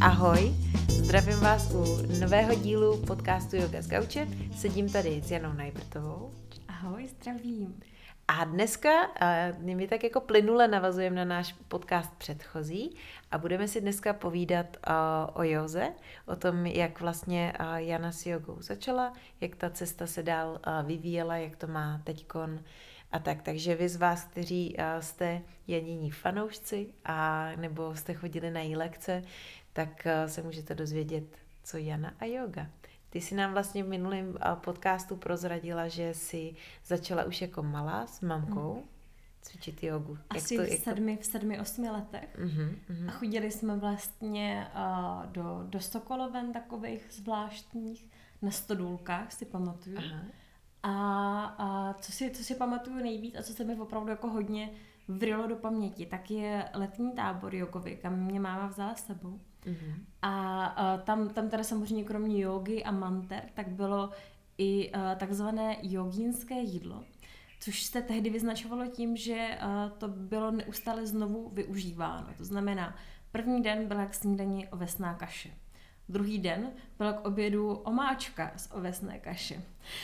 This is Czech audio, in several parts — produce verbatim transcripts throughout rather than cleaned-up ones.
Ahoj, zdravím vás u nového dílu podcastu Yoga z gauče. Sedím tady s Janou Najbrtovou. Ahoj, zdravím. A dneska my tak jako plynule navazujeme na náš podcast předchozí a budeme si dneska povídat o józe, o tom, jak vlastně Jana s jogou začala, jak ta cesta se dál vyvíjela, jak to má teďkon a tak. Takže vy z vás, kteří jste Janíní fanoušci a nebo jste chodili na její lekce, tak se můžete dozvědět, co Jana a yoga. Ty jsi nám vlastně v minulém podcastu prozradila, že jsi začala už jako malá s mamkou mm. cvičit jogu. Asi jak to, v, jak sedmi, v sedmi, osmi letech. Mm-hmm, mm-hmm. A chodili jsme vlastně uh, do, do Sokoloven takových zvláštních, na stodůlkách, si pamatuju. Aha. A, a co, si, co si pamatuju nejvíc a co se mi opravdu jako hodně vrylo do paměti, tak je letní tábor jogový, kam mě máma vzala s sebou. Mm-hmm. A, a tam, tam teda samozřejmě kromě jógy a manter, tak bylo i a, takzvané jogínské jídlo, což se tehdy vyznačovalo tím, že a, to bylo neustále znovu využíváno. To znamená, první den byla k snídani ovesná kaše. Druhý den byla k obědu omáčka z ovesné kaše.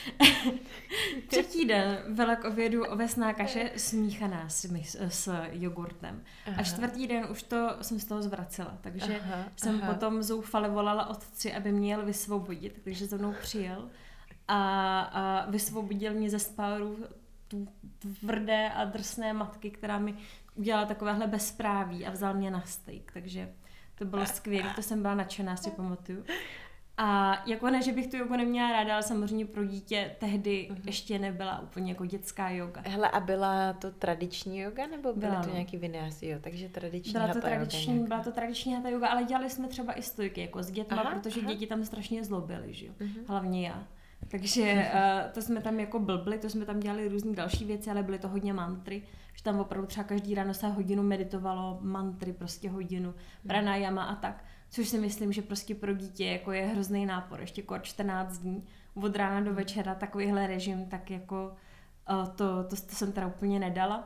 Třetí den byla k obědu ovesná kaše smíchaná s, s jogurtem. Aha. A čtvrtý den už to jsem z toho zvracela, takže aha, jsem aha. potom zoufale volala otci, aby mě jel vysvobodit, takže za mnou přijel a, a vysvobodil mě ze spáru tu tvrdé a drsné matky, která mi udělala takovéhle bezpráví a vzal mě na steak, takže to bylo skvělé, to jsem byla nadšená, si pamatuju. A jako ne, že bych tu jogu neměla ráda, ale samozřejmě pro dítě tehdy uh-huh. ještě nebyla úplně jako dětská joga. Hele, a byla to tradiční joga, nebo byla to nějaký vinyasa, jo? Takže tradiční byla to hatha tradiční, yoga. Byla to tradiční hatha yoga, ale dělali jsme třeba i stojky jako s dětma, aha, protože aha. děti tam strašně zlobily, že jo? Uh-huh. Hlavně já. Takže uh, to jsme tam jako blbli, to jsme tam dělali různé další věci, ale byly to hodně mantry, že tam opravdu třeba každý ráno se hodinu meditovalo, mantry prostě hodinu, pranayama a tak, což si myslím, že prostě pro dítě jako je hrozný nápor, ještě kor čtrnáct dní, od rána do večera takovýhle režim, tak jako uh, to, to, to jsem teda úplně nedala.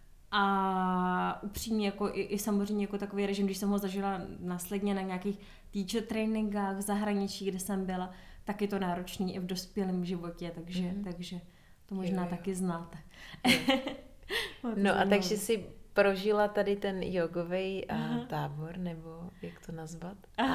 A upřímně jako i, i samozřejmě jako takový režim, když jsem ho zažila následně na nějakých teacher trainingách v zahraničí, kde jsem byla, tak je to náročný i v dospělém životě, takže, mm. takže to možná jo, jo. taky znáte. No a takže si prožila tady ten jogový tábor, nebo jak to nazvat? A,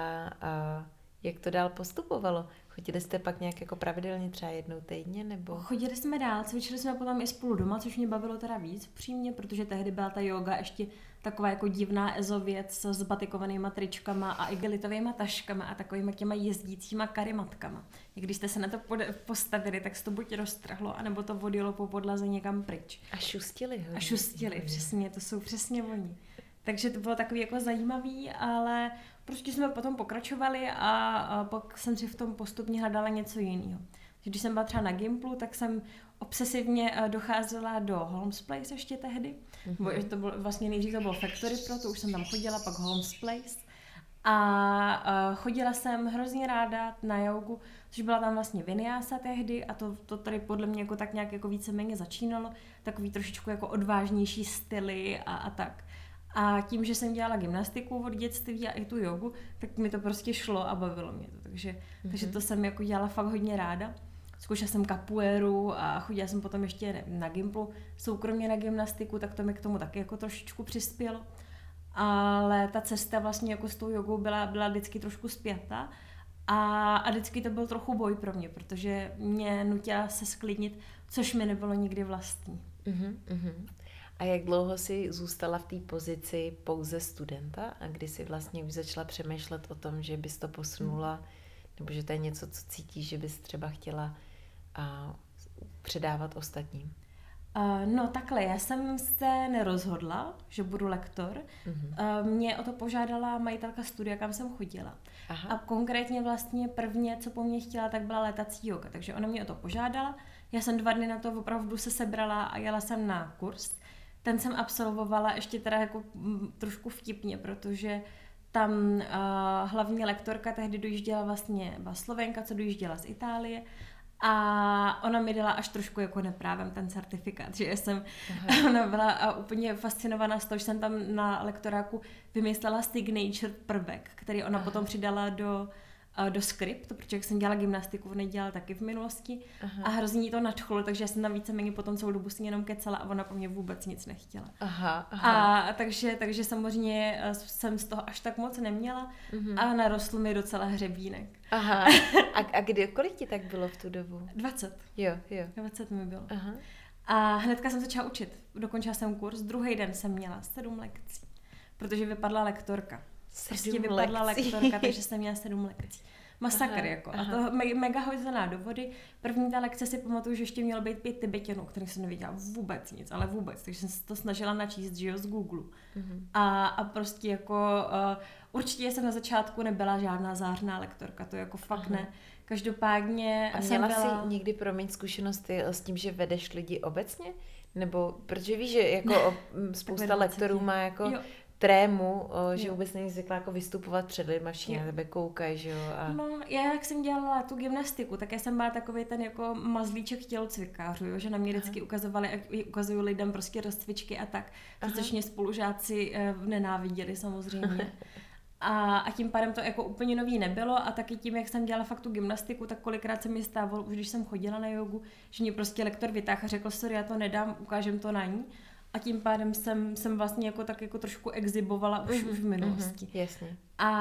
a jak to dál postupovalo? Chodili jste pak nějak jako pravidelně třeba jednou týdně, nebo? Chodili jsme dál, cvičili jsme potom i spolu doma, což mě bavilo teda víc přímě, protože tehdy byla ta yoga ještě taková jako divná ezověc s batikovanýma tričkama a igelitovýma taškama a takovýma těma jezdícíma karimatkama. I když jste se na to postavili, tak se to buď roztrhlo, anebo to odjelo po podlaze někam pryč. A šustili ho. A šustili, přesně, to jsou přesně oni. Takže to bylo takový jako zajímavý, ale prostě jsme potom pokračovali a, a pak jsem si v tom postupně hledala něco jiného. Když jsem byla třeba na Gimplu, tak jsem obsesivně docházela do Holmes Place ještě tehdy. Mm-hmm. To bylo, vlastně nejdřív to bylo Factory Pro, to už jsem tam chodila, pak Holmes Place. A, a chodila jsem hrozně ráda na jogu, což byla tam vlastně vinyasa tehdy a to, to tady podle mě jako tak nějak jako víceméně začínalo, takový trošičku jako odvážnější styly a, a tak. A tím, že jsem dělala gymnastiku od dětství a i tu jogu, tak mi to prostě šlo a bavilo mě to. Takže, mm-hmm. takže to jsem jako dělala fakt hodně ráda. Zkoušela jsem capoeiru a chodila jsem potom ještě na Gimplu soukromně na gymnastiku, tak to mi k tomu taky jako trošičku přispělo. Ale ta cesta vlastně jako s tou jogou byla, byla vždycky trošku spjatá a, a vždycky to byl trochu boj pro mě, protože mě nutila se sklidnit, což mi nebylo nikdy vlastní. Mm-hmm, mm-hmm. A jak dlouho jsi zůstala v té pozici pouze studenta a kdy jsi vlastně už začala přemýšlet o tom, že bys to posunula, nebo že to je něco, co cítíš, že bys třeba chtěla a, předávat ostatním? Uh, no takhle, já jsem se nerozhodla, že budu lektor. Mm-hmm. Uh, mě o to požádala majitelka studia, kam jsem chodila. Aha. A konkrétně vlastně prvně, co po mně chtěla, tak byla letací yoga. Takže ona mě o to požádala. Já jsem dva dny na to opravdu se sebrala a jela jsem na kurz. Ten jsem absolvovala ještě teda jako m, trošku vtipně, protože tam uh, hlavní lektorka tehdy dojížděla vlastně byla Slovenka, co dojížděla z Itálie A ona mi dala až trošku jako neprávem ten certifikát, že jsem, Aha. ona byla úplně fascinovaná z toho, že jsem tam na lektoráku vymyslela signature prvek, který ona Aha. potom přidala do, do skriptu, protože jak jsem dělala gymnastiku, ona dělala taky v minulosti Aha. a hrozně jí to nadchlo, takže já jsem tam víceméně potom celou dobu s ní jenom kecala a ona po mně vůbec nic nechtěla. Aha, aha. A takže, takže samozřejmě jsem z toho až tak moc neměla uh-huh. a narostl mi docela hřebínek. Aha. A, a kdy, kolik ti tak bylo v tu dobu? dvacet. Jo, jo. dvacet mi bylo. Aha. A hnedka jsem začala učit. Dokončila jsem kurz, druhý den jsem měla sedm lekcí, protože vypadla lektorka. Prostě vypadla lekcí. lektorka, takže jsem měla sedm lekcí. Masakr aha, jako. Aha. A to me- mega hozená do vody. První ta lekce si pamatuju, že ještě mělo být pět Tibetanů, kterých jsem neviděla vůbec nic, ale vůbec. Takže jsem se to snažila načíst, že jo, z Google. Mm-hmm. A, a prostě jako uh, určitě jsem na začátku nebyla žádná zářná lektorka, to jako fakt aha. ne. Každopádně a jsem měla byla... jsi někdy promiň zkušenosti s tím, že vedeš lidi obecně? Nebo, protože víš, že jako spousta lektorů má jako... Jo. trému, o, že jo. vůbec není zvyklá jako vystupovat před lidma, všichni na tebe koukají, že jo. A... No, já jak jsem dělala tu gymnastiku, tak já jsem byla takový ten jako mazlíček tělocvikářů, jo, že na mě vždycky ukazovali, a ukazuju lidem prostě rozcvičky a tak, protože mě spolužáci eh, nenáviděli samozřejmě. A, a tím pádem to jako úplně nový nebylo a taky tím, jak jsem dělala fakt tu gymnastiku, tak kolikrát se mi stávalo, už když jsem chodila na jogu, že mě prostě lektor vytáhl a řekl, sorry, já to nedám, ukážem to na ní. A tím pádem jsem, jsem vlastně jako tak jako trošku exibovala už, mm-hmm, už v minulosti. Mm-hmm, jasně.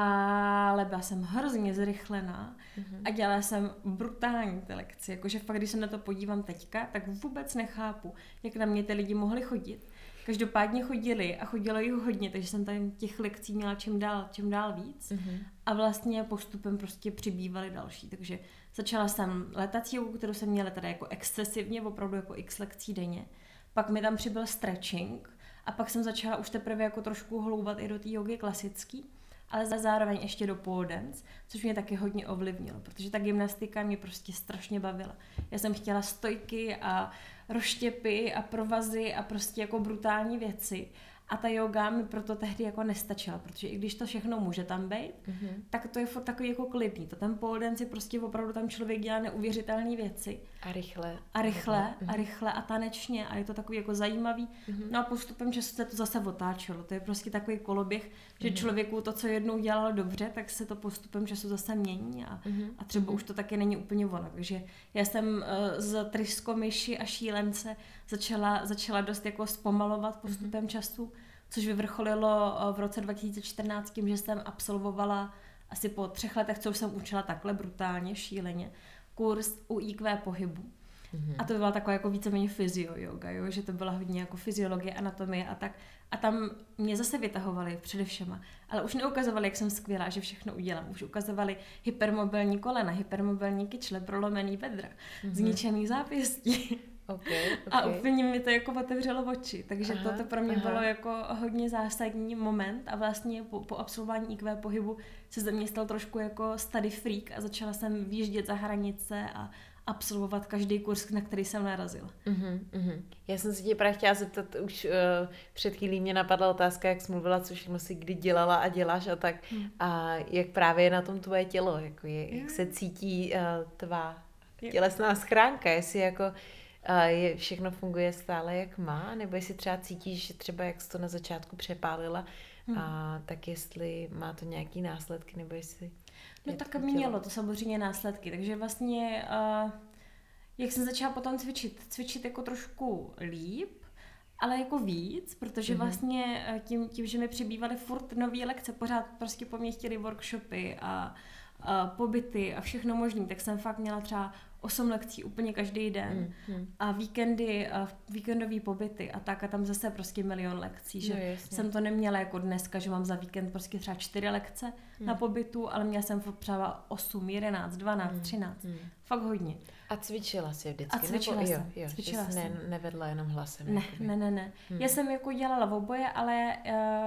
Ale byla jsem hrozně zrychlená mm-hmm. a dělala jsem brutální ty lekce. Jakože fakt, když se na to podívám teďka, tak vůbec nechápu, jak na mě ty lidi mohli chodit. Každopádně chodili a chodilo jich hodně, takže jsem tam těch lekcí měla čím dál, čím dál víc. Mm-hmm. A vlastně postupem prostě přibývaly další. Takže začala jsem letací jogu, kterou jsem měla teda jako excesivně, opravdu jako x lekcí denně. Pak mi tam přibyl stretching a pak jsem začala už teprve jako trošku hloubat i do té jogy klasický, ale zároveň ještě do pole dance, což mě taky hodně ovlivnilo, protože ta gymnastika mě prostě strašně bavila. Já jsem chtěla stojky a rozštěpy a provazy a prostě jako brutální věci. A ta yoga mi proto tehdy jako nestačila, protože i když to všechno může tam být, mm-hmm. tak to je furt takový jako klidný. To ten pole dance je prostě opravdu tam člověk dělá neuvěřitelné věci. A rychle. A rychle, mm-hmm. a rychle a tanečně a je to takový jako zajímavý. Mm-hmm. No a postupem času se to zase otáčelo. To je prostě takový koloběh, že mm-hmm. člověku to, co jednou dělalo dobře, tak se to postupem času zase mění a, mm-hmm. a třeba mm-hmm. už to taky není úplně ono. Takže já jsem uh, z tryskomyši a šílence začala, začala dost jako zpomalovat postupem mm-hmm. času, což vyvrcholilo v roce dva tisíce čtrnáct tím, že jsem absolvovala asi po třech letech, co už jsem učila takhle brutálně, šíleně, kurz u í kvé pohybu. Mm-hmm. A to byla taková jako víceméně fyzio yoga, jo? Že to byla hodně jako fyziologie, anatomie a tak. A tam mě zase vytahovali především, ale už neukazovali, jak jsem skvělá, že všechno udělám. Už ukazovali hypermobilní kolena, hypermobilní kyčle, prolomený bedra, mm-hmm. zničený zápěstí. Okay, okay. A úplně mi to jako otevřelo oči, takže aha, toto pro mě aha. bylo jako hodně zásadní moment a vlastně po, po absolvování í kvé pohybu se ze mě stal trošku jako study freak a začala jsem výjíždět za hranice a absolvovat každý kurz, na který jsem narazila. Uh-huh, uh-huh. Já jsem se tě právě chtěla zeptat, už uh, před chvílí mě napadla otázka, jak jsi mluvila, co všechno si kdy dělala a děláš a tak. Hmm. A jak právě je na tom tvoje tělo, jako je, jak se cítí uh, tvá tělesná schránka, jestli jako uh, je, všechno funguje stále jak má, nebo jestli třeba cítíš, že třeba jak jsi to na začátku přepálila, hmm. a tak jestli má to nějaký následky, nebo jestli... No tak mělo to samozřejmě následky, takže vlastně, uh, jak jsem začala potom cvičit, cvičit jako trošku líp, ale jako víc, protože mm-hmm. vlastně tím, tím, že mi přibývaly furt nový lekce, pořád prostě po mně chtěli workshopy a, a pobyty a všechno možný, tak jsem fakt měla třeba osm lekcí úplně každý den mm, mm. a víkendy, a víkendový pobyty a tak a tam zase prostě milion lekcí, že no, jsem to neměla jako dneska, že mám za víkend prostě třeba čtyři lekce mm. na pobytu, ale měla jsem třeba osm, jedenáct, dvanáct, mm, třináct, mm. fakt hodně. A cvičila jsi vždycky? A cvičila nebo, jsem, jo, jo, cvičila že jsi jsem. Ne, nevedla jenom hlasem? Ne, ne, ne, ne. Mm. Já jsem jako dělala v oboje, ale uh,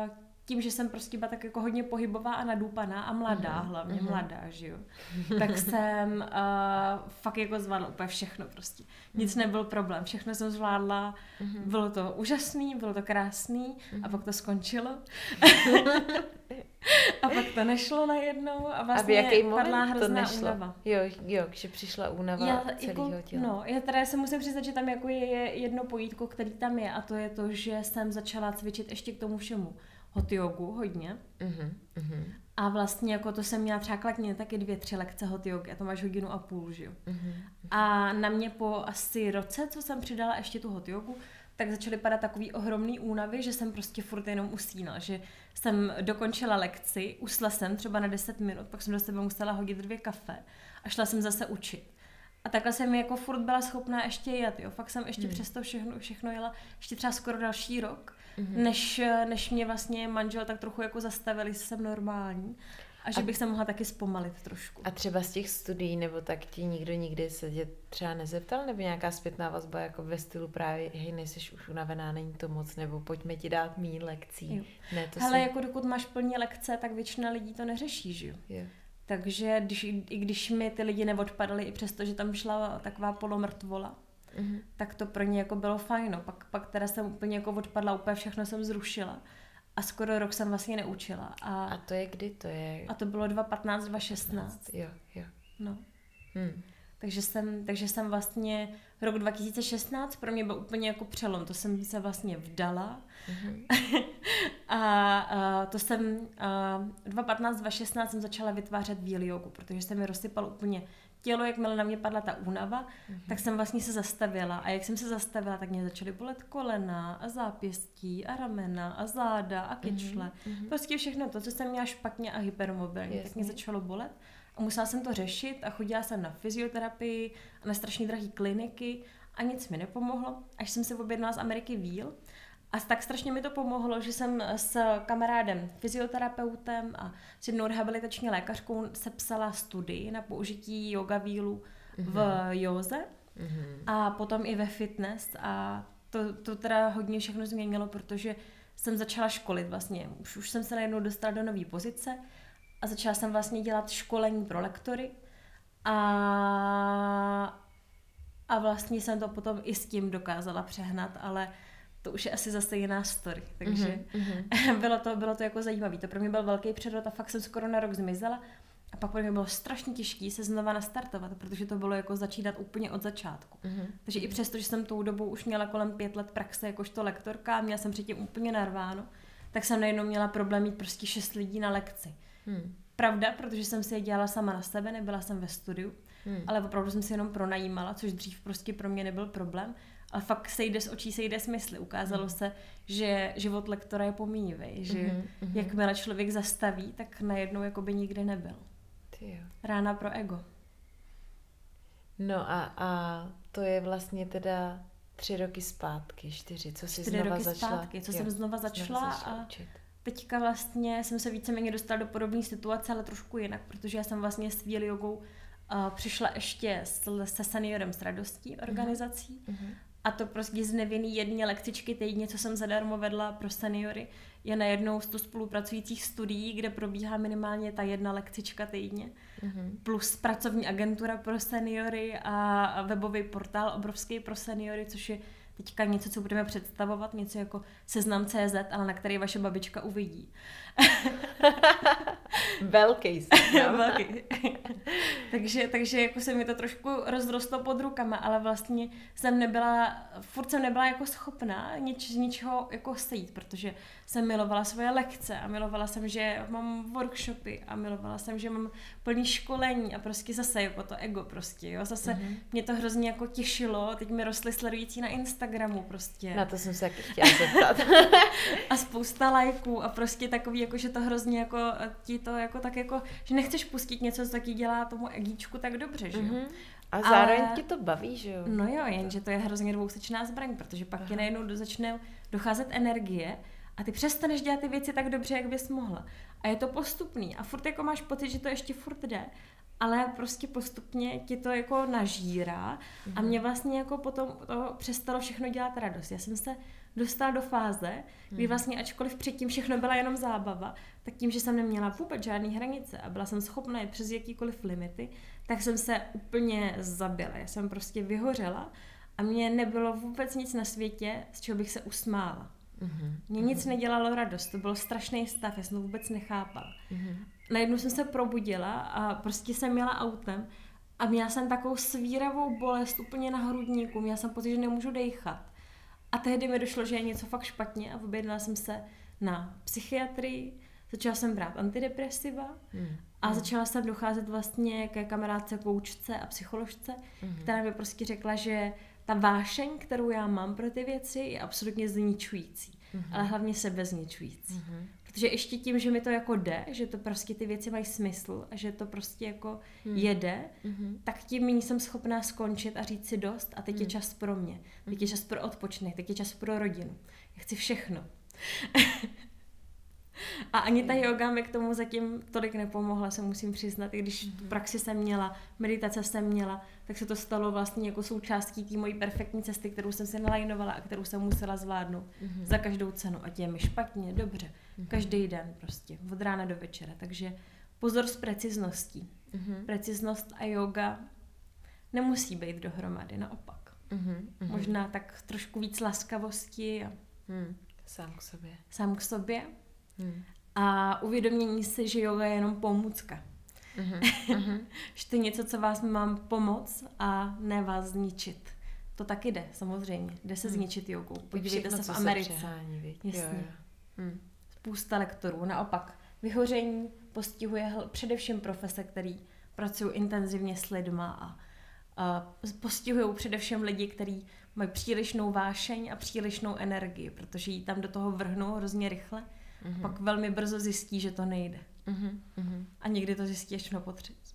tím, že jsem prostě byla tak jako hodně pohybová a nadúpaná a mladá, mm-hmm. hlavně mm-hmm. mladá, že jo, tak jsem uh, fakt jako zvládla úplně všechno prostě. Nic mm-hmm. nebyl problém, všechno jsem zvládla, mm-hmm. bylo to úžasný, bylo to krásný mm-hmm. a pak to skončilo. A pak to nešlo najednou a vlastně a padla hrozná únava. Jo, jo, že přišla únava já, celého jako, těla. No, já teda se musím přiznat, že tam jako je jedno pojítko, který tam je a to je to, že jsem začala cvičit ještě k tomu všemu hot jogu hodně. Uh-huh, uh-huh. A vlastně jako to jsem měla třeba kladně taky dvě, tři lekce hot jogy a to máš hodinu a půl, že jo. Uh-huh. A na mě po asi roce, co jsem přidala ještě tu hot jogu, tak začaly padat takový ohromný únavy, že jsem prostě furt jenom usínala, že jsem dokončila lekci, usla jsem třeba na deset minut, pak jsem do sebe musela hodit dvě kafe a šla jsem zase učit. A takhle jsem jako furt byla schopná ještě jet, jo. Fakt jsem ještě hmm. přes to všechno, všechno jela, ještě třeba skoro další rok, hmm. než, než mě vlastně manžel tak trochu jako zastavili, že jsem normální. A že bych se mohla taky zpomalit trošku. A třeba z těch studií, nebo tak ti nikdo nikdy se tě třeba nezeptal, nebo nějaká zpětná vazba jako ve stylu právě, hej, nejseš už unavená, není to moc, nebo pojďme ti dát míň lekcí. Ne, to hele, si... jako dokud máš plně lekce, tak většina lidí to neřeší, že jo? jo. Takže když, i když mi ty lidi neodpadaly, i přesto, že tam šla taková polomrtvola, mm-hmm. tak to pro ně jako bylo fajno. Pak, pak teda jsem úplně jako odpadla, úplně všechno jsem zrušila. A skoro rok jsem vlastně neučila. A, a to je kdy? To je... A to bylo dva patnáct, dva šestnáct. Jo, jo. No. Hmm. Takže, jsem, takže jsem vlastně rok dva tisíce šestnáct pro mě byl úplně jako přelom. To jsem se vlastně vdala. Mm-hmm. a, a to jsem a, dva patnáct, dva šestnáct jsem začala vytvářet wheel jogu, protože se mi rozsypalo úplně tělo, jakmile na mě padla ta únava, mm-hmm. tak jsem vlastně se zastavila. A jak jsem se zastavila, tak mě začaly bolet kolena a zápěstí a ramena a záda a kyčle. Mm-hmm. Prostě všechno to, co jsem měla špatně a hypermobilní, Jasně. tak mě začalo bolet. A musela jsem to řešit a chodila jsem na fyzioterapii a na strašně drahé kliniky a nic mi nepomohlo, až jsem si objednala z Ameriky wheel. A tak strašně mi to pomohlo, že jsem s kamarádem, fyzioterapeutem a s jednou rehabilitační lékařkou sepsala studii na použití yoga wheelu v mm-hmm. józe mm-hmm. a potom i ve fitness a to, to teda hodně všechno změnilo, protože jsem začala školit vlastně. Už, už jsem se najednou dostala do nové pozice a začala jsem vlastně dělat školení pro lektory a, a vlastně jsem to potom i s tím dokázala přehnat, ale to už je asi zase jiná story, takže mm-hmm. bylo, to, bylo to jako zajímavé. To pro mě byl velký přerod a fakt jsem skoro na rok zmizela a pak pro mě bylo strašně těžké se znova nastartovat, protože to bylo jako začínat úplně od začátku. Mm-hmm. Takže i přesto, že jsem tou dobou už měla kolem pět let praxe jakožto lektorka a měla jsem předtím úplně narváno, tak jsem najednou měla problém mít prostě šest lidí na lekci. Mm. Pravda, protože jsem si je dělala sama na sebe, nebyla jsem ve studiu, mm. ale opravdu jsem si jenom pronajímala, což dřív prostě pro mě nebyl problém. Ale fakt sejde z očí, sejde z mysli. Ukázalo mm. se, že život lektora je pomíjivý, že mm-hmm. jakmile člověk zastaví, tak najednou jako by nikdy nebyl. Ty jo. Rána pro ego. No a, a to je vlastně teda tři roky zpátky, čtyři, co jsi čtyři znova roky začala. Zpátky, co jo, jsem znova začala, začala a učit. Teďka vlastně jsem se víceméně dostala do podobné situace, ale trošku jinak, protože já jsem vlastně s wheel jogou uh, přišla ještě se seniorem s radostí organizací. Mm-hmm. A to prostě z nevinný jedné lekcičky týdně, co jsem zadarmo vedla pro seniory, je najednou sto spolupracujících studií, kde probíhá minimálně ta jedna lekcička týdně, mm-hmm. plus pracovní agentura pro seniory a webový portál obrovský pro seniory, což je teďka něco, co budeme představovat, něco jako Seznam tečka cé zet, ale na který vaše babička uvidí. Velký seznam. Velký. takže, takže jako se mi to trošku rozrostlo pod rukama, ale vlastně jsem nebyla, furt jsem nebyla jako schopná nič, ničeho jako sejít, protože jsem milovala svoje lekce a milovala jsem, že mám workshopy a milovala jsem, že mám plný školení a prostě zase jako to ego prostě, jo, zase mm-hmm. mě to hrozně jako těšilo, teď mi rostly sledující na Instagramu prostě. Na to jsem se taky chtěla zeptat. A spousta lajků a prostě takový, jako, že to hrozně jako ti to jako tak jako, že nechceš pustit něco, co taky dělá tomu egíčku tak dobře, že jo. Mm-hmm. A zároveň ale... ti to baví, že jo? No jo, jenže to je hrozně dvousečná zbraň, protože pak ti najednou začne docházet energie a ty přestaneš dělat ty věci tak dobře, jak bys mohla. A je to postupný a furt jako máš pocit, že to ještě furt jde, ale prostě postupně ti to jako nažírá mm-hmm. a mě vlastně jako potom to přestalo všechno dělat radost. Já jsem se dostala do fáze, kdy vlastně ačkoliv předtím všechno byla jenom zábava, tak tím, že jsem neměla vůbec žádný hranice a byla jsem schopna jít přes jakýkoliv limity, tak jsem se úplně zabila. Já jsem prostě vyhořela a mně nebylo vůbec nic na světě, z čeho bych se usmála. Mm-hmm. Mně nic nedělalo radost, to byl strašný stav, já jsem to vůbec nechápala. Mm-hmm. Najednou jsem se probudila a prostě jsem jela autem a měla jsem takovou svíravou bolest úplně na hrudníku, měla jsem pocit, že nemůžu dejchat. A tehdy mi došlo, že je něco fakt špatně a objednala jsem se na psychiatrii, začala jsem brát antidepresiva mm. a začala jsem docházet vlastně ke kamarádce, koučce a psycholožce, mm. která mi prostě řekla, že ta vášeň, kterou já mám pro ty věci, je absolutně zničující, mm. ale hlavně sebezničující. Mm. Protože ještě tím, že mi to jako jde, že to prostě ty věci mají smysl a že to prostě jako mm. jede, mm. tak tím méně jsem schopná skončit a říct si dost a teď mm. je čas pro mě. Teď je čas pro odpočinek, teď je čas pro rodinu. Já chci všechno. A ani ta yoga mi k tomu zatím tolik nepomohla, se musím přiznat. I když tu praxi jsem měla, meditace jsem měla, tak se to stalo vlastně jako součástí té mojí perfektní cesty, kterou jsem si nalajnovala a kterou jsem musela zvládnout mm-hmm. za každou cenu. Ať je mi špatně, dobře. Mm-hmm. Každý den prostě, od rána do večera. Takže pozor s precizností. Mm-hmm. Preciznost a yoga nemusí být dohromady, naopak. Mm-hmm. Možná tak trošku víc laskavosti a mm. sám k sobě. Sám k sobě. Hmm. A uvědomění si, že yoga je jenom pomůcka. Mm-hmm. Že to je něco, co vás mám pomoct a ne vás zničit. To taky jde, samozřejmě. Jde se hmm. zničit jogou. Podívejte se v Americe. Přehání, Jasně. Jo, jo. Hmm. Spousta lektorů. Naopak, vyhoření postihuje především profese, který pracují intenzivně s lidma a, a postihují především lidi, kteří mají přílišnou vášeň a přílišnou energii, protože ji tam do toho vrhnou hrozně rychle. Mm-hmm. Pak velmi brzo zjistí, že to nejde. Mm-hmm. A někdy to zjistí až na potřetí.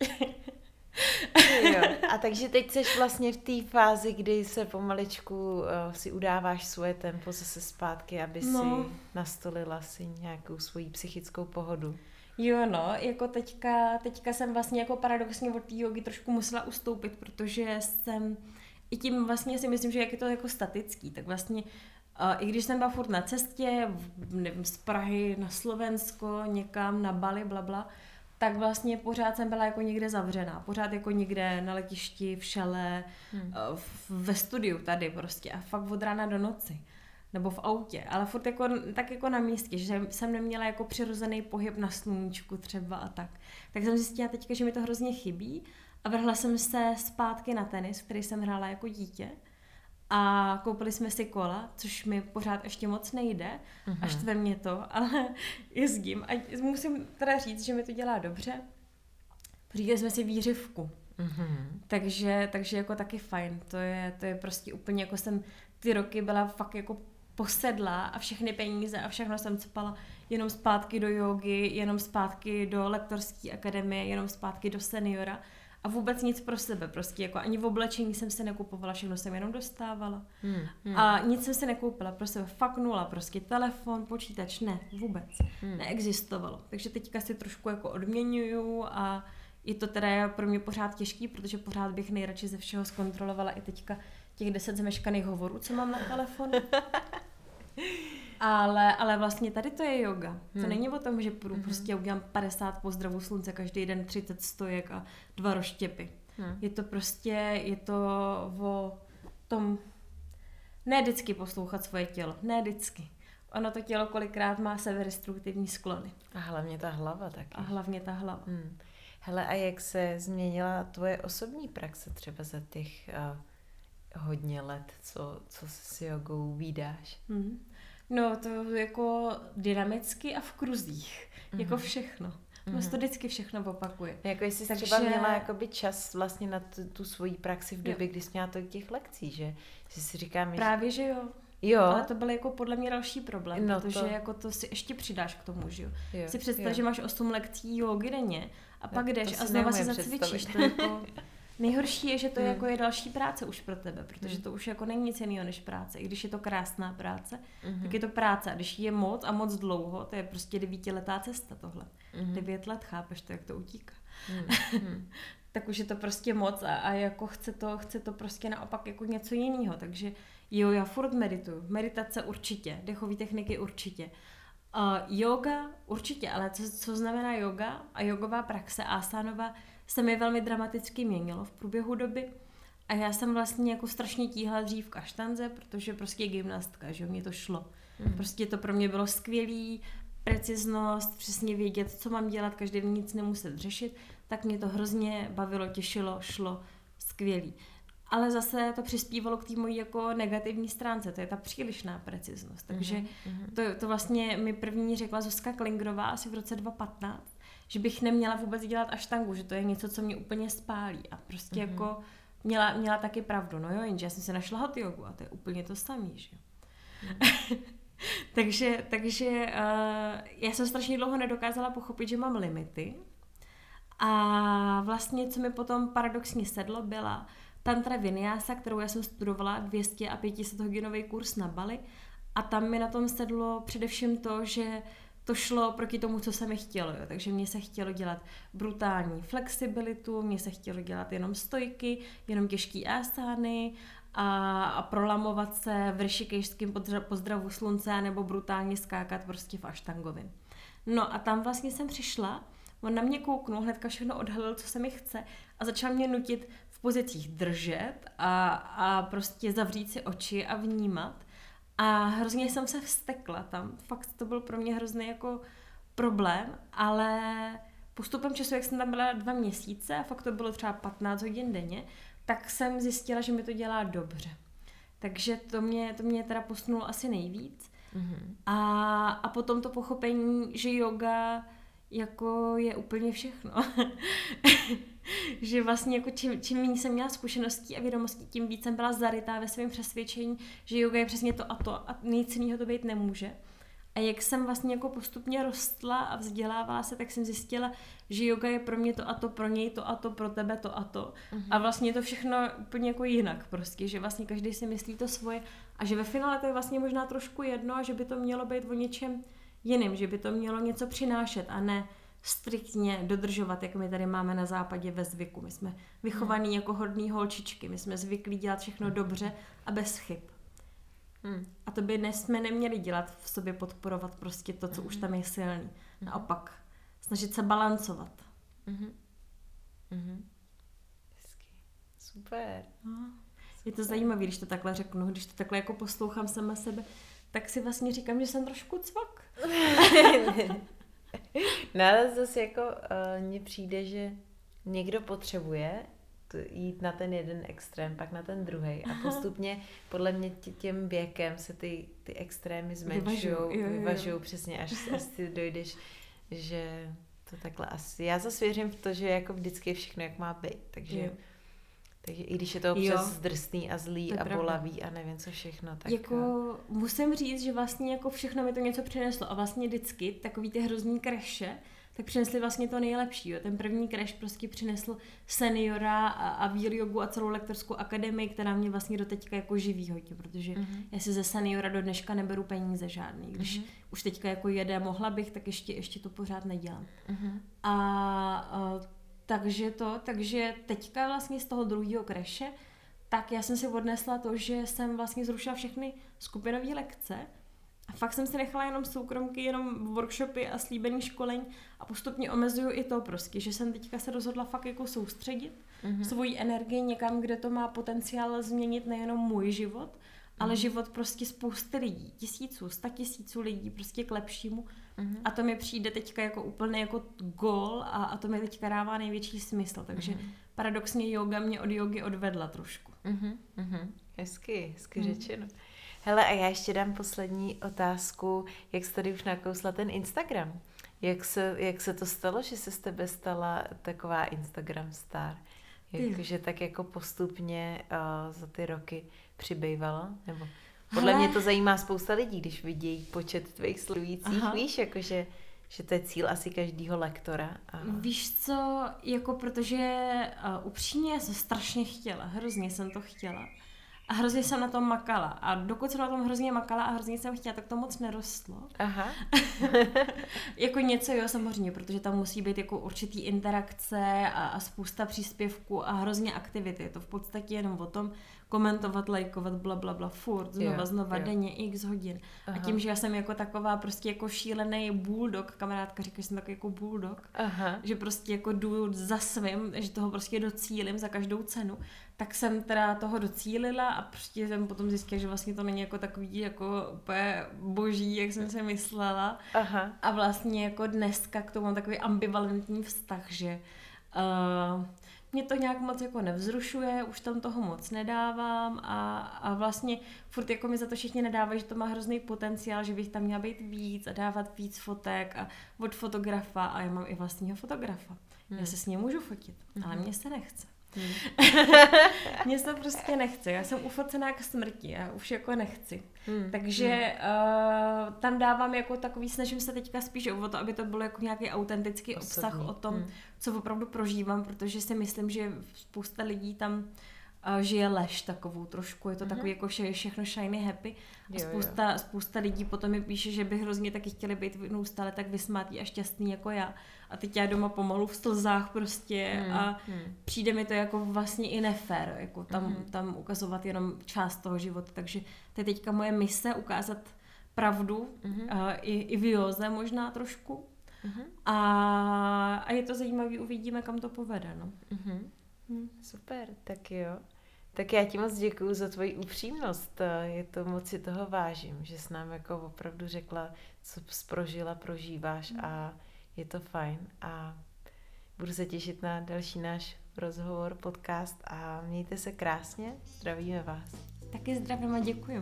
Jo. A takže teď seš vlastně v té fázi, kdy se pomaličku uh, si udáváš svoje tempo zase zpátky, aby no. si nastolila si nějakou svoji psychickou pohodu. Jo, no, jako teďka, teďka jsem vlastně jako paradoxně od té jogy trošku musela ustoupit, protože jsem i tím vlastně si myslím, že jak je to jako statický, tak vlastně Uh, i když jsem byla furt na cestě, nevím, z Prahy na Slovensko, někam na Bali, blabla, tak vlastně pořád jsem byla jako někde zavřená. Pořád jako někde na letišti, v šele, hmm. uh, ve studiu tady prostě a fakt od rána do noci. Nebo v autě, ale furt jako, tak jako na místě, že jsem neměla jako přirozený pohyb na sluníčku třeba a tak. Tak jsem zjistila teďka, že mi to hrozně chybí a vrhla jsem se zpátky na tenis, který jsem hrála jako dítě. A koupili jsme si kola, což mi pořád ještě moc nejde, uh-huh. až štve mě to, ale jezdím. A musím teda říct, že mi to dělá dobře. Pořídili jsme si výřivku. Uh-huh. Takže, takže jako taky fajn. To je, to je prostě úplně, jako jsem ty roky byla fakt jako posedlá a všechny peníze a všechno jsem cpala jenom zpátky do jogy, jenom zpátky do lektorské akademie, jenom zpátky do seniora. A vůbec nic pro sebe, prostě jako ani v oblečení jsem se nekupovala, všechno jsem jenom dostávala. Hmm, hmm. A nic jsem se nekoupila pro sebe, fakt nula, prostě telefon, počítač, ne, vůbec, hmm. neexistovalo. Takže teďka si trošku jako odměňuju a je to teda pro mě pořád těžký, protože pořád bych nejradši ze všeho zkontrolovala i teďka těch deset zmeškaných hovorů, co mám na telefonu. Ale, ale vlastně tady to je yoga. To hmm. není o tom, že půjdu, hmm. prostě udělám padesát pozdravů slunce každý den, třicet stojek a dva rozštěpy. Hmm. Je to prostě, je to o tom, ne vždycky poslouchat svoje tělo, ne vždycky. Ono to tělo kolikrát má sebedestruktivní sklony. A hlavně ta hlava taky. A hlavně ta hlava. Hmm. Hele, a jak se změnila tvoje osobní praxe třeba za těch uh, hodně let, co, co s jogou vídáš? Hmm. No, to jako dynamicky a v kruzích. Mm-hmm. Jako všechno. Mm-hmm. No, to vždycky všechno opakuje. Jako jestli jsi třeba měla jakoby čas vlastně na tu, tu svoji praxi v době, jo. kdy jsi měla tolik těch lekcí, že? Že si říkám, Právě, že jo. Jo. Ale to byl jako podle mě další problém, no protože to... jako to si ještě přidáš k tomu, že jo. jo si představ, jo. že máš osm lekcí jogy denně a pak no, jdeš a znova si zacvičíš. To jako... Nejhorší je, že to hmm. jako je další práce už pro tebe, protože to už jako není nic jiného než práce. I když je to krásná práce, mm-hmm. tak je to práce. A když je moc a moc dlouho, to je prostě devítiletá cesta tohle. Mm-hmm. Devět let, chápeš to, jak to utíká. Mm-hmm. tak už je to prostě moc a, a jako chce to, chce to prostě naopak jako něco jiného. Takže jo, já furt medituju. Meditace určitě, dechové techniky určitě. Uh, yoga určitě, ale co, co znamená yoga a jogová praxe asánová se mi velmi dramaticky měnilo v průběhu doby. A já jsem vlastně jako strašně tíhla dřív k aštanze, protože prostě je gymnastka, že mě to šlo. Mm. Prostě to pro mě bylo skvělý, preciznost, přesně vědět, co mám dělat, každý den nic nemuset řešit, tak mě to hrozně bavilo, těšilo, šlo, skvělý. Ale zase to přispívalo k té mojí jako negativní stránce, to je ta přílišná preciznost. Takže mm-hmm. to, to vlastně mi první řekla Zuzka Klingrová asi v roce dva tisíce patnáct, že bych neměla vůbec dělat aštangu, že to je něco, co mě úplně spálí. A prostě mm-hmm. jako měla, měla taky pravdu. No jo, jenže já jsem se našla hot jogu a to je úplně to samý, že jo. Mm. takže takže uh, já jsem strašně dlouho nedokázala pochopit, že mám limity. A vlastně, co mi potom paradoxně sedlo, byla tantra vinyasa, kterou já jsem studovala, dvě stě a pět set hodinový kurz na Bali. A tam mi na tom sedlo především to, že to šlo proti tomu, co se mi chtělo. Jo. Takže mně se chtělo dělat brutální flexibilitu, mně se chtělo dělat jenom stojky, jenom těžký asány a, a prolamovat se v rišikejském pozdravu slunce nebo brutálně skákat prostě v aštangovin. No a tam vlastně jsem přišla, on na mě kouknul, hnedka všechno odhalil, co se mi chce a začal mě nutit v pozicích držet a, a prostě zavřít si oči a vnímat. A hrozně jsem se vztekla tam. Fakt to byl pro mě hrozný jako problém, ale postupem času, jak jsem tam byla dva měsíce a fakt to bylo třeba patnáct hodin denně, tak jsem zjistila, že mi to dělá dobře. Takže to mě, to mě teda posunulo asi nejvíc. Mm-hmm. A, a potom to pochopení, že yoga jako je úplně všechno. Že vlastně jako čím, čím méně jsem měla zkušeností a vědomostí, tím víc jsem byla zarytá ve svém přesvědčení, že yoga je přesně to a to a nic jiného to být nemůže. A jak jsem vlastně jako postupně rostla a vzdělávala se, tak jsem zjistila, že yoga je pro mě to a to, pro něj to a to, pro tebe to a to. Mm-hmm. A vlastně je to všechno úplně jako jinak prostě, že vlastně každý si myslí to svoje a že ve finále to je vlastně možná trošku jedno a že by to mělo být o něčem jiným, že by to mělo něco přinášet a ne striktně dodržovat, jak my tady máme na západě ve zvyku. My jsme vychovaní hmm. jako hodný holčičky, my jsme zvyklí dělat všechno dobře a bez chyb. Hmm. A to by ne, jsme neměli dělat v sobě, podporovat prostě to, co hmm. už tam je silný. Naopak, snažit se balancovat. Hmm. Hmm. Hezky. Super. No. Je to zajímavé, když to takhle řeknu, když to takhle jako poslouchám sama sebe, tak si vlastně říkám, že jsem trošku cvak. No ale zase jako uh, mně přijde, že někdo potřebuje jít na ten jeden extrém, pak na ten druhý a postupně podle mě těm věkem se ty, ty extrémy zmenšují, vyvažují přesně, až, až si dojdeš, že to takhle asi. Já zase věřím v to, že jako vždycky je všechno, jak má být, takže jo. Takže i když je to občas drsný a zlý a pravda. Bolavý a nevím co všechno, tak... Jako musím říct, že vlastně jako všechno mi to něco přineslo a vlastně vždycky takový ty hrozný crashe, tak přinesli vlastně to nejlepší. Jo. Ten první crash prostě přinesl seniora a, a Wheel Yogu a celou lektorskou akademii, která mě vlastně do teďka jako živí hodně, protože mm-hmm. já si ze seniora do dneška neberu peníze žádný. Když mm-hmm. už teďka jako jede, mohla bych, tak ještě, ještě to pořád nedělám. Mm-hmm. A, a takže to, takže teďka vlastně z toho druhého crashe, tak já jsem si odnesla to, že jsem vlastně zrušila všechny skupinové lekce a fakt jsem si nechala jenom soukromky, jenom workshopy a slíbený školení a postupně omezuju i to prostě, že jsem teďka se rozhodla fakt jako soustředit mm-hmm. svoji energii někam, kde to má potenciál změnit nejenom můj život, mm-hmm. ale život prostě spousty lidí, tisíců, sta tisíců lidí prostě k lepšímu. Mm-hmm. A to mi přijde teďka jako úplně jako gól a, a to mi teďka dává největší smysl, takže mm-hmm. paradoxně yoga mě od jogy odvedla trošku. Mm-hmm. Mm-hmm. Hezky, hezky mm. řečeno. Hele, a já ještě dám poslední otázku, jak jsi tady už nakousla ten Instagram. Jak se, jak se to stalo, že se z tebe stala taková Instagram star? Jak, že tak jako postupně uh, za ty roky přibývalo? Nebo podle Hele. mě to zajímá spousta lidí, když vidí počet tvých sledujících, Aha. víš, jakože že to je cíl asi každého lektora. A... Víš co, jako protože uh, upřímně jsem strašně chtěla, hrozně jsem to chtěla. A hrozně jsem na tom makala. A dokud jsem na tom hrozně makala a hrozně jsem chtěla, tak to moc nerostlo. Aha. Jako něco, jo, samozřejmě, protože tam musí být jako určitý interakce a, a spousta příspěvků a hrozně aktivity. Je to v podstatě jenom o tom komentovat, lajkovat, bla, bla, bla, furt, znova, jo, znova, jo. denně, x hodin. Aha. A tím, že já jsem jako taková prostě jako šílený bulldog, kamarádka říká, že jsem takový jako bulldog, Aha. že prostě jako jdu za svým, že toho prostě docílim za každou cenu, tak jsem teda toho docílila a prostě jsem potom zjistila, že vlastně to není jako takový jako úplně boží, jak jsem si myslela. Aha. A vlastně jako dneska k tomu mám takový ambivalentní vztah, že uh, mě to nějak moc jako nevzrušuje, už tam toho moc nedávám a, a vlastně furt jako mi za to všichni nedávají, že to má hrozný potenciál, že bych tam měla být víc a dávat víc fotek a od fotografa a já mám i vlastního fotografa. Hmm. Já se s ním můžu fotit, hmm. ale mně se nechce. Hmm. Mně se prostě nechce. Já jsem ufocená k smrti. Já už jako nechci. Hmm. Takže hmm. Uh, tam dávám jako takový, snažím se teďka spíš o to, aby to bylo jako nějaký autentický Osobní. obsah o tom, hmm. co opravdu prožívám, protože si myslím, že spousta lidí tam uh, žije lež takovou trošku. Je to hmm. takový jako vše, všechno shiny happy. A jo, spousta, jo. spousta lidí potom mi píše, že by hrozně taky chtěli být neustále tak vysmátý a šťastný jako já. A teď já doma pomalu v slzách prostě hmm, a hmm. přijde mi to jako vlastně i nefér, jako tam, hmm. tam ukazovat jenom část toho života. Takže to je teďka moje mise, ukázat pravdu hmm. a i, i v józe možná trošku. Hmm. A, a je to zajímavé, uvidíme, kam to povede. No. Hmm. Hmm. Super, tak jo. Tak já ti moc děkuju za tvoji upřímnost. Je to moc si toho vážím, že jsi nám jako opravdu řekla, co jsi prožila, prožíváš hmm. a je to fajn a budu se těšit na další náš rozhovor, podcast a mějte se krásně, zdravíme vás. Taky zdravím a děkuju.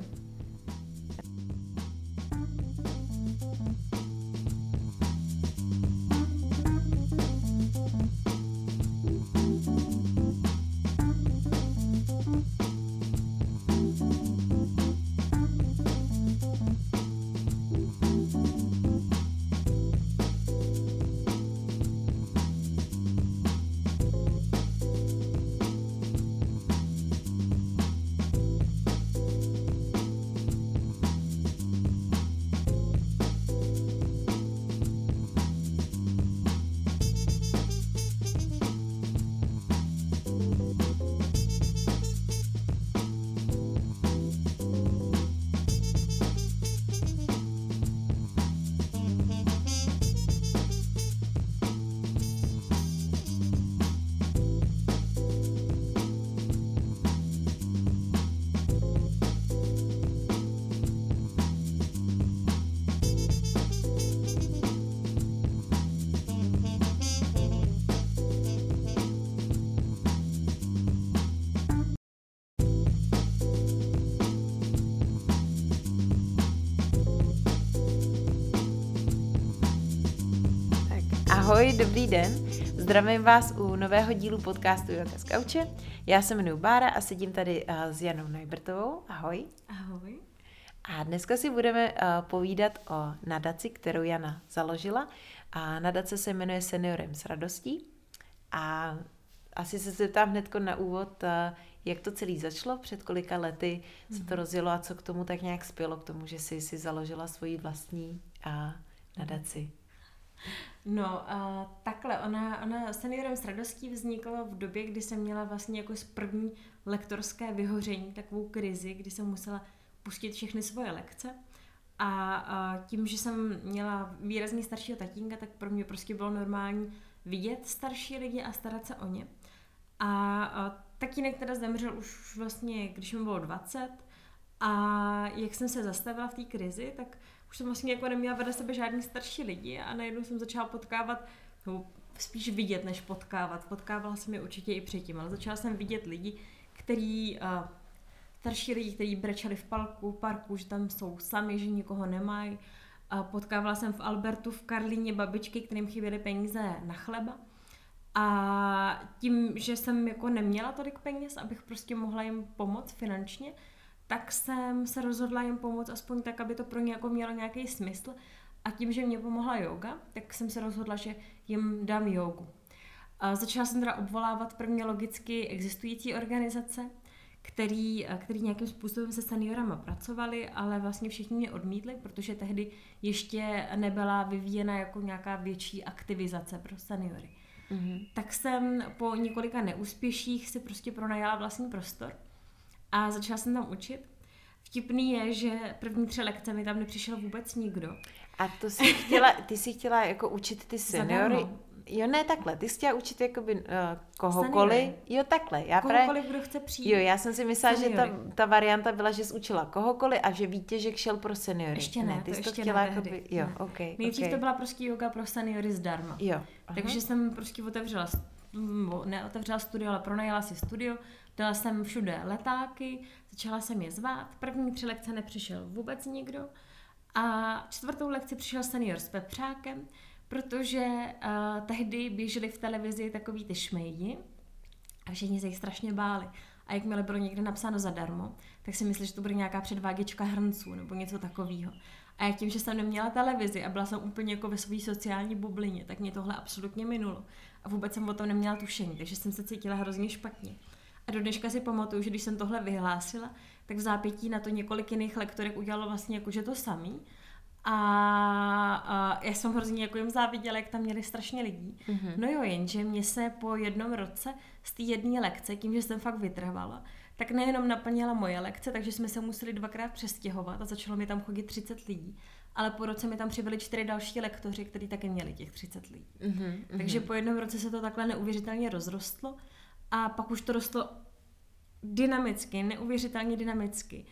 Ahoj, dobrý den. Zdravím vás u nového dílu podcastu Yoga z Kauče. Já se jmenuji Bára a sedím tady s Janou Najbrtovou. Ahoj. Ahoj. A dneska si budeme povídat o nadaci, kterou Jana založila. A nadace se jmenuje Seniorem s radostí. A asi se zeptám hnedko na úvod, jak to celé začalo, před kolika lety se to rozjelo a co k tomu tak nějak spělo, k tomu, že jsi si založila svoji vlastní a nadaci. No, a takhle, ona, ona Seniorem s radostí vznikla v době, kdy jsem měla vlastně jako z první lektorské vyhoření, takovou krizi, kdy jsem musela pustit všechny svoje lekce. A, a tím, že jsem měla výrazně staršího tatínka, tak pro mě prostě bylo normální vidět starší lidi a starat se o ně. A, a tatínek teda zemřel už vlastně, když mi bylo dvacet. A jak jsem se zastavila v té krizi, tak už jsem vlastně jako neměla vedle sebe žádný starší lidi a najednou jsem začala potkávat, no spíš vidět, než potkávat. Potkávala jsem je určitě i předtím, ale začala jsem vidět lidi, který, uh, starší lidi, kteří brečeli v parku, parku, že tam jsou sami, že nikoho nemají. Uh, potkávala jsem v Albertu v Karlíně babičky, kterým chyběly peníze na chleba. A tím, že jsem jako neměla tolik peněz, abych prostě mohla jim pomoct finančně, tak jsem se rozhodla jim pomoct aspoň tak, aby to pro ně jako mělo nějaký smysl. A tím, že mě pomohla yoga, tak jsem se rozhodla, že jim dám jogu. A začala jsem teda obvolávat prvně logicky existující organizace, který, který nějakým způsobem se seniorama pracovali, ale vlastně všichni mě odmítli, protože tehdy ještě nebyla vyvíjena jako nějaká větší aktivizace pro seniory. Mm-hmm. Tak jsem po několika neúspěších si prostě pronajala vlastní prostor a začala jsem tam učit. Vtipný je, že první tři lekce mi tam nepřišel vůbec nikdo. A to jsi chtěla, ty jsi chtěla jako učit ty seniory? Zadarmo. Jo, ne takhle, ty jsi chtěla učit jakoby uh, kohokoliv. Seniory. Jo, takhle. Já kohokoliv, kdo chce přijít. Jo, já jsem si myslela, seniory. Že ta, ta varianta byla, že jsi učila kohokoliv a že Vítěžek šel pro seniory. Ještě ne, ne ty to jsi ještě to chtěla ne jakoby, jo, ne. okay, Nejdřív okay. to byla prostě yoga pro seniory zdarma. Jo. Aha. Takže jsem prostě otevřela, ne otevřela studio, ale pronajala si studio, dala jsem všude letáky, začala jsem je zvát. První tři lekce nepřišel vůbec nikdo a čtvrtou lekci přišel senior s pepřákem, protože uh, tehdy běžely v televizi takový ty šmejdi a všichni se jich strašně báli. A jakmile bylo někde napsáno zadarmo, tak si mysleli, že to bude nějaká předváděčka hrnců nebo něco takového. A jak tím, že jsem neměla televizi a byla jsem úplně jako ve své sociální bublině, tak mě tohle absolutně minulo. A vůbec jsem o tom neměla tušení, takže jsem se cítila hrozně špatně. A do dneška si pamatuju, že když jsem tohle vyhlásila, tak v zápětí na to několik jiných lektorek udělalo vlastně jakože to samý. A, a já jsem hrozně jako jim záviděla, jak tam měli strašně lidí. Mm-hmm. No jo, jenže mě se po jednom roce z té jedné lekce, tím, že jsem fakt vytrvala, tak nejenom naplnila moje lekce, takže jsme se museli dvakrát přestěhovat a začalo mi tam chodit třicet lidí. Ale po roce mi tam přibyli čtyři další lektoři, kteří taky měli těch třicet lidí. Mm-hmm. Takže po jednom roce se to takhle neuvěřitelně rozrostlo a pak už to rostlo dynamicky, neuvěřitelně dynamicky.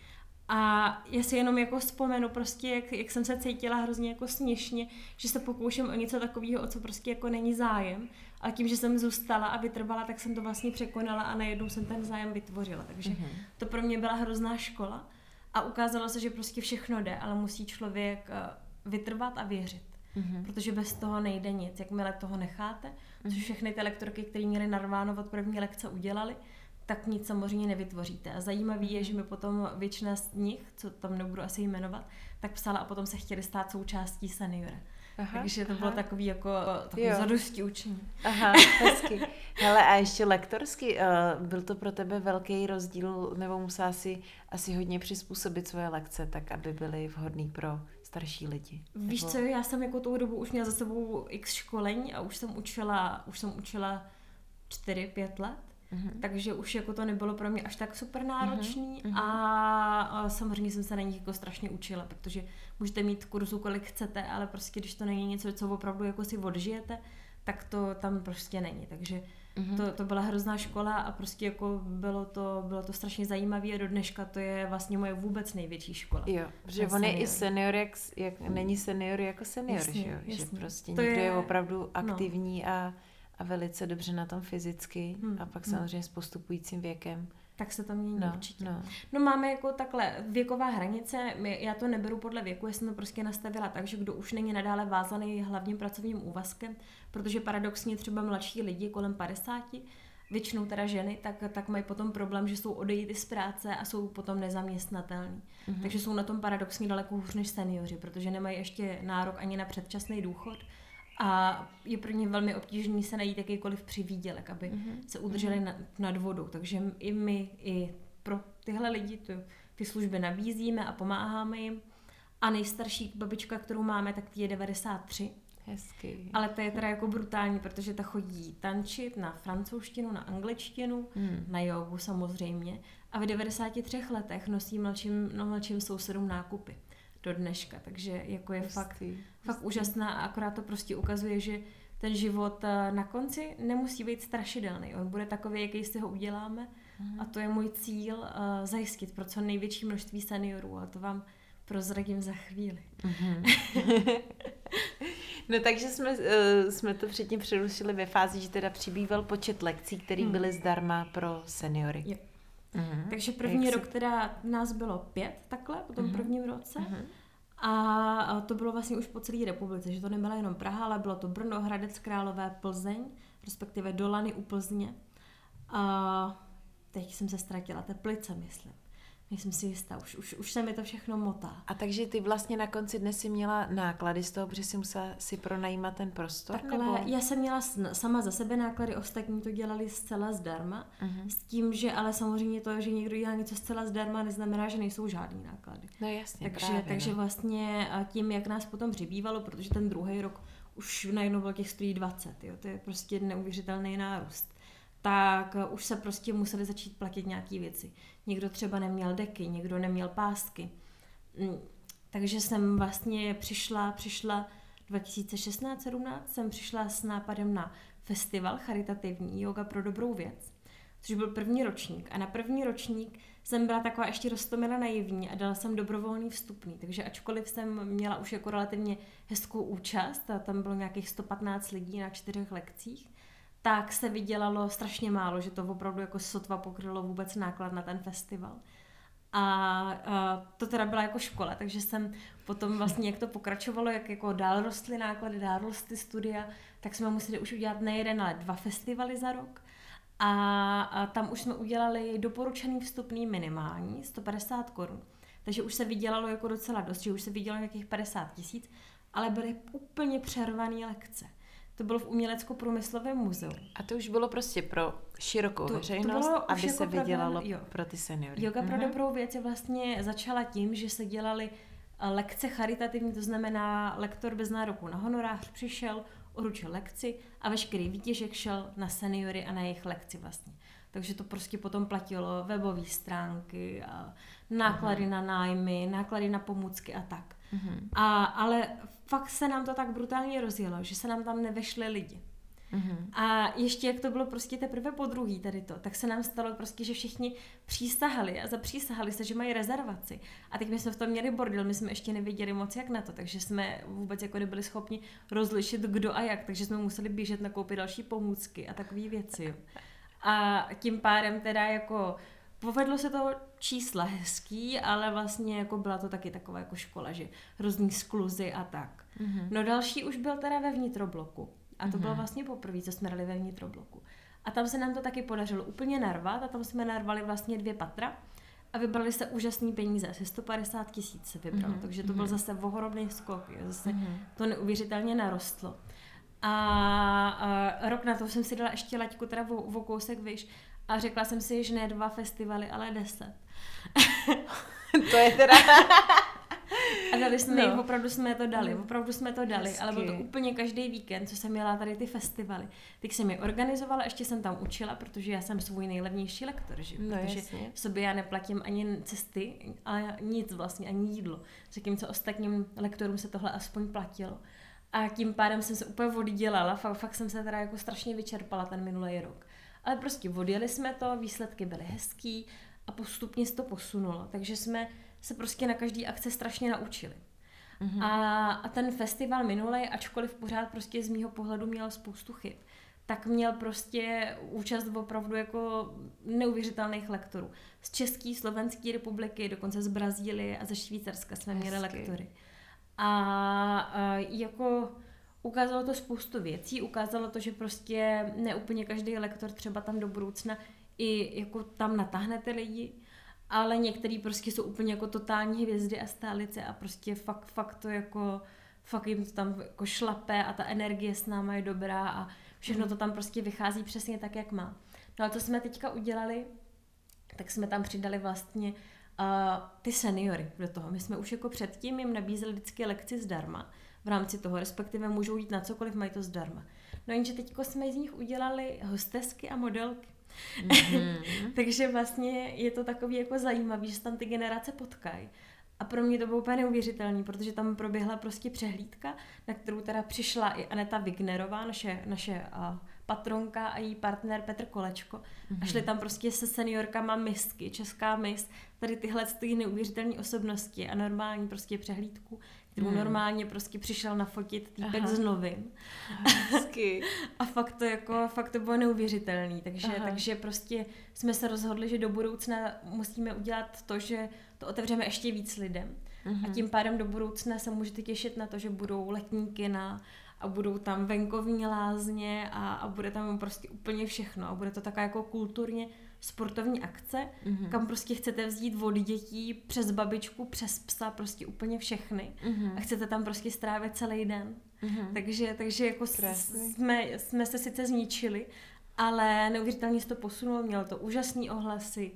A já si jenom jako vzpomenu prostě, jak, jak jsem se cítila hrozně jako směšně, že se pokouším o něco takového, o co prostě jako není zájem. Ale tím, že jsem zůstala a vytrvala, tak jsem to vlastně překonala a najednou jsem ten zájem vytvořila. Takže mm-hmm. to pro mě byla hrozná škola a ukázalo se, že prostě všechno jde, ale musí člověk vytrvat a věřit. Mm-hmm. Protože bez toho nejde nic. Jakmile toho necháte, mm-hmm. což všechny ty lektorky, které měly narváno od první lekce, udělali, tak nic samozřejmě nevytvoříte. A zajímavý je, že mi potom většina z nich, co tam nebudu asi jmenovat, tak psala a potom se chtěli stát součástí seniora. Aha, Takže to aha. bylo takový jako takový zadosti učení. Aha, hezky. Hele, a ještě lektorsky, uh, byl to pro tebe velký rozdíl, nebo musela si asi hodně přizpůsobit svoje lekce, tak aby byly vhodný pro starší lidi? Víš nebo... co, já jsem jako tou dobu už měla za sebou x školení a už jsem učila, už jsem učila čtyři pět let. Uhum. Takže už jako to nebylo pro mě až tak super náročný uhum. a, a samozřejmě jsem se na nich jako strašně učila, protože můžete mít kurzu kolik chcete, ale prostě když to není něco, co opravdu jako si odžijete, tak to tam prostě není, takže to, to byla hrozná škola a prostě jako bylo to, bylo to strašně zajímavé a do dneška to je vlastně moje vůbec největší škola. Jo, protože on je i senior, jak, jak není senior jako senior, jasně, že jo, jasně. Že prostě to někdo je, je opravdu aktivní no. a a velice dobře na tom fyzicky hmm. a pak samozřejmě hmm. s postupujícím věkem. Tak se to mění no, určitě. No. no máme jako takhle věková hranice, já to neberu podle věku, já jsem to prostě nastavila tak, že kdo už není nadále vázaný hlavním pracovním úvazkem, protože paradoxně třeba mladší lidi kolem padesáti, většinou teda ženy, tak, tak mají potom problém, že jsou odejít z práce a jsou potom nezaměstnatelní. Mm-hmm. Takže jsou na tom paradoxně daleko hůř než seniori, protože nemají ještě nárok ani na předčasný důchod, a je pro ně velmi obtížné se najít jakýkoliv přivýdělek, aby mm-hmm. se udrželi mm-hmm. nad, nad vodou. Takže i my, i pro tyhle lidi ty, ty služby nabízíme a pomáháme jim. A nejstarší babička, kterou máme, tak je devadesát tři. Hezky. Ale to je teda jako brutální, protože ta chodí tančit na francouzštinu, na angličtinu, mm. na jogu samozřejmě. A v devadesáti třech letech nosí mladším, no, mladším sousedům nákupy. Do dneška, takže jako je hustý, fakt, hustý. fakt úžasná a akorát to prostě ukazuje, že ten život na konci nemusí být strašidelný. On bude takový, jaký si ho uděláme mm. a to je můj cíl uh, zajistit pro co největší množství seniorů a to vám prozradím za chvíli. Mm-hmm. No takže jsme, uh, jsme to předtím přerušili ve fázi, že teda přibýval počet lekcí, které mm. byly zdarma pro seniory. Jo. Mm-hmm. Takže první Jak rok si... teda nás bylo pět takhle, po tom mm-hmm. prvním roce. Mm-hmm. A to bylo vlastně už po celé republice, že to nebyla jenom Praha, ale bylo to Brno, Hradec Králové, Plzeň, respektive Dolany u Plzně. A teď jsem se ztratila, Teplice, myslím. Nejsem si jistá, už, už, už se mi to všechno motá. A takže ty vlastně na konci dne si měla náklady z toho, protože si musela si pronajímat ten prostor? Takhle, nebo? já jsem měla sama za sebe náklady, ostatní to dělali zcela zdarma, uh-huh. s tím, že ale samozřejmě to, že někdo dělá něco zcela zdarma, neznamená, že nejsou žádný náklady. No jasně, takže, právě, takže no. vlastně tím, jak nás potom přibývalo, protože ten druhý rok už najednou bylo těch stojí dvacet, jo, to je prostě neuvěřitelný nárůst, tak už se prostě museli začít platit nějaký věci. Někdo třeba neměl deky, někdo neměl pásky. Takže jsem vlastně přišla, přišla dva tisíce šestnáct sedmnáct jsem přišla s nápadem na festival charitativní Yoga pro dobrou věc, což byl první ročník. A na první ročník jsem byla taková ještě roztomila naivní a dala jsem dobrovolný vstupný. Takže ačkoliv jsem měla už jako relativně hezkou účast, a tam bylo nějakých sto patnáct lidí na čtyřech lekcích, tak se vydělalo strašně málo, že to opravdu jako sotva pokrylo vůbec náklad na ten festival. A, a to teda byla jako škola, takže jsem potom vlastně, jak to pokračovalo, jak jako dál rostly náklady, dál rostly studia, tak jsme museli už udělat ne jeden, ale dva festivaly za rok. A, a tam už jsme udělali doporučený vstupný minimální, sto padesát korun. Takže už se vydělalo jako docela dost, že už se vydělalo nějakých padesát tisíc, ale byly úplně přervané lekce. To bylo v Umělecko-průmyslovém muzeu. A to už bylo prostě pro širokou to, veřejnost, to aby jako se vydělalo pro, pro ty seniory. Yoga pro uh-huh. dobrou věc je vlastně začala tím, že se dělaly lekce charitativní, to znamená lektor bez nároku na honorář přišel, uručil lekci a veškerý výtěžek šel na seniory a na jejich lekci vlastně. Takže to prostě potom platilo webové stránky, a náklady uh-huh. na nájmy, náklady na pomůcky a tak. Uh-huh. A, ale fakt se nám to tak brutálně rozjelo, že se nám tam nevešli lidi. Uh-huh. A ještě jak to bylo prostě teprve po druhý tady to, tak se nám stalo prostě, že všichni přísahali a zapřísahali se, že mají rezervaci. A teď my jsme v tom měli bordel, my jsme ještě nevěděli moc jak na to, takže jsme vůbec jako nebyli schopni rozlišit kdo a jak, takže jsme museli běžet nakoupit další pomůcky a takové věci. Jo. A tím pádem teda jako povedlo se to čísla hezký, ale vlastně jako byla to taky taková jako škola, že hrozný skluzy a tak. Mm-hmm. No další už byl teda ve vnitrobloku. A to mm-hmm. bylo vlastně poprvé, co jsme dali ve vnitrobloku. A tam se nám to taky podařilo úplně narvat a tam jsme narvali vlastně dvě patra a vybrali se úžasný peníze, asi sto padesát tisíc se vybralo, mm-hmm. takže to byl zase ohromný skok, zase mm-hmm. to neuvěřitelně narostlo. A, a rok na to jsem si dala ještě laťku teda o, o kousek výš a řekla jsem si, že ne dva festivaly, ale deset. To je teda... A dali jsme no. jich, opravdu jsme to dali, opravdu jsme to dali, hezky. Ale bylo to úplně každý víkend, co jsem měla tady ty festivaly. Teď jsem je organizovala, ještě jsem tam učila, protože já jsem svůj nejlevnější lektor, že? No, protože jasně. sobě já neplatím ani cesty, ale nic vlastně, ani jídlo. Zatímco ostatním lektorům se tohle aspoň platilo. A tím pádem jsem se úplně oddělala, fakt, fakt jsem se teda jako strašně vyčerpala ten minulý rok. Ale prostě odjeli jsme to, výsledky byly hezký a postupně se to posunulo, takže jsme se prostě na každý akce strašně naučili. Mm-hmm. A, a ten festival minulej, ačkoliv pořád prostě z mýho pohledu měl spoustu chyb, tak měl prostě účast opravdu jako neuvěřitelných lektorů. Z České, Slovenské republiky, dokonce z Brazílie a ze Švýcarska jsme měli hezky. lektory. A, a jako ukázalo to spoustu věcí, ukázalo to, že prostě ne úplně každý lektor třeba tam do budoucna i jako tam natáhne ty lidi, ale některý prostě jsou úplně jako totální hvězdy a stálice a prostě fakt, fakt to jako, fakt jim to tam jako šlape a ta energie s náma je dobrá a všechno to tam prostě vychází přesně tak, jak má. No ale co jsme teďka udělali, tak jsme tam přidali vlastně uh, ty seniory do toho. My jsme už jako předtím jim nabízeli vždycky lekci zdarma v rámci toho, respektive můžou jít na cokoliv, mají to zdarma. No jenže teďko jsme z nich udělali hostesky a modelky. Mm-hmm. Takže vlastně je to takový jako zajímavý, že se tam ty generace potkají. A pro mě to bylo úplně neuvěřitelný, protože tam proběhla prostě přehlídka, na kterou teda přišla i Aneta Wignerová, naše, naše uh, patronka a její partner Petr Kolečko. Mm-hmm. A šli tam prostě se seniorkama mistky, česká miss, tady tyhle ty neuvěřitelné osobnosti a normální prostě přehlídku, kterou mm. normálně prostě přišel nafotit týpek z novin. Hezky. A fakt to jako, fakt to bylo neuvěřitelný, takže, takže prostě jsme se rozhodli, že do budoucna musíme udělat to, že to otevřeme ještě víc lidem. Mm-hmm. A tím pádem do budoucna se můžete těšit na to, že budou letní kina a budou tam venkovní lázně a, a bude tam prostě úplně všechno a bude to taková jako kulturně sportovní akce, mm-hmm. kam prostě chcete vzít od dětí přes babičku, přes psa, prostě úplně všechny mm-hmm. a chcete tam prostě strávit celý den. Mm-hmm. Takže, takže jako jsme, jsme se sice zničili, ale neuvěřitelně se to posunulo, mělo to úžasný ohlasy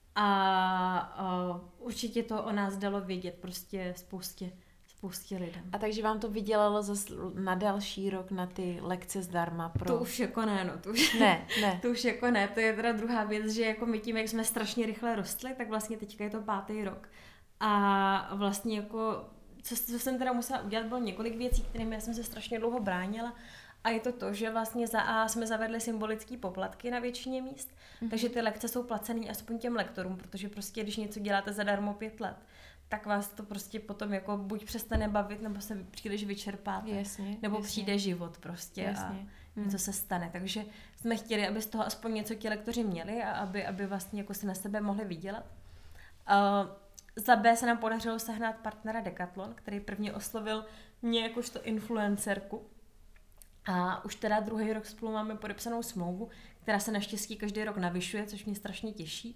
a uh, určitě to o nás dalo vědět prostě spoustě, spoustě lidem. A takže vám to vydělalo zase na další rok na ty lekce zdarma pro... To už jako ne, no to už... Ne, ne. To už jako ne, to je teda druhá věc, že jako my tím, jak jsme strašně rychle rostli, tak vlastně teďka je to pátý rok. A vlastně jako, co, co jsem teda musela udělat, bylo několik věcí, kterými já jsem se strašně dlouho bránila. A je to to, že vlastně za A jsme zavedli symbolické poplatky na většině míst, mm-hmm. takže ty lekce jsou placený aspoň těm lektorům, protože prostě když něco děláte zadarmo pět let, tak vás to prostě potom jako buď přestane bavit, nebo se příliš vyčerpáte, jasně, nebo jasně. přijde život prostě jasně. a něco se stane. Takže jsme chtěli, aby z toho aspoň něco ti lektoři měli a aby, aby vlastně jako si na sebe mohli vydělat. Uh, za B se nám podařilo sehnat partnera Decathlon, který prvně oslovil mě jakožto influencerku. A už teda druhý rok spolu máme podepsanou smlouvu, která se naštěstí každý rok navyšuje, což mě strašně těší.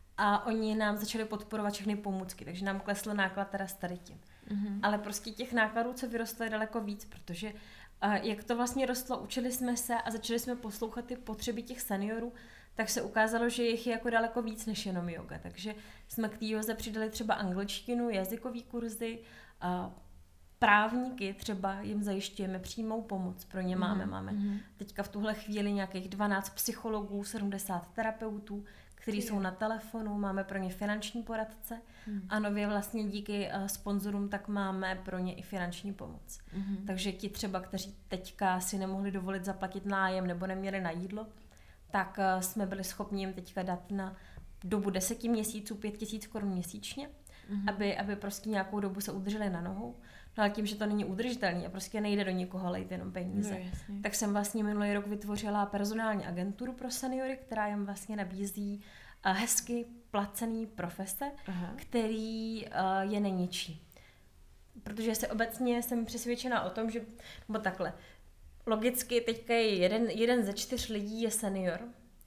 A oni nám začali podporovat všechny pomůcky, takže nám klesl náklad teda s tady tím. Mm-hmm. Ale prostě těch nákladů, co vyrostlo, je daleko víc, protože uh, jak to vlastně rostlo, učili jsme se a začali jsme poslouchat ty potřeby těch seniorů, tak se ukázalo, že jich je jako daleko víc než jenom yoga. Takže jsme k té józe přidali třeba angličtinu, jazykový kurzy, uh, právníky třeba jim zajišťujeme přímou pomoc, pro ně máme. Mm, máme mm. teďka v tuhle chvíli nějakých dvanáct psychologů, sedmdesát terapeutů, kteří jsou na telefonu, máme pro ně finanční poradce mm. a nově vlastně díky uh, sponzorům tak máme pro ně i finanční pomoc. Mm. Takže ti třeba, kteří teďka si nemohli dovolit zaplatit nájem nebo neměli na jídlo, tak uh, jsme byli schopni jim teďka dát na dobu deseti měsíců pět tisíc korun měsíčně, mm. aby, aby prostě nějakou dobu se udrželi na nohou. No ale tím, že to není udržitelný a prostě nejde do nikoho lejt jenom peníze, no, tak jsem vlastně minulý rok vytvořila personální agenturu pro seniory, která jim vlastně nabízí uh, hezky placený profese, aha. který uh, je neničí. Protože se obecně jsem přesvědčena o tom, že, nebo takhle, logicky teďka je jeden, jeden ze čtyř lidí je senior,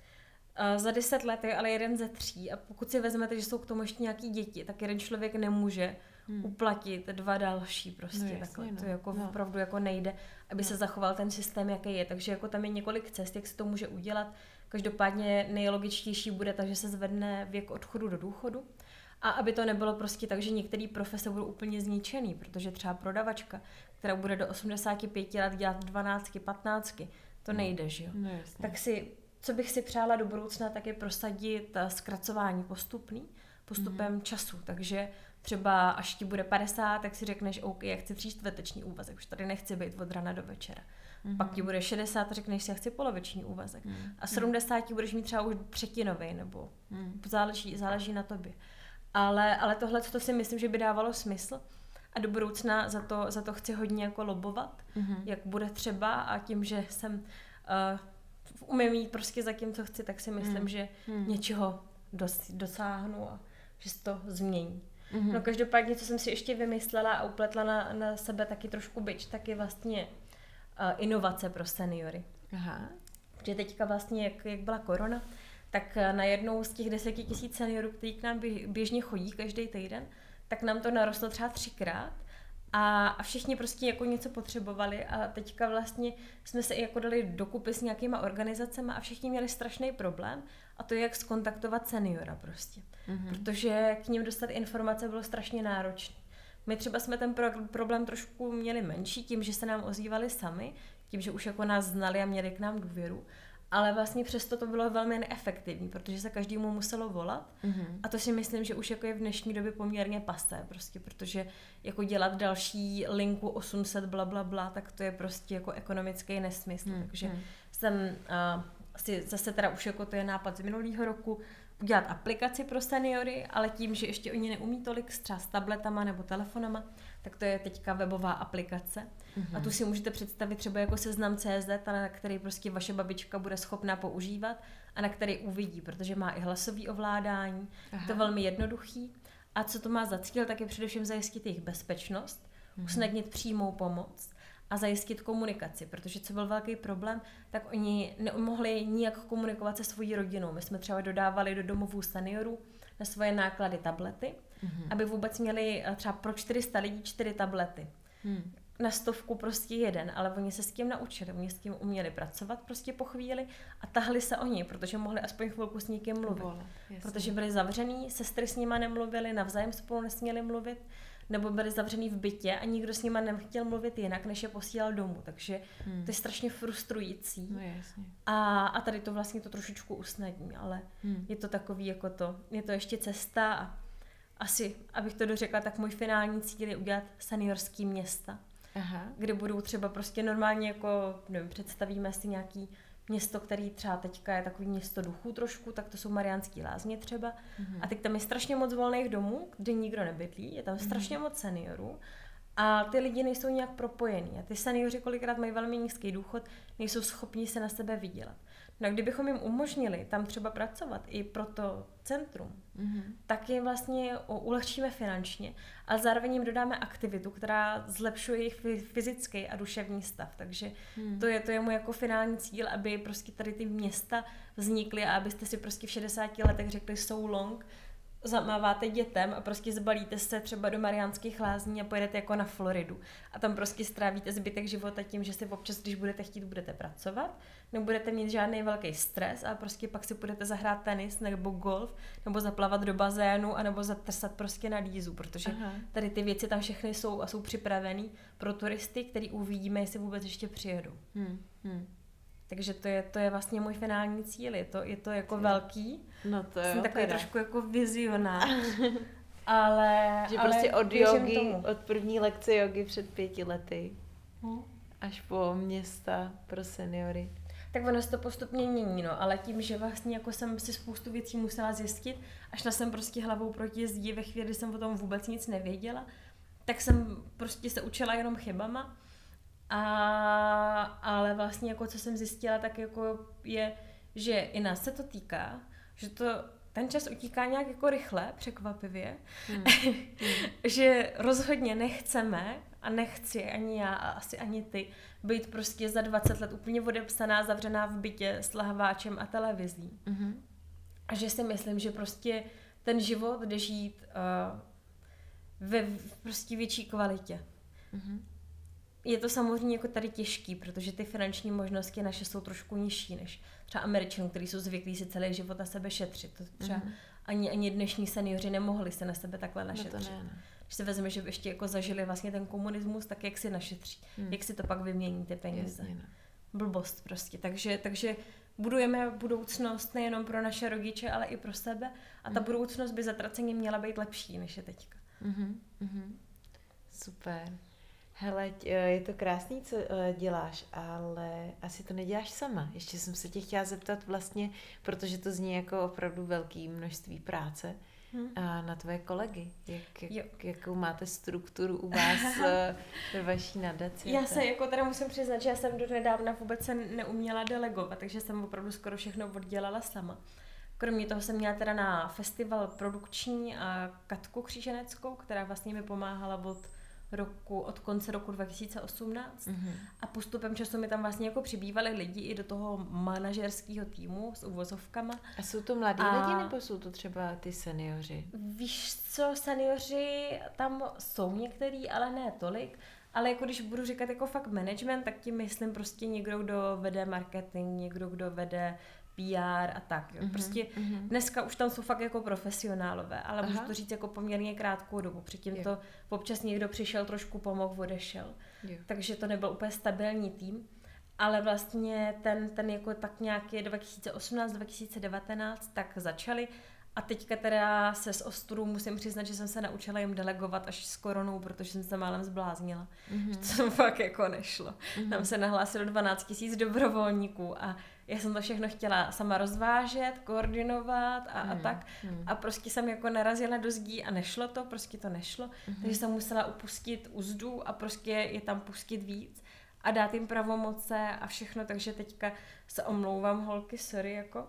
Uh, za deset let je ale jeden ze tří a pokud si vezmete, že jsou k tomu ještě nějaký děti, tak jeden člověk nemůže hmm. uplatit dva další prostě. No, jasně, no. To jako no. opravdu jako nejde, aby no. se zachoval ten systém, jaký je. Takže jako tam je několik cest, jak se to může udělat. Každopádně nejlogičtější bude tak, že se zvedne věk odchodu do důchodu a aby to nebylo prostě tak, že některé profese budou úplně zničený, protože třeba prodavačka, která bude do osmdesáti pěti let dělat dvanáctky, patnáctky, to nejde, že jo. No, tak si co bych si přála do budoucna, tak je prosadit zkracování postupný, postupem mm. času. Takže třeba až ti bude padesát, tak si řekneš, OK, já chci tříčtvrteční úvazek, už tady nechci být od rana do večera. Mm. Pak ti bude šedesát a řekneš si, já chci poloviční úvazek. Mm. A sedmdesát budeš mít třeba už třetinový, nebo mm. záleží, záleží na tobě. Ale, ale tohle to si myslím, že by dávalo smysl. A do budoucna za to, za to chci hodně jako lobovat, mm. jak bude třeba a tím, že jsem... Uh, umím jít prostě za tím, co chci, tak si myslím, mm. že mm. něčeho dos, dosáhnu a že se to změní. Mm. No každopádně, co jsem si ještě vymyslela a upletla na, na sebe taky trošku bič, tak je vlastně uh, inovace pro seniory. Aha. Protože teďka vlastně, jak, jak byla korona, tak na jednou z těch deseti tisíc seniorů, kteří k nám běžně chodí každý týden, tak nám to narostlo třeba třikrát. A, a všichni prostě jako něco potřebovali a teďka vlastně jsme se jako dali dokupy s nějakýma organizacemi a všichni měli strašný problém a to je, jak skontaktovat seniora prostě. Mm-hmm. Protože k ním dostat informace bylo strašně náročné. My třeba jsme ten pro- problém trošku měli menší tím, že se nám ozývali sami, tím, že už jako nás znali a měli k nám důvěru. Ale vlastně přesto to bylo velmi neefektivní, protože se každému muselo volat mm-hmm. a to si myslím, že už jako je v dnešní době poměrně pasé prostě, protože jako dělat další linku osm set bla, bla, bla, tak to je prostě jako ekonomický nesmysl, mm-hmm. takže jsem uh, si zase teda už jako to je nápad z minulého roku, udělat aplikaci pro seniory, ale tím, že ještě oni neumí tolik třeba s tabletama nebo telefonama, tak to je teďka webová aplikace. Mm-hmm. A tu si můžete představit třeba jako seznam tečka cé zet, na který prostě vaše babička bude schopná používat a na který uvidí, protože má i hlasový ovládání. Aha. Je to velmi jednoduchý. A co to má za cíl, tak je především zajistit jejich bezpečnost, mm-hmm. usnadnit přímou pomoc a zajistit komunikaci, protože co byl velký problém, tak oni nemohli nijak komunikovat se svojí rodinou. My jsme třeba dodávali do domovů seniorů na svoje náklady tablety, mm-hmm. aby vůbec měli třeba pro čtyři sta lidí čtyři tablety. Mm. Na stovku prostě jeden, ale oni se s tím naučili, oni s tím uměli pracovat prostě po chvíli a tahli se oni, protože mohli aspoň chvilku s někým mluvit. Vole, protože byli zavřený, sestry s nima nemluvili, navzájem spolu nesměli mluvit, nebo byli zavřený v bytě a nikdo s nima nechtěl mluvit jinak, než je posílal domů, takže hmm. to je strašně frustrující. No jasně. A, a tady to vlastně to trošičku usnadní, ale hmm. je to takový jako to, je to ještě cesta a asi, abych to dořekla, tak můj finální cíl je udělat seniorský města. Aha. Kde budou třeba prostě normálně jako, nevím, představíme si nějaký město, který třeba teďka je takový město duchů trošku, tak to jsou Mariánský Lázně třeba. Mm-hmm. A teď tam je strašně moc volných domů, kde nikdo nebydlí, je tam mm-hmm. strašně moc seniorů a ty lidi nejsou nějak propojení. A ty seniori kolikrát mají velmi nízký důchod, nejsou schopni se na sebe vydělat. No a kdybychom jim umožnili tam třeba pracovat i pro to centrum, mm-hmm. tak jim vlastně ulehčíme finančně, ale zároveň jim dodáme aktivitu, která zlepšuje jejich fyzický a duševní stav. Takže mm. to je to je můj jako finální cíl, aby prostě tady ty města vznikly a abyste si prostě v šedesáti letech řekli so long, zamáváte dětem a prostě zbalíte se třeba do Mariánských Lázní a pojedete jako na Floridu. A tam prostě strávíte zbytek života tím, že si občas, když budete chtít, budete pracovat, nebudete mít žádný velký stres a prostě pak si budete zahrát tenis nebo golf, nebo zaplavat do bazénu, anebo zatrsat prostě na dýzu, protože Aha. tady ty věci tam všechny jsou a jsou připravený pro turisty, který uvidíme, jestli vůbec ještě přijedou. Hmm. Hmm. Takže to je, to je vlastně můj finální cíl, je to, je to jako je. velký. No to Jsem jo, takový teda. trošku jako vizionář. ale Že ale prostě od jogy, od první lekce jogy před pěti lety hmm. až po města pro seniory. Tak ono se to postupně mění, no, ale tím, že vlastně jako jsem si spoustu věcí musela zjistit, a šla jsem prostě hlavou proti zdi ve chvíli, kdy jsem o tom vůbec nic nevěděla, tak jsem prostě se učila jenom chybama. A, ale vlastně jako co jsem zjistila, tak jako je, že i nás se to týká, že to ten čas utíká nějak jako rychle, překvapivě, hmm. že rozhodně nechceme a nechci ani já a asi ani ty být prostě za dvacet let úplně odepsaná, zavřená v bytě s lahváčem a televizí. Hmm. A že si myslím, že prostě ten život jde žít uh, ve prostě větší kvalitě. Hmm. Je to samozřejmě jako tady těžký, protože ty finanční možnosti naše jsou trošku nižší než třeba Američanů, kteří jsou zvyklí si celý život na sebe šetřit. To třeba mm-hmm. ani, ani dnešní seniori nemohli se na sebe takhle našetřit. No to ne, ne. Když si vezme, že ještě jako zažili vlastně ten komunismus, tak jak si našetří, mm. jak si to pak vymění ty peníze. Jasně, ne. Blbost prostě. Takže, takže budujeme budoucnost nejenom pro naše rodiče, ale i pro sebe a ta mm. budoucnost by zatraceně měla být lepší, než je teďka. Mm-hmm. Mm-hmm. Super. Hele, je to krásný, co děláš, ale asi to neděláš sama. Ještě jsem se tě chtěla zeptat vlastně, protože to zní jako opravdu velké množství práce, hmm. a na tvoje kolegy. Jak, jak, jakou máte strukturu u vás ve vaší nadaci? Já se jako teda musím přiznat, že já jsem do nedávna vůbec se neuměla delegovat, takže jsem opravdu skoro všechno oddělala sama. Kromě toho jsem měla teda na festival produkční a Katku Kříženeckou, která vlastně mi pomáhala od roku, od konce roku dva tisíce osmnáct mm-hmm. a postupem času mi tam vlastně jako přibývali lidi i do toho manažerského týmu s uvozovkama. A jsou to mladí a... lidi nebo jsou to třeba ty seniori? Víš co, seniori tam jsou některý, ale ne tolik, ale jako když budu říkat jako fakt management, tak tím myslím prostě někdo, kdo vede marketing, někdo, kdo vede P R a tak. Jo. Prostě mm-hmm. dneska už tam jsou fakt jako profesionálové, ale Aha. můžu to říct jako poměrně krátkou dobu. Předtím jo. to občas někdo přišel, trošku pomohl, odešel. Jo. Takže to nebyl úplně stabilní tým. Ale vlastně ten, ten jako tak nějaký dva tisíce osmnáct dva tisíce devatenáct tak začali. A teďka teda se z ostudu musím přiznat, že jsem se naučila jim delegovat až s koronou, protože jsem se málem zbláznila. Mm-hmm. To jsem fakt jako nešlo. Mm-hmm. Tam se nahlásilo dvanáct tisíc dobrovolníků a já jsem to všechno chtěla sama rozvážet, koordinovat a, mm-hmm. a tak. Mm-hmm. A prostě jsem jako narazila do zdí a nešlo to, prostě to nešlo. Mm-hmm. Takže jsem musela upustit uzdu a prostě je tam pustit víc a dát jim pravomoce a všechno, takže teďka se omlouvám, holky, sorry, jako.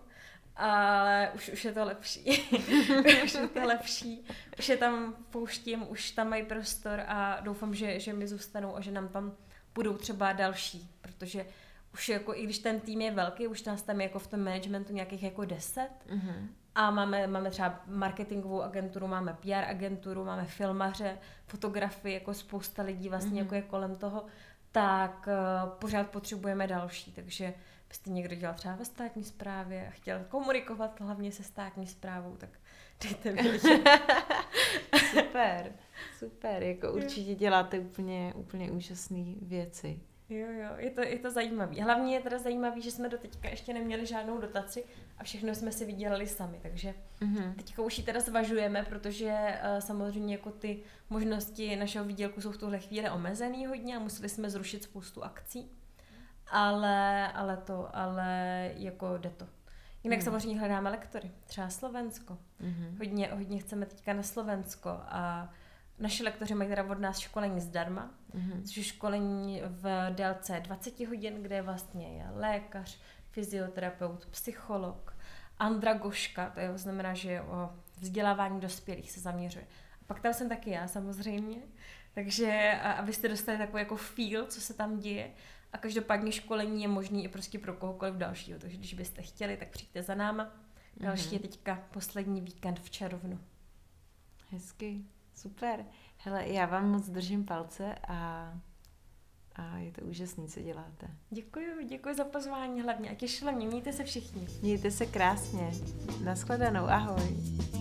Ale už, už je to lepší. už je to lepší. Už je tam pouštím, už tam mají prostor a doufám, že, že mi zůstanou a že nám tam budou třeba další, protože už jako, i když ten tým je velký, už nás tam je jako v tom managementu nějakých jako deset mm-hmm. a máme, máme třeba marketingovou agenturu, máme P R agenturu, máme filmaře, fotografii, jako spousta lidí vlastně mm-hmm. jako je kolem toho, tak uh, pořád potřebujeme další, takže byste někdo dělal třeba ve státní správě a chtěl komunikovat hlavně se státní správou, tak dejte vědět. Super, super, jako určitě děláte úplně, úplně úžasné věci. Jo, jo, je to, je to zajímavý. Hlavně je teda zajímavý, že jsme do teďka ještě neměli žádnou dotaci a všechno jsme si vydělali sami, takže mm-hmm. teďka už ji teda zvažujeme, protože uh, samozřejmě jako ty možnosti našeho výdělku jsou v tuhle chvíli omezený hodně a museli jsme zrušit spoustu akcí, ale, ale to, ale jako jde to. Jinak mm. samozřejmě hledáme lektory, třeba Slovensko. Mm-hmm. Hodně, hodně chceme teďka na Slovensko a naši lektoři mají teda od nás školení zdarma, mm-hmm. což je školení v délce dvacet hodin, kde vlastně je lékař, fyzioterapeut, psycholog, andragoška, to je, znamená, že o vzdělávání dospělých se zaměřuje. A pak tam jsem taky já samozřejmě, takže abyste dostali takový jako feel, co se tam děje. A každopádně školení je možný i prostě pro kohokoliv dalšího, takže když byste chtěli, tak přijďte za náma. Další mm-hmm. je teďka poslední víkend v červnu. Hezky, super. Hele, já vám moc držím palce a, a je to úžasný, co děláte. Děkuji, děkuji za pozvání hlavně a těšila mě, mějte se všichni. Mějte se krásně. Nashledanou, ahoj.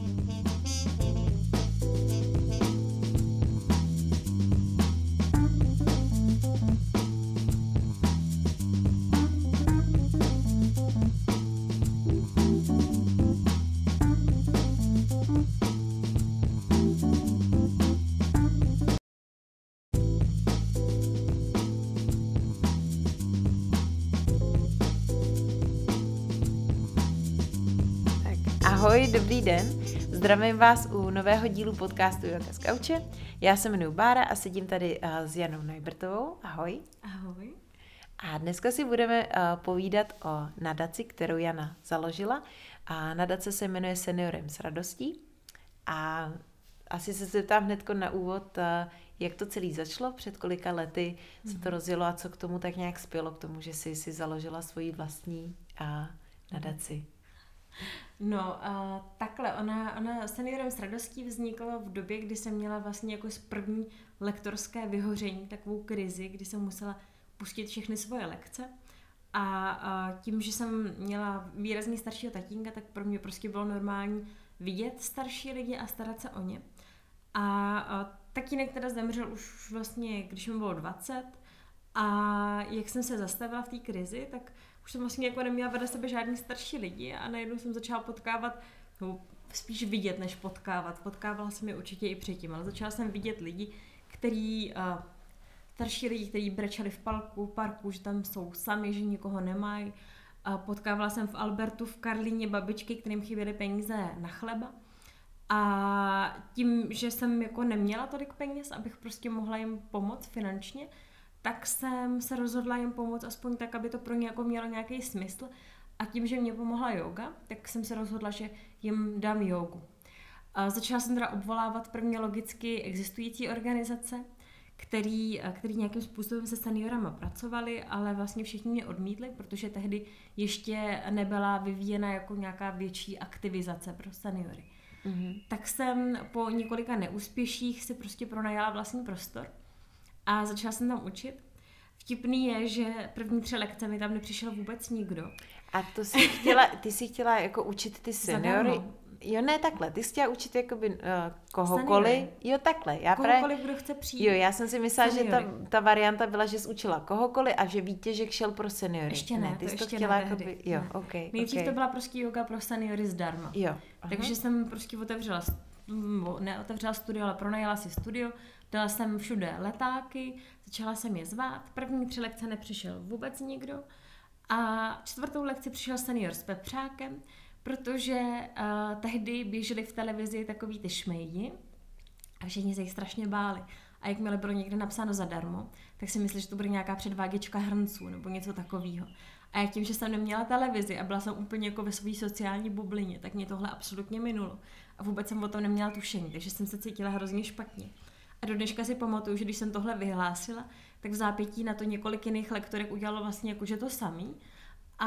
Ahoj, dobrý den. Zdravím vás u nového dílu podcastu Yoga z Kauče. Já se jmenuji Bára a sedím tady s Janou Neubertovou. Ahoj. Ahoj. A dneska si budeme povídat o nadaci, kterou Jana založila. A nadace se jmenuje Seniorem s radostí. A asi se zeptám hnedko na úvod, jak to celé začalo, před kolika lety se to rozjelo a co k tomu tak nějak spělo, k tomu, že jsi si založila svoji vlastní a, nadaci. No, a takhle, ona, ona Seniorem s radostí vznikla v době, kdy jsem měla vlastně jako z první lektorské vyhoření, takovou krizi, kdy jsem musela pustit všechny svoje lekce. A, a tím, že jsem měla výrazně staršího tatínka, tak pro mě prostě bylo normální vidět starší lidi a starat se o ně. A, a tatínek teda zemřel už vlastně, když mi bylo dvacet. A jak jsem se zastavila v té krizi, tak už jsem vlastně jako neměla vedle sebe žádný starší lidi a najednou jsem začala potkávat, no spíš vidět, než potkávat. Potkávala jsem je určitě i předtím, ale začala jsem vidět lidi, který, uh, starší lidi, kteří brečeli v parku, parku, že tam jsou sami, že nikoho nemají. Uh, potkávala jsem v Albertu v Karlíně babičky, kterým chyběly peníze na chleba. A tím, že jsem jako neměla tolik peněz, abych prostě mohla jim pomoct finančně, tak jsem se rozhodla jim pomoct aspoň tak, aby to pro ně jako mělo nějaký smysl. A tím, že mě pomohla yoga, tak jsem se rozhodla, že jim dám jogu. A začala jsem teda obvolávat prvně logicky existující organizace, který, který nějakým způsobem se seniorama pracovali, ale vlastně všichni mě odmítli, protože tehdy ještě nebyla vyvíjena jako nějaká větší aktivizace pro seniory. Mm-hmm. Tak jsem po několika neúspěších si prostě pronajala vlastní prostor a začala jsem tam učit. Vtipný je, že první tři lekce mi tam nepřišel vůbec nikdo. A to jsi chtěla, ty jsi chtěla jako učit ty seniory? Zadarmo. Jo, ne takhle, ty jsi chtěla učit jakoby uh, kohokoliv. Seniory. Jo, takhle. Já kohokoliv, právě, kdo chce přijít. Jo, já jsem si myslela, seniory. Že ta, ta varianta byla, že jsi učila kohokoliv a že Vítěžek šel pro seniory. Ještě ne, ne ty jsi to to chtěla ne, jakoby, jo, ne. Okay, Nejdřív okay. to byla prostě yoga pro seniory zdarma. Jo. Takže jsem prostě otevřela, ne otevřela studio, ale pronajala si studio, dala jsem všude letáky, začala jsem je zvát. První tři lekce nepřišel vůbec nikdo a čtvrtou lekci přišel senior s pepřákem, protože uh, tehdy běželi v televizi takový ty šmejdi a všichni se jich strašně báli. A jakmile bylo někde napsáno zadarmo, tak si mysleli, že to bude nějaká předváděčka hrnců nebo něco takového. A já tím, že jsem neměla televizi a byla jsem úplně jako ve své sociální bublině, tak mě tohle absolutně minulo. A vůbec jsem o tom neměla tušení, takže jsem se cítila hrozně špatně. A do dneška si pamatuju, že když jsem tohle vyhlásila, tak v zápětí na to několik jiných lektorek udělalo vlastně jakože to samý. A,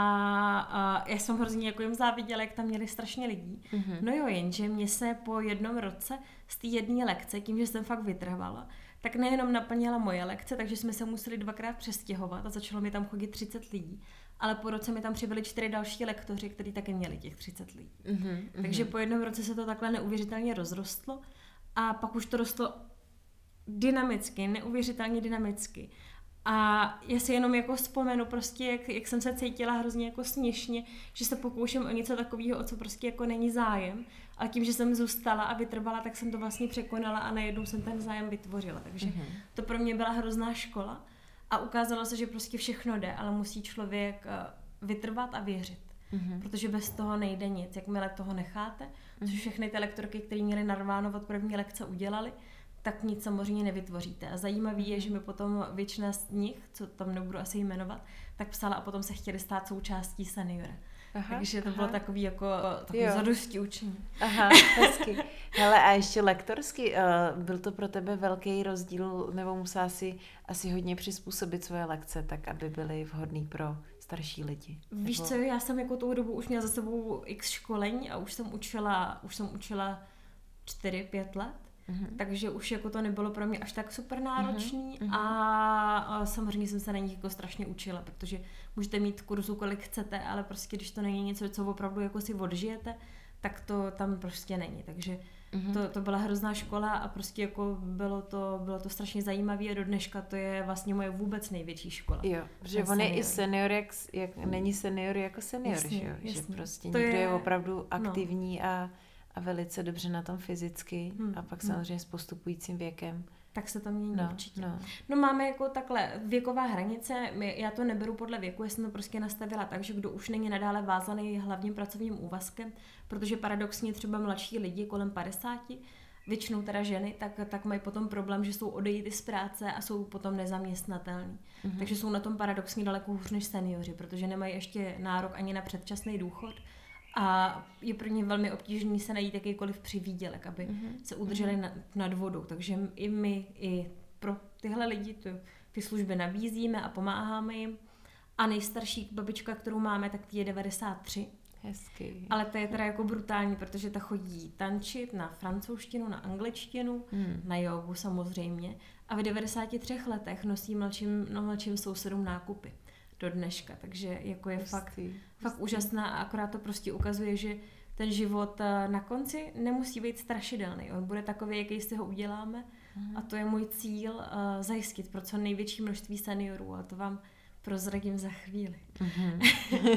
a já jsem hrozně jako jim záviděla, jak tam měli strašně lidí. Mm-hmm. No jo, jenže mě se po jednom roce z té jedné lekce, tím, že jsem fakt vytrvala, tak nejenom naplnila moje lekce, takže jsme se museli dvakrát přestěhovat a začalo mi tam chodit třicet lidí. Ale po roce mi tam přibyli čtyři další lektoři, kteří také měli těch třicet lidí. Mm-hmm. Takže po jednom roce se to takhle neuvěřitelně rozrostlo a pak už to rostlo dynamicky, neuvěřitelně dynamicky. A já si jenom jako vzpomenu prostě, jak, jak jsem se cítila hrozně jako směšně, že se pokouším o něco takového, o co prostě jako není zájem. Ale tím, že jsem zůstala a vytrvala, tak jsem to vlastně překonala a najednou jsem ten zájem vytvořila. Takže mm-hmm. to pro mě byla hrozná škola a ukázalo se, že prostě všechno jde, ale musí člověk vytrvat a věřit. Mm-hmm. Protože bez toho nejde nic. Jakmile toho necháte, mm-hmm. což všechny ty lektorky, které měly narváno od první lekce udělali, tak nic samozřejmě nevytvoříte. A zajímavý je, že mi potom většina z nich, co tam nebudu asi jmenovat, tak psala a potom se chtěli stát součástí seniora. Aha, Takže to aha. bylo takový jako takový zadosti učení. Aha, hezky. Hele, a ještě lektorsky, uh, byl to pro tebe velký rozdíl, nebo musela si asi hodně přizpůsobit svoje lekce, tak aby byly vhodný pro starší lidi? Víš nebo... co, já jsem jako tou dobu už měla za sebou x školení a už jsem učila, už jsem učila čtyři pět let. Mm-hmm. Takže už jako to nebylo pro mě až tak super náročný mm-hmm. a, a samozřejmě jsem se na nich jako strašně učila, protože můžete mít kurzu kolik chcete, ale prostě když to není něco, co opravdu jako si odžijete, tak to tam prostě není, takže mm-hmm. to, to byla hrozná škola a prostě jako bylo to, bylo to strašně zajímavé a do dneška to je vlastně moje vůbec největší škola. Jo, protože on je i senior, jak, jak není senior jako senior, jasně, že jo, jasně. Že prostě to někdo je, je opravdu aktivní no. a a velice dobře na tom fyzicky hmm. a pak samozřejmě hmm. s postupujícím věkem. Tak se to mění no, určitě. No. no máme jako takhle věková hranice, my, já to neberu podle věku, já jsem to prostě nastavila tak, že kdo už není nadále vázaný hlavním pracovním úvazkem, protože paradoxně třeba mladší lidi kolem padesáti, většinou teda ženy, tak, tak mají potom problém, že jsou odejít z práce a jsou potom nezaměstnatelní. Mm-hmm. Takže jsou na tom paradoxně daleko hůř než seniori, protože nemají ještě nárok ani na předčasný důchod, a je pro ně velmi obtížné se najít jakýkoliv přivýdělek, aby mm-hmm. se udrželi nad, nad vodou. Takže i my, i pro tyhle lidi to, ty služby nabízíme a pomáháme jim. A nejstarší babička, kterou máme, tak je devadesát tři. Hezky. Ale to je teda jako brutální, protože ta chodí tančit na francouzštinu, na angličtinu, mm. na jogu samozřejmě. A v devadesáti třech letech nosí mladším, no, mladším sousedům nákupy. Do dneška, takže jako je Pustý. fakt, fakt úžasná a akorát to prostě ukazuje, že ten život na konci nemusí být strašidelný. On bude takový, jaký si ho uděláme mm. a to je můj cíl uh, zajistit pro co největší množství seniorů a to vám prozradím za chvíli. Mm-hmm.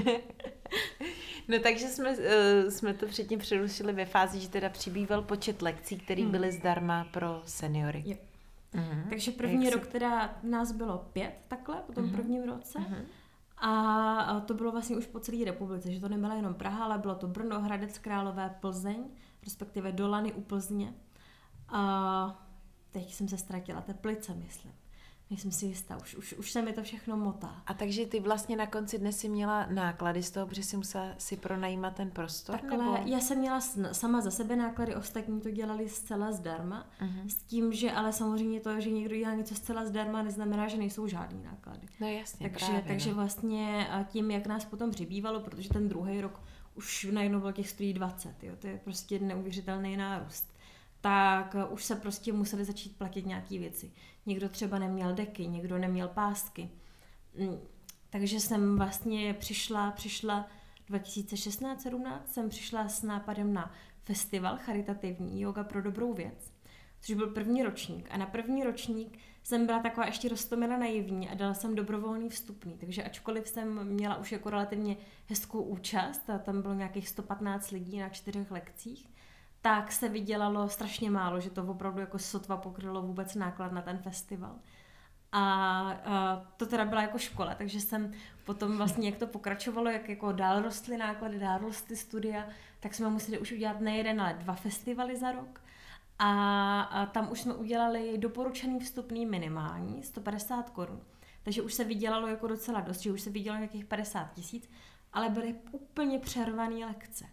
No takže jsme, uh, jsme to předtím přerušili ve fázi, že teda přibýval počet lekcí, které mm. byly zdarma pro seniory. Jo. Mm-hmm. Takže první rok teda nás bylo pět takhle, po tom mm-hmm. prvním roce. Mm-hmm. A to bylo vlastně už po celé republice, že to nebyla jenom Praha, ale bylo to Brno, Hradec Králové, Plzeň, respektive Dolany u Plzně. A teď jsem se ztratila, Teplice, myslím. Nejsem si jistá, už, už, už se mi to všechno motá. A takže ty vlastně na konci dne si měla náklady z toho, protože si musela si pronajímat ten prostor? Takhle, nebo? Já jsem měla sama za sebe náklady, ostatní to dělali zcela zdarma, uh-huh. s tím, že ale samozřejmě to, že někdo dělá něco zcela zdarma, neznamená, že nejsou žádný náklady. No jasně, takže, právě. Takže no. vlastně tím, jak nás potom přibývalo, protože ten druhý rok už najednou bylo těch stojí dvacet, jo, to je prostě neuvěřitelný nárůst. Tak už se prostě museli začít platit nějaké věci. Někdo třeba neměl deky, někdo neměl pásky. Takže jsem vlastně přišla, přišla dva tisíce šestnáct sedmnáct jsem přišla s nápadem na festival charitativní Yoga pro dobrou věc, což byl první ročník. A na první ročník jsem byla taková ještě roztomila naivní a dala jsem dobrovolný vstupný. Takže ačkoliv jsem měla už jako relativně hezkou účast, a tam bylo nějakých sto patnáct lidí na čtyřech lekcích, tak se vydělalo strašně málo, že to opravdu jako sotva pokrylo vůbec náklad na ten festival. A, a to teda byla jako škola, takže jsem potom vlastně, jak to pokračovalo, jak jako dál rostly náklady, dál rostly studia, tak jsme museli už udělat ne jeden, ale dva festivaly za rok. A, a tam už jsme udělali doporučený vstupný minimální, sto padesát korun. Takže už se vydělalo jako docela dost, že už se vydělalo nějakých padesát tisíc, ale byly úplně přervané lekce.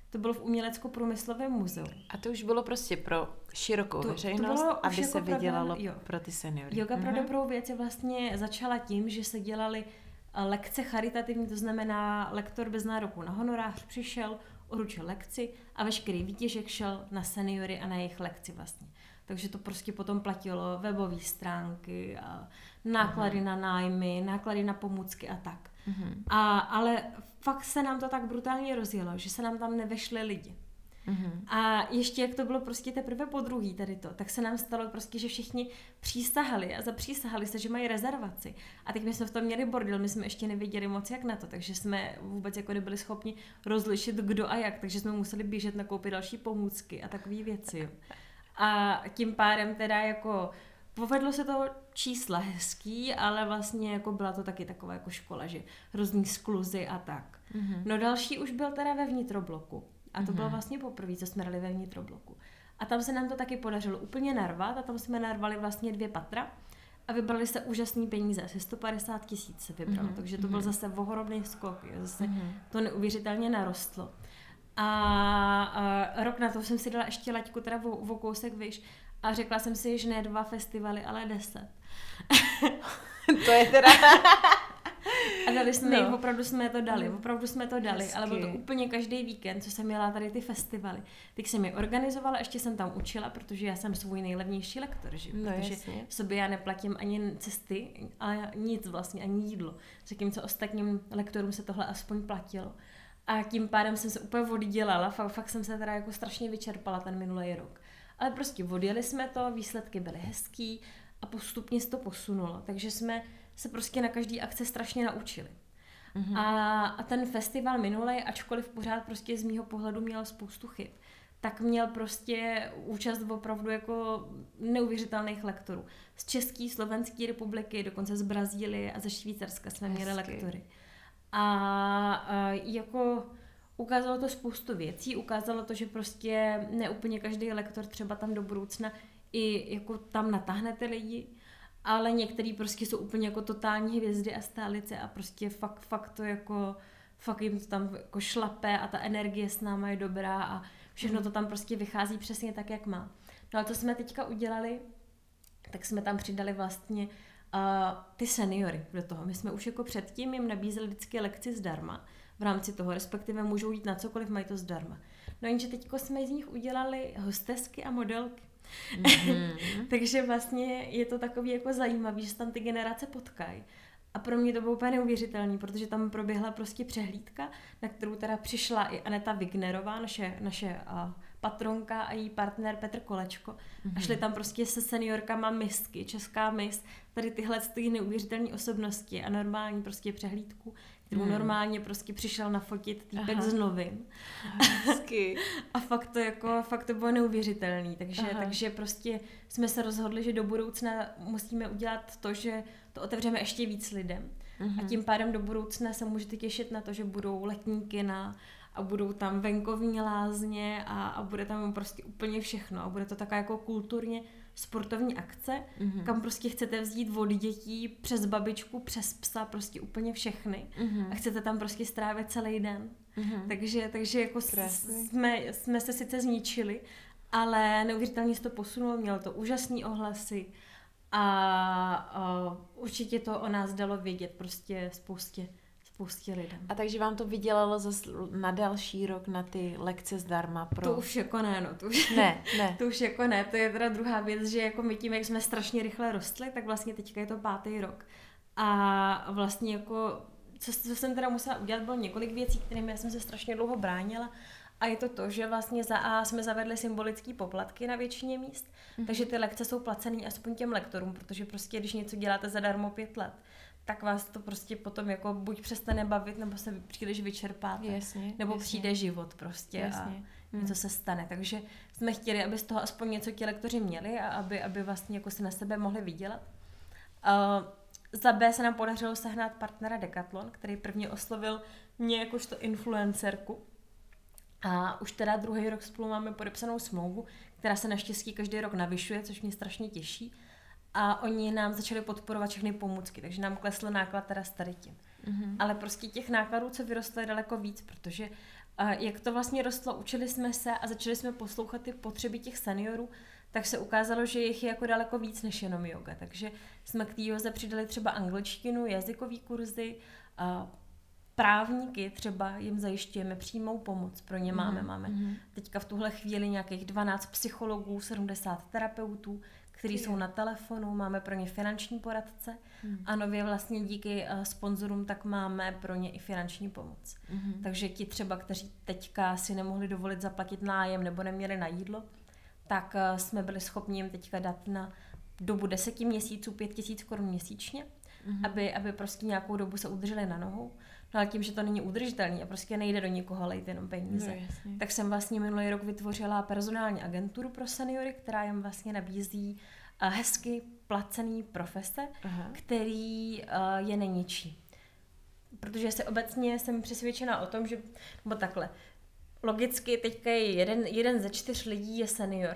To bylo v Umělecko-průmyslovém muzeu. A to už bylo prostě pro širokou to, veřejnost, to aby jako se vydělalo pravda, pro ty seniory. Yoga mm-hmm. pro dobrou věc je vlastně začala tím, že se dělaly lekce charitativní, to znamená lektor bez nároku na honorář přišel, uručil lekci a veškerý výtěžek šel na seniory a na jejich lekci vlastně. Takže to prostě potom platilo webové stránky, a náklady uh-huh. na nájmy, náklady na pomůcky a tak. Uh-huh. A, ale fakt se nám to tak brutálně rozjelo, že se nám tam nevešli lidi. Uh-huh. A ještě jak to bylo prostě teprve po druhý tady to, tak se nám stalo prostě, že všichni přísahali a zapřísahali se, že mají rezervaci. A teď my jsme v tom měli bordel, my jsme ještě nevěděli moc jak na to, takže jsme vůbec jako nebyli schopni rozlišit kdo a jak, takže jsme museli běžet nakoupit další pomůcky a takové věci. Jo. A tím pádem teda jako povedlo se to čísla hezký, ale vlastně jako byla to taky taková jako škola, že hrozný skluzy a tak. Mm-hmm. No další už byl teda ve vnitrobloku. A to mm-hmm. bylo vlastně poprvé, co jsme dali ve vnitrobloku. A tam se nám to taky podařilo úplně narvat a tam jsme narvali vlastně dvě patra a vybrali se úžasný peníze, asi sto padesát tisíc se vybralo, mm-hmm. takže to byl zase ohromný skok, zase mm-hmm. to neuvěřitelně narostlo. A, a rok na to jsem si dala ještě laťku teda o, o kousek výš a řekla jsem si, že ne dva festivaly, ale deset. To je teda... A dali jsme no. jich, opravdu jsme to dali, opravdu jsme to dali, Hezky. Ale byl to úplně každý víkend, co jsem měla tady ty festivaly. Teď jsem je organizovala, ještě jsem tam učila, protože já jsem svůj nejlevnější lektor, že? No, protože jasně. sobě já neplatím ani cesty, ale nic vlastně, ani jídlo. Zatímco ostatním lektorům se tohle aspoň platilo. A tím pádem jsem se úplně oddělala, fakt, fakt jsem se teda jako strašně vyčerpala ten minulý rok. Ale prostě odjeli jsme to, výsledky byly hezký a postupně se to posunulo. Takže jsme se prostě na každý akce strašně naučili. Mm-hmm. A, a ten festival minulej, ačkoliv pořád prostě z mýho pohledu měl spoustu chyb, tak měl prostě účast opravdu jako neuvěřitelných lektorů. Z České, Slovenské republiky, dokonce z Brazílie a ze Švýcarska jsme Hezky. měli lektory. A, a jako ukázalo to spoustu věcí, ukázalo to, že prostě neúplně každý lektor třeba tam do budoucna i jako tam natáhne ty lidi, ale některý prostě jsou úplně jako totální hvězdy a stálice a prostě fakt, fakt to jako, fakt jim to tam jako šlape a ta energie s náma je dobrá a všechno to tam prostě vychází přesně tak, jak má. No a to jsme teďka udělali, tak jsme tam přidali vlastně uh, ty seniory do toho. My jsme už jako předtím jim nabízeli vždycky lekci zdarma v rámci toho, respektive můžou jít na cokoliv, mají to zdarma. No jenže teďko jsme z nich udělali hostesky a modelky. Mm-hmm. Takže vlastně je to takový jako zajímavý, že se tam ty generace potkají. A pro mě to bylo úplně neuvěřitelný, protože tam proběhla prostě přehlídka, na kterou teda přišla i Aneta Wignerová, naše, naše uh, patronka a její partner Petr Kolečko. Mm-hmm. A šli tam prostě se seniorkama misky, česká mis, tady tyhle ty neuvěřitelné osobnosti a normální prostě přehlídku, kterou mm. normálně prostě přišel nafotit týpek Aha. z novin. A fakt to jako, fakt to bylo neuvěřitelný. Takže, takže prostě jsme se rozhodli, že do budoucna musíme udělat to, že to otevřeme ještě víc lidem. Mm-hmm. A tím pádem do budoucna se můžete těšit na to, že budou letní kina a budou tam venkovní lázně a, a bude tam prostě úplně všechno. A bude to taková jako kulturně sportovní akce, mm-hmm. kam prostě chcete vzít od dětí přes babičku, přes psa, prostě úplně všechny. Mm-hmm. A chcete tam prostě strávit celý den. Mm-hmm. Takže, takže jako jsme, jsme se sice zničili, ale neuvěřitelně se to posunulo, mělo to úžasný ohlasy a, a určitě to o nás dalo vědět prostě spoustě spoustě lidem. A takže vám to vydělalo zas na další rok na ty lekce zdarma pro... To už jako ne, no. To už, ne, ne. To už jako ne, to je teda druhá věc, že jako my tím, jak jsme strašně rychle rostli, tak vlastně teďka je to pátý rok. A vlastně jako, co, co jsem teda musela udělat, bylo několik věcí, kterým já jsem se strašně dlouho bránila. A je to to, že vlastně za A jsme zavedli symbolické poplatky na většině míst, mm-hmm. takže ty lekce jsou placený aspoň těm lektorům, protože prostě když něco děláte zadarmo pět let, tak vás to prostě potom jako buď přestane bavit, nebo se příliš vyčerpáte, jasně, nebo jasně. přijde život prostě jasně. a něco se stane. Takže jsme chtěli, aby z toho aspoň něco ti lektoři měli a aby, aby vlastně jako si na sebe mohli vydělat. Uh, za B se nám podařilo sehnat partnera Decathlon, který prvně oslovil mě jakožto influencerku. A už teda druhý rok spolu máme podepsanou smlouvu, která se naštěstí každý rok navyšuje, což mě strašně těší. A oni nám začali podporovat všechny pomůcky, takže nám klesl náklad teda s tady tím. Mm-hmm. Ale prostě těch nákladů, co vyrostlo, je daleko víc, protože A jak to vlastně rostlo, učili jsme se a začali jsme poslouchat ty potřeby těch seniorů, tak se ukázalo, že jich je jako daleko víc než jenom yoga. Takže jsme k té józe přidali třeba angličtinu, jazykový kurzy, a právníky třeba jim zajišťujeme přímou pomoc, pro ně máme. Máme mm-hmm. teďka v tuhle chvíli nějakých dvanáct psychologů, sedmdesát terapeutů, kteří jsou na telefonu, máme pro ně finanční poradce mm. a nově vlastně díky uh, sponzorům tak máme pro ně i finanční pomoc. Mm-hmm. Takže ti třeba, kteří teďka si nemohli dovolit zaplatit nájem nebo neměli na jídlo, tak uh, jsme byli schopni jim teďka dát na dobu deseti měsíců pět tisíc korun měsíčně, mm-hmm. aby, aby prostě nějakou dobu se udrželi na nohou. No ale tím, že to není udržitelný a prostě nejde do nikoho lejt jenom peníze, no, tak jsem vlastně minulý rok vytvořila personální agenturu pro seniory, která jim vlastně nabízí uh, hezky placený profese, aha. který uh, je neničí. Protože se obecně jsem přesvědčena o tom, že, nebo takhle, logicky teďka je jeden, jeden ze čtyř lidí je senior,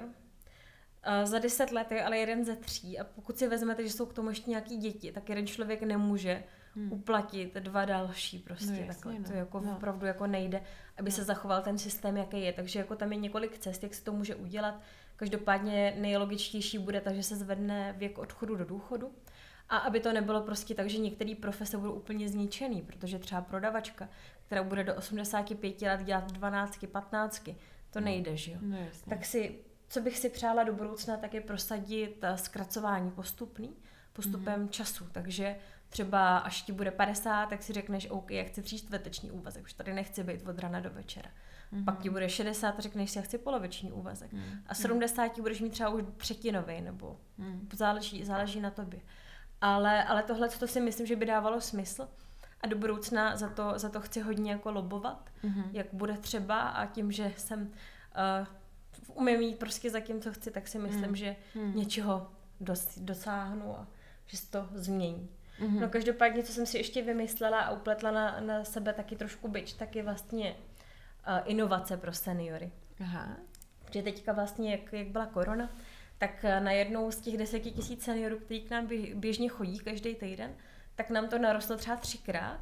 Uh, za deset let je ale jeden ze tří a pokud si vezmete, že jsou k tomu ještě nějaký děti, tak jeden člověk nemůže hmm. uplatit dva další prostě no, takhle. Jasně, no. To jako no. opravdu jako nejde, aby no. se zachoval ten systém, jaký je. Takže jako tam je několik cest, jak se to může udělat. Každopádně nejlogičtější bude tak, že se zvedne věk odchodu do důchodu a aby to nebylo prostě tak, že některé profese budou úplně zničený, protože třeba prodavačka, která bude do osmdesáti pěti let dělat dvanáctky, patnáctky, to no. nejde, že jo. No, tak si co bych si přála do budoucna, tak je prosadit zkracování postupný, postupem mm-hmm. času. Takže třeba až ti bude padesát, tak si řekneš, OK, já chci tříčtvrteční úvazek, už tady nechci být od rana do večera. Mm-hmm. Pak ti bude šedesát a řekneš si, já chci poloviční úvazek. Mm-hmm. A sedmdesát budeš mít třeba už třetinový, nebo mm-hmm. záleží, záleží na tobě. Ale, ale tohle to si myslím, že by dávalo smysl. A do budoucna za to, za to chci hodně jako lobovat, mm-hmm. jak bude třeba a tím, že jsem... Uh, umím jít prostě za tím, co chci, tak si myslím, mm. že mm. něčeho dos, dosáhnu a že se to změní. Mm. No každopádně, co jsem si ještě vymyslela a upletla na, na sebe taky trošku bič, tak je vlastně uh, inovace pro seniory. Aha. Protože teďka vlastně, jak, jak byla korona, tak na jednou z těch deseti tisíc seniorů, kteří k nám běžně chodí každý týden, tak nám to narostlo třeba třikrát.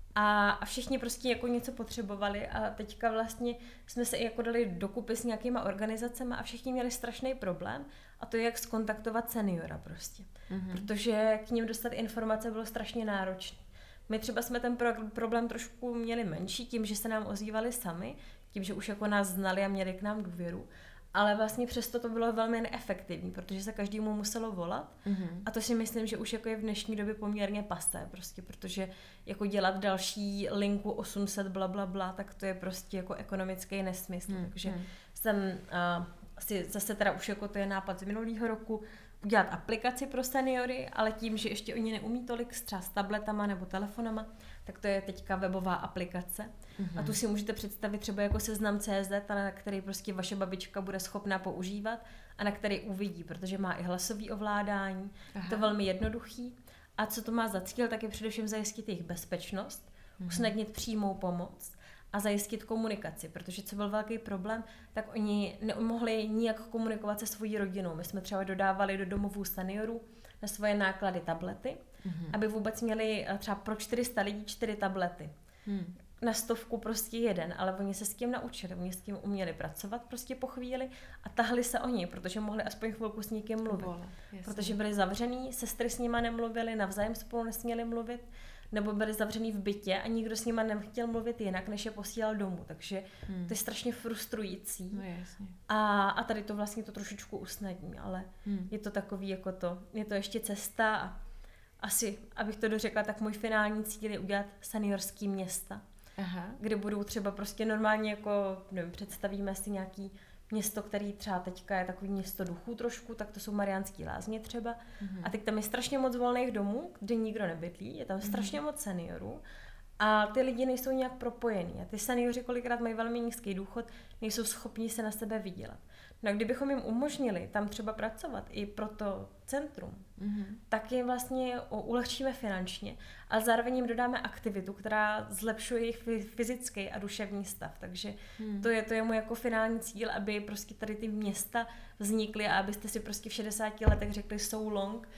A, a všichni prostě jako něco potřebovali a teďka vlastně jsme se i jako dali dokupy s nějakýma organizacemi a všichni měli strašný problém a to je jak skontaktovat seniora prostě. Mm-hmm. Protože k ním dostat informace bylo strašně náročné. My třeba jsme ten pro- problém trošku měli menší tím, že se nám ozývali sami, tím, že už jako nás znali a měli k nám důvěru. Ale vlastně přesto to bylo velmi neefektivní, protože se každému muselo volat mm-hmm. a to si myslím, že už jako je v dnešní době poměrně pasé prostě, protože jako dělat další linku osm set bla bla bla, tak to je prostě jako ekonomický nesmysl, mm-hmm. takže jsem uh, asi zase teda už jako to je nápad z minulého roku, udělat aplikaci pro seniory, ale tím, že ještě oni neumí tolik třeba s tabletama nebo telefonama, tak to je teďka webová aplikace. Mm-hmm. A tu si můžete představit třeba jako Seznam tečka cé zet, na který prostě vaše babička bude schopná používat a na který uvidí, protože má i hlasový ovládání. Aha. Je to velmi jednoduchý. A co to má za cíl, tak je především zajistit jejich bezpečnost, mm-hmm. usnadnit přímou pomoc a zajistit komunikaci, protože co byl velký problém, tak oni nemohli nijak komunikovat se svojí rodinou. My jsme třeba dodávali do domovů seniorů na svoje náklady tablety, mm-hmm. aby vůbec měli třeba pro čtyři sta lidí čtyři tablety. Mm. Na stovku prostě jeden, ale oni se s tím naučili, oni s tím uměli pracovat prostě po chvíli a tahli se oni, protože mohli aspoň chvilku s někým mluvit. Vole, protože byli zavřený, sestry s nima nemluvili, navzájem spolu nesměli mluvit, nebo byli zavřený v bytě a nikdo s nima nechtěl mluvit jinak, než je posílal domů, takže hmm. to je strašně frustrující. No jasně. A, a tady to vlastně to trošičku usnadní, ale hmm. je to takový jako to, je to ještě cesta a asi, abych to dořekla, tak můj finální cíl je udělat seniorský města. Aha. Kde budou třeba prostě normálně jako, nevím, představíme si nějaký město, který třeba teďka je takový město duchů trošku, tak to jsou Mariánský Lázně třeba. Mm-hmm. A teď tam je strašně moc volných domů, kde nikdo nebydlí, je tam mm-hmm. strašně moc seniorů a ty lidi nejsou nějak propojení. A ty seniori kolikrát mají velmi nízký důchod, nejsou schopni se na sebe vydělat. No a kdybychom jim umožnili tam třeba pracovat i pro to centrum, mm-hmm. tak jim vlastně ulehčíme finančně, ale zároveň jim dodáme aktivitu, která zlepšuje jejich fyzický a duševní stav. Takže mm. to je to je můj jako finální cíl, aby prostě tady ty města vznikly a abyste si prostě v šedesáti letech řekli so long,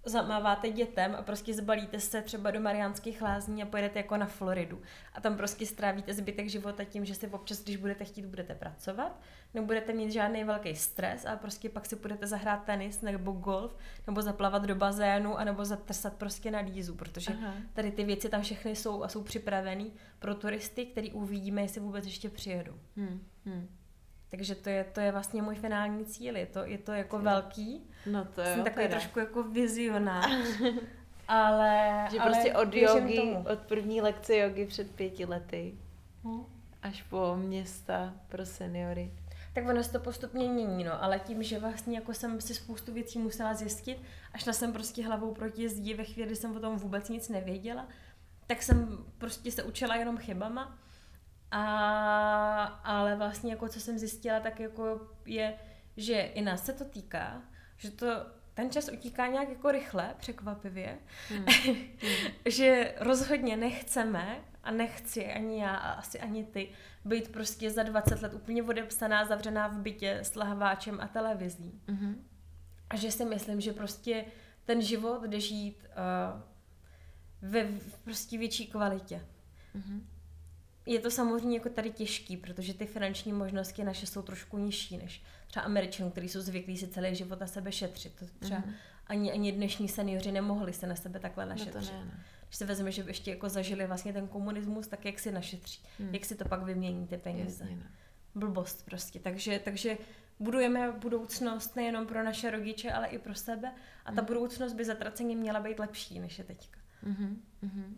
zamáváte dětem a prostě zbalíte se třeba do Mariánských Lázní a pojedete jako na Floridu. A tam prostě strávíte zbytek života tím, že si občas, když budete chtít, budete pracovat, nebudete mít žádný velký stres a prostě pak si budete zahrát tenis nebo golf, nebo zaplavat do bazénu, anebo zatrsat prostě na lízu, protože Aha. tady ty věci tam všechny jsou a jsou připravený pro turisty, který uvidíme, jestli vůbec ještě přijedou. Hmm. Hmm. Takže to je, to je vlastně můj finální cíl, je to, je to jako velký. No to Jsem jo, takový teda. trošku jako vizionář. ale Že ale prostě od jogy, od první lekce jogy před pěti lety hmm. až po města pro seniory. Tak ono se to postupně mění, no, ale tím, že vlastně jako jsem si spoustu věcí musela zjistit, až šla jsem prostě hlavou proti zdi ve chvíli, kdy jsem o tom vůbec nic nevěděla, tak jsem prostě se učila jenom chybama. A, ale vlastně jako co jsem zjistila, tak jako je, že i nás se to týká, že to ten čas utíká nějak jako rychle, překvapivě, hmm. že rozhodně nechceme a nechci ani já a asi ani ty být prostě za dvacet let úplně odepsaná, zavřená v bytě s lahváčem a televizí. Hmm. A že si myslím, že prostě ten život jde žít uh, ve prostě větší kvalitě. Hmm. Je to samozřejmě jako tady těžký, protože ty finanční možnosti naše jsou trošku nižší než třeba Američanů, kteří jsou zvyklí si celý život na sebe šetřit. To třeba mm-hmm. ani, ani dnešní seniori nemohli se na sebe takhle našetřit. No to ne, ne. Když se vezme, že ještě jako zažili vlastně ten komunismus, tak jak si našetří, mm. jak si to pak vymění ty peníze. Jasně, ne. Blbost prostě. Takže, takže budujeme budoucnost nejenom pro naše rodiče, ale i pro sebe a ta mm. budoucnost by zatraceně měla být lepší, než je teďka. Mm-hmm. Mm-hmm.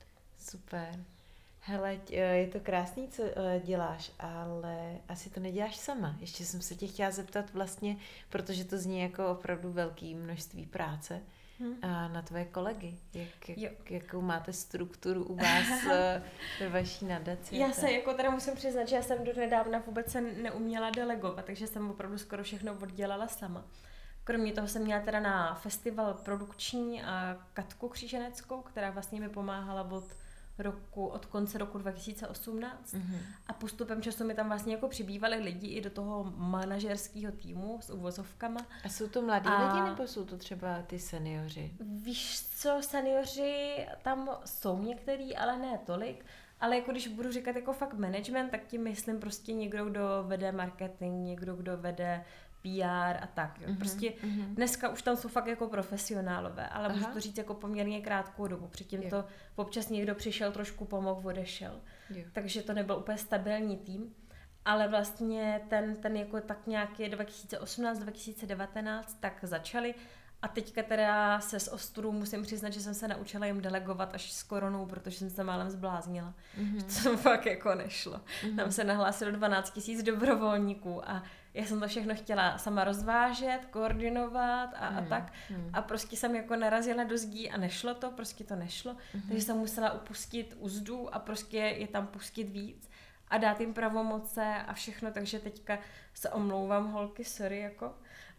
Super. Hele, je to krásný, co děláš, ale asi to neděláš sama. Ještě jsem se tě chtěla zeptat vlastně, protože to zní jako opravdu velké množství práce, hmm. a na tvoje kolegy. Jak, jak, jakou máte strukturu u vás ve vaší nadaci? Já se jako teda musím přiznat, že já jsem do nedávna vůbec se neuměla delegovat, takže jsem opravdu skoro všechno oddělala sama. Kromě toho jsem měla teda na festival produkční a Katku Kříženeckou, která vlastně mi pomáhala od roku, od konce roku dva tisíce osmnáct mm-hmm. a postupem času mi tam vlastně jako přibývali lidi i do toho manažerského týmu s uvozovkama. A jsou to mladí a... lidi nebo jsou to třeba ty seniori? Víš co, seniori tam jsou některý, ale ne tolik, ale jako když budu říkat jako fakt management, tak tím myslím prostě někdo, kdo vede marketing, někdo, kdo vede P R a tak. Jo. Prostě mm-hmm. dneska už tam jsou fakt jako profesionálové, ale Aha. můžu to říct jako poměrně krátkou dobu. Předtím jo. to občas někdo přišel, trošku pomohl, odešel. Jo. Takže to nebyl úplně stabilní tým. Ale vlastně ten, ten jako tak nějaký dva tisíce osmnáct dva tisíce devatenáct tak začali. A teďka teda se s ostudu musím přiznat, že jsem se naučila jim delegovat až s koronou, protože jsem se málem zbláznila. Mm-hmm. To fakt jako nešlo. Mm-hmm. Tam se nahlásilo dvanáct tisíc dobrovolníků a já jsem to všechno chtěla sama rozvážet, koordinovat a, mm, a tak. Mm. A prostě jsem jako narazila do zdí a nešlo to, prostě to nešlo. Mm. Takže jsem musela upustit uzdu a prostě je tam pustit víc a dát jim pravomoce a všechno, takže teďka se omlouvám holky, sorry jako.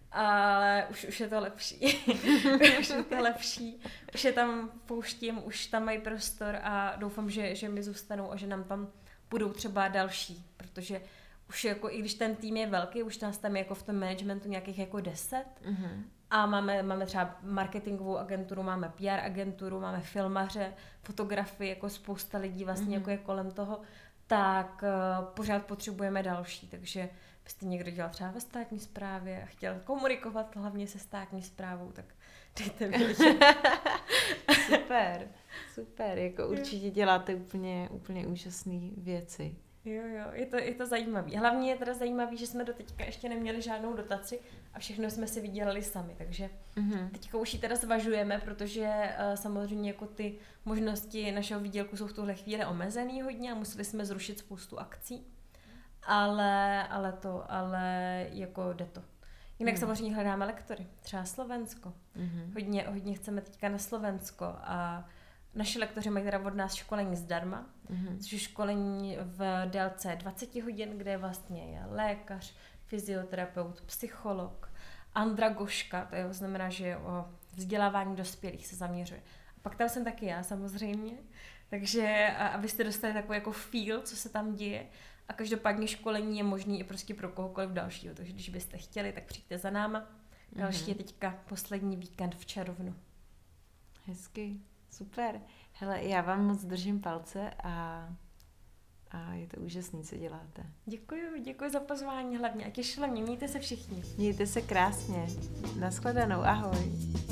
Ale už, už je to lepší. už je to lepší. Už je tam pouštím, už tam mají prostor a doufám, že, že mi zůstanou a že nám tam budou třeba další, protože už jako, i když ten tým je velký, už nás tam je jako v tom managementu nějakých jako deset mm-hmm. a máme, máme třeba marketingovou agenturu, máme P R agenturu, máme filmaře, fotografii, jako spousta lidí vlastně mm-hmm. jako je kolem toho, tak uh, pořád potřebujeme další, takže byste někdo dělal třeba ve státní správě a chtěl komunikovat hlavně se státní správou, tak dejte vědět. Super, super, jako určitě děláte úplně, úplně úžasné věci. Jo, jo, je to, je to zajímavý. Hlavně je teda zajímavý, že jsme do teďka ještě neměli žádnou dotaci a všechno jsme si vydělali sami, takže mm-hmm. teďka už ji teda zvažujeme, protože uh, samozřejmě jako ty možnosti našeho výdělku jsou v tuhle chvíli omezený hodně a museli jsme zrušit spoustu akcí, ale, ale to, ale jako jde to. Jinak mm. samozřejmě hledáme lektory, třeba Slovensko. Mm-hmm. Hodně, hodně chceme teďka na Slovensko a naši lektoři mají teda od nás školení zdarma, mm-hmm. což je školení v délce dvacet hodin, kde vlastně je lékař, fyzioterapeut, psycholog, andragoška, to je, znamená, že o vzdělávání dospělých se zaměřuje. A pak tam jsem taky já samozřejmě, takže abyste dostali takový jako feel, co se tam děje. A každopádně školení je možný i prostě pro kohokoliv dalšího, takže když byste chtěli, tak přijďte za náma. Další mm-hmm. je teďka poslední víkend v červnu. Hezky, super. Hele, já vám moc držím palce a, a je to úžasný, co děláte. Děkuji, děkuji za pozvání hlavně a těšila mě, mějte se všichni. Mějte se krásně. Naschledanou, ahoj.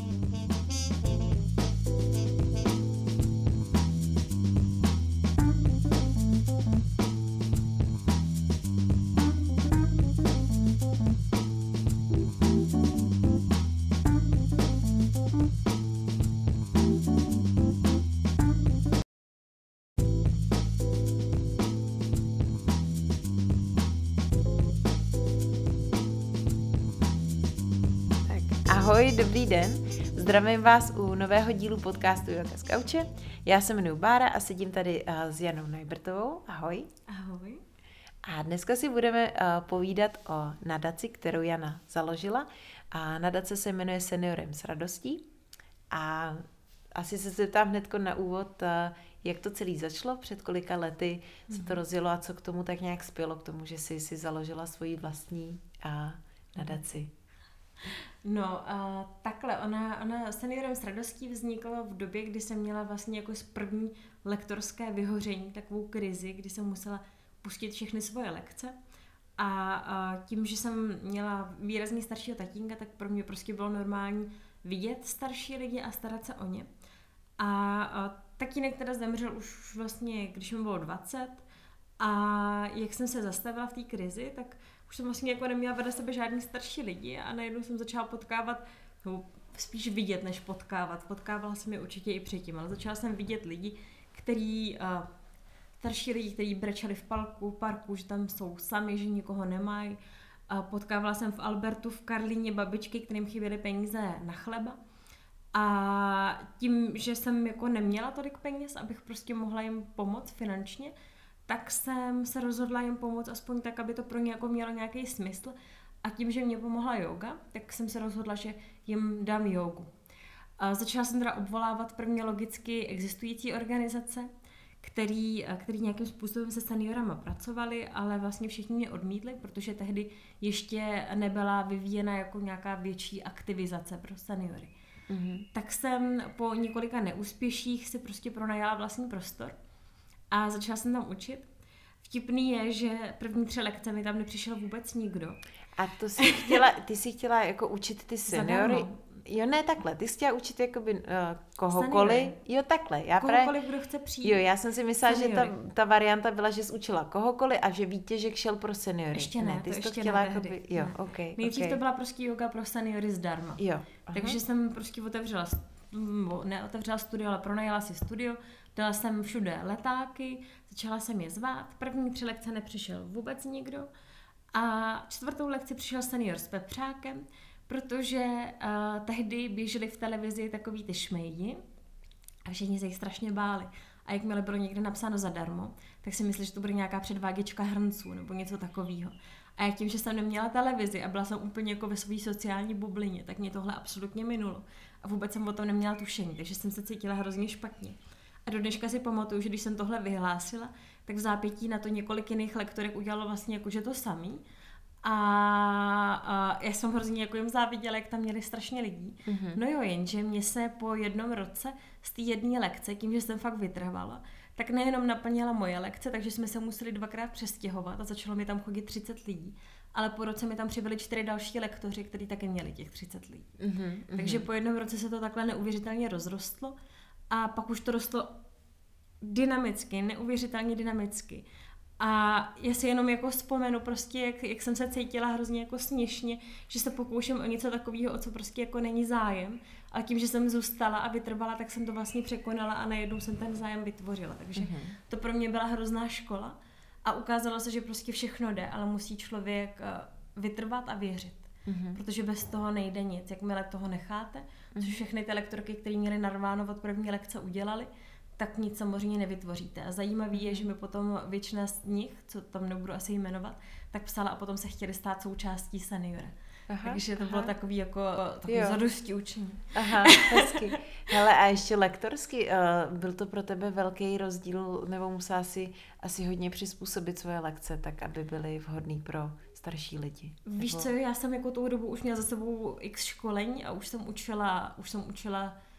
Ahoj, dobrý den. Zdravím vás u nového dílu podcastu Yoga z Kauče. Já se jmenuji Bára a sedím tady uh, s Janou Neubertovou. Ahoj. Ahoj. A dneska si budeme uh, povídat o nadaci, kterou Jana založila. A nadace se jmenuje Seniorem s radostí. A asi se zeptám hnedko na úvod, uh, jak to celé začalo, před kolika lety mm. se to rozjelo a co k tomu tak nějak spělo, k tomu, že jsi si založila svoji vlastní uh, nadaci. No, a takhle, ona, ona Seniorem s radostí vznikla v době, kdy jsem měla vlastně jako z první lektorské vyhoření, takovou krizi, kdy jsem musela pustit všechny svoje lekce. A, a tím, že jsem měla výrazně staršího tatínka, tak pro mě prostě bylo normální vidět starší lidi a starat se o ně. A, a tatínek teda zemřel už vlastně, když mi bylo dvacet, a jak jsem se zastavila v té krizi, tak už jsem vlastně jako neměla vedle sebe žádný starší lidi a najednou jsem začala potkávat, no spíš vidět, než potkávat. Potkávala jsem je určitě i předtím, ale začala jsem vidět lidi, který, uh, starší lidi, kteří brečeli v parku, parku, že tam jsou sami, že nikoho nemají. Uh, potkávala jsem v Albertu v Karlíně babičky, kterým chyběly peníze na chleba. A tím, že jsem jako neměla tolik peněz, abych prostě mohla jim pomoct finančně, tak jsem se rozhodla jim pomoct aspoň tak, aby to pro ně jako mělo nějaký smysl. A tím, že mě pomohla yoga, tak jsem se rozhodla, že jim dám jogu. A začala jsem teda obvolávat prvně logicky existující organizace, který, který nějakým způsobem se seniorama pracovali, ale vlastně všichni mě odmítli, protože tehdy ještě nebyla vyvíjena jako nějaká větší aktivizace pro seniory. Mm-hmm. Tak jsem po několika neúspěších si prostě pronajala vlastní prostor a začala jsem tam učit. Vtipný je, že první tři lekce mi tam nepřišel vůbec nikdo. A to jsi chtěla, ty jsi chtěla jako učit ty seniory? Zadarmo. Jo, ne takhle, ty jsi chtěla učit jakoby uh, kohokoliv. Seniory. Jo, takhle. Já kohokoliv, kdo chce přijít. Jo, já jsem si myslela, seniory. Že ta, ta varianta byla, že jsi učila kohokoliv a že Vítěžek šel pro seniory. Ještě ne, ne ty to jsi ještě to chtěla ne, jakoby, jo, ne. Okay, Nejdřív okay. to byla prostě yoga pro seniory zdarma. Jo. Aha. Takže jsem prostě otevřela, ne otevřela studio, ale pronajala si studio, dala jsem všude letáky, začala jsem je zvát. První tři lekce nepřišel vůbec nikdo a čtvrtou lekci přišel senior s pepřákem, protože uh, tehdy běželi v televizi takový ty šmejdi a všichni se jich strašně báli. A jakmile bylo někde napsáno zadarmo, tak si mysleli, že to bude nějaká předváděčka hrnců nebo něco takového. A já tím, že jsem neměla televizi a byla jsem úplně jako ve své sociální bublině, tak mě tohle absolutně minulo. A vůbec jsem o tom neměla tušení, takže jsem se cítila hrozně špatně. A do dneška si pamatuju, že když jsem tohle vyhlásila, tak v zápětí na to několik jiných lektorek udělalo vlastně jakože to samý. A, a já jsem hrozně jako jim záviděla, jak tam měli strašně lidí. Mm-hmm. No jo, jenže mě se po jednom roce z té jedné lekce, tím, že jsem fakt vytrvala, tak nejenom naplnila moje lekce, takže jsme se museli dvakrát přestěhovat a začalo mi tam chodit třicet lidí. Ale po roce mi tam přibyli čtyři další lektoři, kteří taky měli těch třicet lidí. Mm-hmm. Takže po jednom roce se to takhle neuvěřitelně rozrostlo a pak už to rostlo dynamicky, neuvěřitelně dynamicky. A já si jenom jako vzpomenu prostě, jak, jak jsem se cítila hrozně jako směšně, že se pokouším o něco takového, o co prostě jako není zájem. A tím, že jsem zůstala a vytrvala, tak jsem to vlastně překonala a najednou jsem ten zájem vytvořila. Takže mm-hmm. to pro mě byla hrozná škola a ukázalo se, že prostě všechno jde, ale musí člověk vytrvat a věřit. Mm-hmm. Protože bez toho nejde nic. Jakmile toho necháte, mm-hmm. což všechny ty lektorky, které měly narváno od první lekce udělali, tak nic samozřejmě nevytvoříte. A zajímavý je, že mi potom většina z nich, co tam nebudu asi jmenovat, tak psala a potom se chtěli stát součástí seniora. Aha, Takže to aha. bylo takový jako takový zadosti učení. Aha, hezky. Hele, a ještě lektorsky, uh, byl to pro tebe velký rozdíl, nebo musela si asi hodně přizpůsobit svoje lekce, tak aby byly vhodný pro starší lidi? Víš nebo... co, já jsem jako tou dobu už měla za sebou x školení a už jsem učila, už jsem učila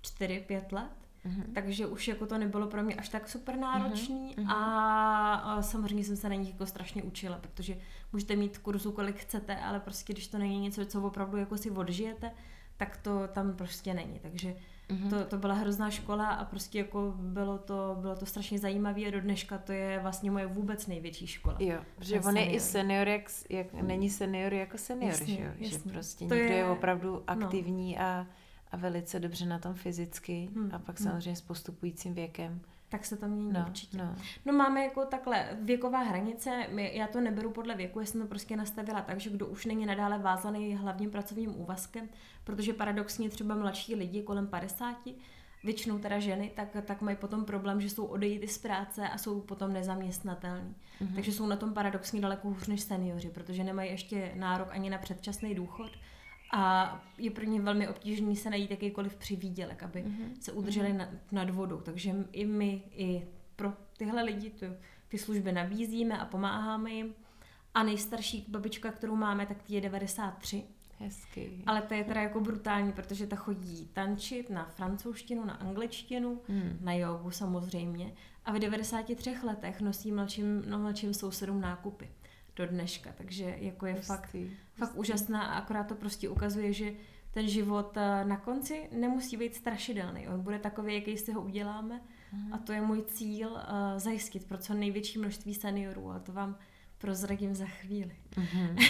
čtyři pět let. Mm-hmm. Takže už jako to nebylo pro mě až tak super náročný mm-hmm. a, a samozřejmě jsem se na nich jako strašně učila, protože můžete mít kurzu kolik chcete, ale prostě když to není něco, co opravdu jako si odžijete, tak to tam prostě není. Takže mm-hmm. to, to byla hrozná škola a prostě jako bylo to, bylo to strašně zajímavé a do dneška to je vlastně moje vůbec největší škola. Jo, protože on je i senior, jak, jak není senior jako senior, jasně, že jo? Jasně. Že prostě to někdo je, je opravdu aktivní no. a, a velice dobře na tom fyzicky hmm. a pak hmm. samozřejmě s postupujícím věkem. Tak se to mění no, určitě. No. no máme jako takhle věková hranice, já to neberu podle věku, já jsem to prostě nastavila tak, že kdo už není nadále vázaný hlavním pracovním úvazkem, protože paradoxně třeba mladší lidi kolem padesáti, většinou teda ženy, tak, tak mají potom problém, že jsou odejít z práce a jsou potom nezaměstnatelní. Mm-hmm. Takže jsou na tom paradoxně daleko hůř než seniori, protože nemají ještě nárok ani na předčasný důchod a je pro ně velmi obtížný se najít jakýkoliv přivýdělek, aby mm-hmm. se udrželi mm-hmm. nad, nad vodou. Takže i my, i pro tyhle lidi ty, ty služby nabízíme a pomáháme jim. A nejstarší babička, kterou máme, tak je devadesát tři. Hezky. Ale to je teda jako brutální, protože ta chodí tančit na francouzštinu, na angličtinu, hmm. na jogu samozřejmě. A v devadesáti třech letech nosí mladším, no, mladším sousedům nákupy do dneška. Takže jako je Hezky. fakt, fakt úžasná a akorát to prostě ukazuje, že ten život na konci nemusí být strašidelný. On bude takový, jaký si ho uděláme. Hmm. A to je můj cíl uh, zajistit pro co největší množství seniorů. A to vám prozradím za chvíli. Mm-hmm.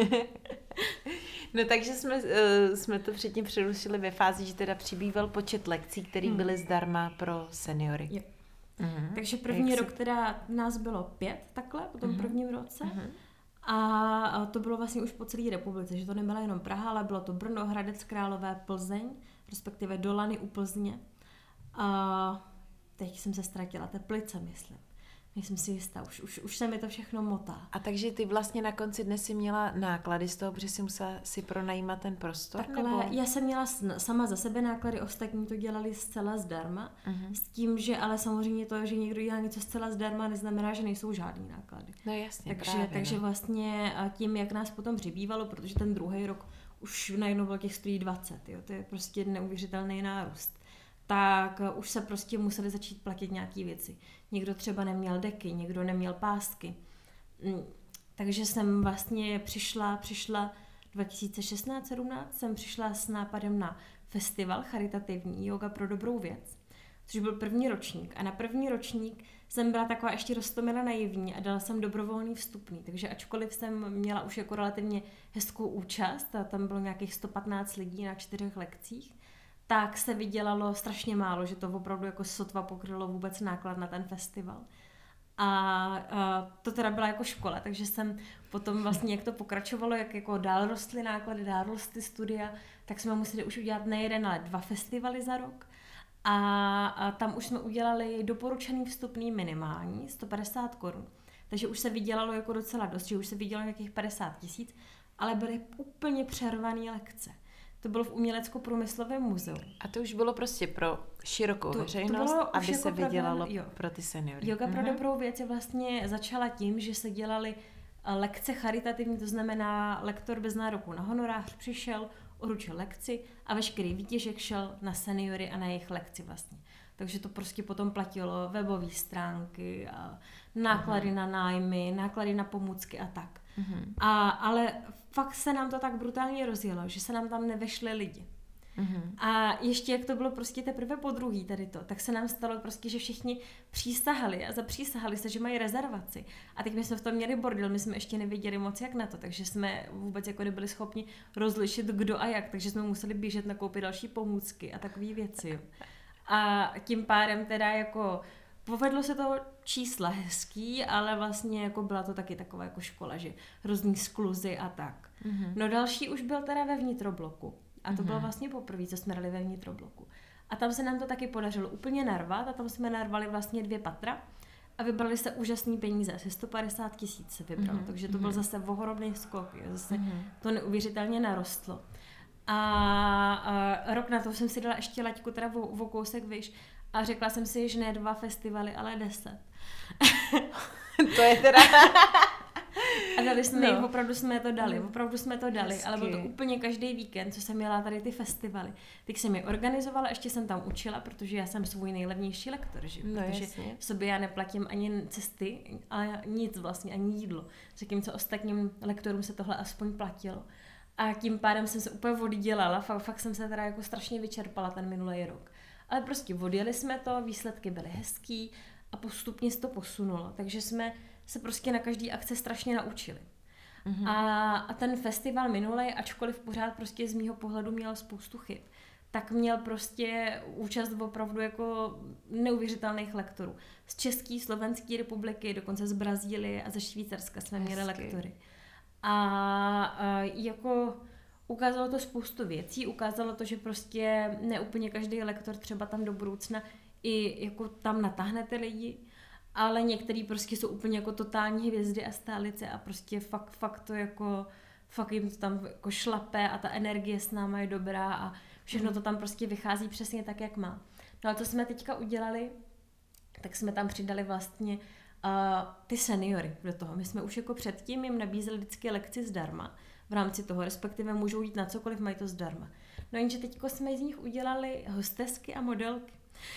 No takže jsme, uh, jsme to předtím přerušili ve fázi, že teda přibýval počet lekcí, které mm. byly zdarma pro seniory. Jo. Mm-hmm. Takže první Jak rok si... teda nás bylo pět takhle, po tom mm-hmm. prvním roce. Mm-hmm. A to bylo vlastně už po celé republice, že to nebyla jenom Praha, ale bylo to Brno, Hradec Králové, Plzeň, respektive Dolany u Plzně. A teď jsem se ztratila, Teplice, myslím. Nejsem si jistá, už, už, už se mi to všechno motá. A takže ty vlastně na konci dne si měla náklady z toho, protože si musela si pronajímat ten prostor? Takhle, nebo? Já jsem měla sama za sebe náklady, ostatní to dělali zcela zdarma, uh-huh. s tím, že ale samozřejmě to, že někdo dělá něco zcela zdarma, neznamená, že nejsou žádný náklady. No jasně, takže, právě. Takže no. vlastně tím, jak nás potom přibývalo, protože ten druhý rok už najednou bylo těch stojí dvacet, jo, to je prostě neuvěřitelný nárůst. Tak už se prostě museli začít platit nějaké věci. Někdo třeba neměl deky, někdo neměl pásky. Takže jsem vlastně přišla, přišla dva tisíce šestnáct sedmnáct jsem přišla s nápadem na festival charitativní Yoga pro dobrou věc, což byl první ročník. A na první ročník jsem byla taková ještě roztomila naivní a dala jsem dobrovolný vstupný. Takže ačkoliv jsem měla už jako relativně hezkou účast, a tam bylo nějakých sto patnáct lidí na čtyřech lekcích, tak se vydělalo strašně málo, že to opravdu jako sotva pokrylo vůbec náklad na ten festival. A, a to teda byla jako škola, takže jsem potom vlastně, jak to pokračovalo, jak jako dál rostly náklady, dál rostly studia, tak jsme museli už udělat ne jeden, ale dva festivaly za rok. A, a tam už jsme udělali doporučený vstupný minimální, sto padesát korun. Takže už se vydělalo jako docela dost, že už se vydělalo nějakých padesát tisíc, ale byly úplně přervané lekce. To bylo v Umělecko-průmyslovém muzeu. A to už bylo prostě pro širokou to, veřejnost, to aby jako se vydělalo pro, pro ty seniory. Yoga pro uh-huh. dobrou věc je vlastně začala tím, že se dělaly lekce charitativní, to znamená lektor bez nároku na honorář přišel, uručil lekci a veškerý výtěžek šel na seniory a na jejich lekci vlastně. Takže to prostě potom platilo webové stránky, a náklady uh-huh. na nájmy, náklady na pomůcky a tak. Uh-huh. A, ale fakt se nám to tak brutálně rozjelo, že se nám tam nevešli lidi. Uh-huh. A ještě jak to bylo prostě teprve po druhý tady to, tak se nám stalo prostě, že všichni přísahali a zapřísahali se, že mají rezervaci. A teď my jsme v tom měli bordel, my jsme ještě nevěděli moc jak na to, takže jsme vůbec jako nebyli schopni rozlišit kdo a jak, takže jsme museli běžet nakoupit další pomůcky a takové věci. Jo. A tím pádem teda jako povedlo se to čísla hezký, ale vlastně jako byla to taky taková jako škola, že hrozný skluzy a tak. Mm-hmm. No další už byl teda ve vnitrobloku. A to mm-hmm. bylo vlastně poprvé, co jsme dali ve vnitrobloku. A tam se nám to taky podařilo úplně narvat a tam jsme narvali vlastně dvě patra a vybrali se úžasný peníze. Asi sto padesát tisíc se vybralo, mm-hmm. takže to byl zase ohromný skok. Jo. Zase mm-hmm. to neuvěřitelně narostlo. A, a rok na to jsem si dala ještě laťku teda o, o kousek výš a řekla jsem si, že ne dva festivaly, ale deset. To je teda... A dali jsme no. jich, opravdu jsme to dali, opravdu jsme to dali, Hezky. ale bylo to úplně každý víkend, co jsem měla tady ty festivaly. Teď jsem je organizovala, ještě jsem tam učila, protože já jsem svůj nejlevnější lektor, že? No, protože jasně. sobě já neplatím ani cesty, ale nic vlastně, ani jídlo. Zatímco ostatním lektorům se tohle aspoň platilo. A tím pádem jsem se úplně oddělala, fakt, fakt jsem se teda jako strašně vyčerpala ten minulý rok. Ale prostě odjeli jsme to, výsledky byly hezký a postupně se to posunulo. Takže jsme se prostě na každý akce strašně naučili. Mm-hmm. A, a ten festival minulej, ačkoliv pořád prostě z mýho pohledu měl spoustu chyb, tak měl prostě účast opravdu jako neuvěřitelných lektorů. Z České, Slovenské republiky, dokonce z Brazílie a ze Švýcarska jsme Hezky. měli lektory. A, a jako ukázalo to spoustu věcí, ukázalo to, že prostě ne úplně každý lektor třeba tam do budoucna i jako tam natáhne ty lidi, ale některý prostě jsou úplně jako totální hvězdy a stálice a prostě fakt, fakt to jako, fakt jim to tam jako šlape a ta energie s náma je dobrá a všechno to tam prostě vychází přesně tak, jak má. No a co jsme teďka udělali, tak jsme tam přidali vlastně uh, ty seniory do toho. My jsme už jako předtím jim nabízeli vždycky lekci zdarma v rámci toho, respektive můžou jít na cokoliv, mají to zdarma. No jenže teďko jsme z nich udělali hostesky a modelky.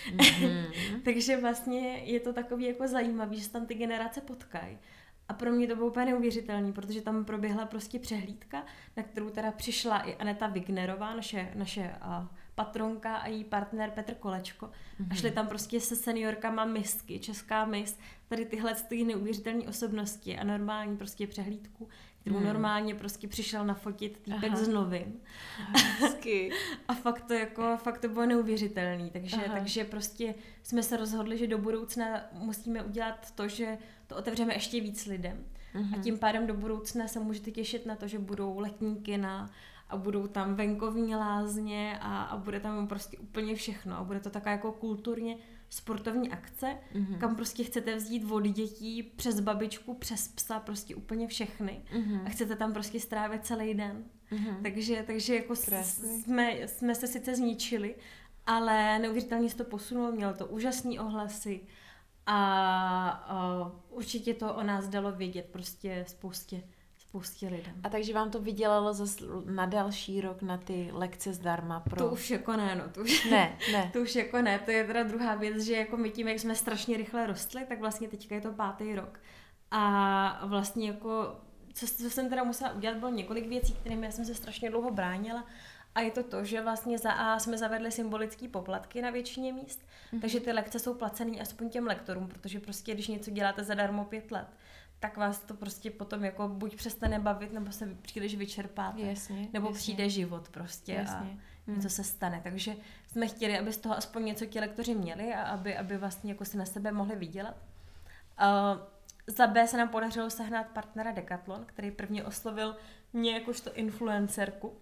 Mm-hmm. Takže vlastně je to takový jako zajímavý, že se tam ty generace potkají. A pro mě to bylo úplně neuvěřitelné, protože tam proběhla prostě přehlídka, na kterou teda přišla i Aneta Wignerová, naše, naše uh, patronka a její partner Petr Kolečko. Mm-hmm. A šli tam prostě se seniorkama mistky, česká miss, tady tyhle ty neuvěřitelné osobnosti a normální prostě přehlídku, kterou mm. normálně prostě přišel nafotit týpek z novin. Hezky. A fakt to jako, fakt to bylo neuvěřitelný, takže, takže prostě jsme se rozhodli, že do budoucna musíme udělat to, že to otevřeme ještě víc lidem. Mm-hmm. A tím pádem do budoucna se můžete těšit na to, že budou letní kina a budou tam venkovní lázně a, a bude tam prostě úplně všechno. A bude to taková jako kulturně sportovní akce, mm-hmm. kam prostě chcete vzít od dětí přes babičku, přes psa, prostě úplně všechny. Mm-hmm. A chcete tam prostě strávit celý den. Mm-hmm. Takže, takže jako jsme, jsme se sice zničili, ale neuvěřitelně se to posunulo, mělo to úžasný ohlasy a, a určitě to o nás dalo vědět prostě spoustě spoustě lidem. A takže vám to vydělalo zase na další rok na ty lekce zdarma pro... To už jako ne, no. To už, ne, ne. To už jako ne, to je teda druhá věc, že jako my tím, jak jsme strašně rychle rostli, tak vlastně teďka je to pátý rok. A vlastně jako, co, co jsem teda musela udělat, bylo několik věcí, kterými já jsem se strašně dlouho bránila. A je to to, že vlastně za A jsme zavedli symbolické poplatky na většině míst, mm-hmm. takže ty lekce jsou placený aspoň těm lektorům, protože prostě když něco děláte zadarmo pět let, tak vás to prostě potom jako buď přestane bavit, nebo se příliš vyčerpáte, jasně, nebo jasně. přijde život prostě jasně. A něco se stane. Takže jsme chtěli, aby z toho aspoň něco ti lektoři měli a aby, aby vlastně jako si na sebe mohli vydělat. Uh, za B se nám podařilo sehnat partnera Decathlon, který prvně oslovil mě jakožto influencerku.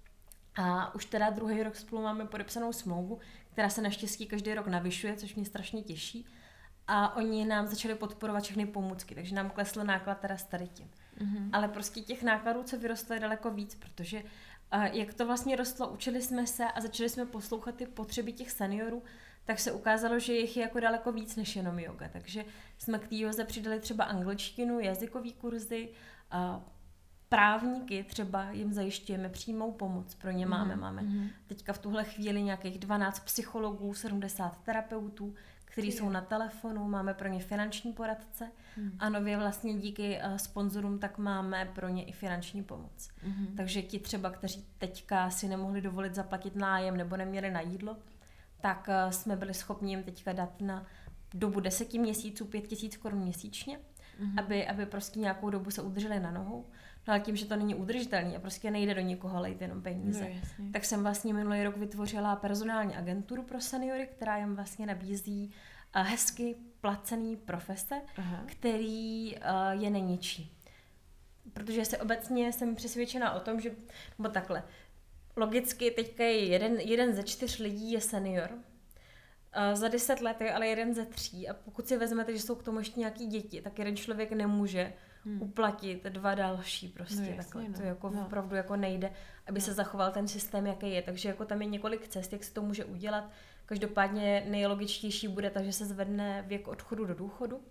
A už teda druhý rok spolu máme podepsanou smlouvu, která se naštěstí každý rok navyšuje, což mě strašně těší. A oni nám začali podporovat všechny pomůcky, takže nám klesl náklad teda s tady tím. Mm-hmm. Ale prostě těch nákladů, co vyrostlo, je daleko víc, protože uh, jak to vlastně rostlo, učili jsme se a začali jsme poslouchat ty potřeby těch seniorů, tak se ukázalo, že jich je jako daleko víc než jenom yoga. Takže jsme k té józe přidali třeba angličtinu, jazykový kurzy, uh, právníky třeba jim zajišťujeme přímou pomoc, pro ně máme. Mm-hmm. Máme teďka v tuhle chvíli nějakých dvanáct psychologů, sedmdesát terapeutů, kteří jsou na telefonu, máme pro ně finanční poradce mm. a nově vlastně díky uh, sponzorům tak máme pro ně i finanční pomoc. Mm. Takže ti třeba, kteří teďka si nemohli dovolit zaplatit nájem nebo neměli na jídlo, tak uh, jsme byli schopni jim teďka dát na dobu deseti měsíců pět tisíc korun měsíčně, mm. aby, aby prostě nějakou dobu se udrželi na nohou. No ale tím, že to není udržitelný a prostě nejde do nikoho lejt jenom peníze, no, tak jsem vlastně minulý rok vytvořila personální agenturu pro seniory, která jim vlastně nabízí uh, hezky placený profese, aha. který uh, je neničí. Protože se obecně jsem přesvědčena o tom, že, nebo takhle, logicky teďka je jeden, jeden ze čtyř lidí je senior, uh, za deset let je ale jeden ze tří a pokud si vezmete, že jsou k tomu ještě nějaký děti, tak jeden člověk nemůže Hmm. uplatit dva další prostě no, takhle. Jasně, no. To jako no. opravdu jako nejde, aby no. se zachoval ten systém, jaký je. Takže jako tam je několik cest, jak se to může udělat. Každopádně nejlogičtější bude tak, že se zvedne věk odchodu do důchodu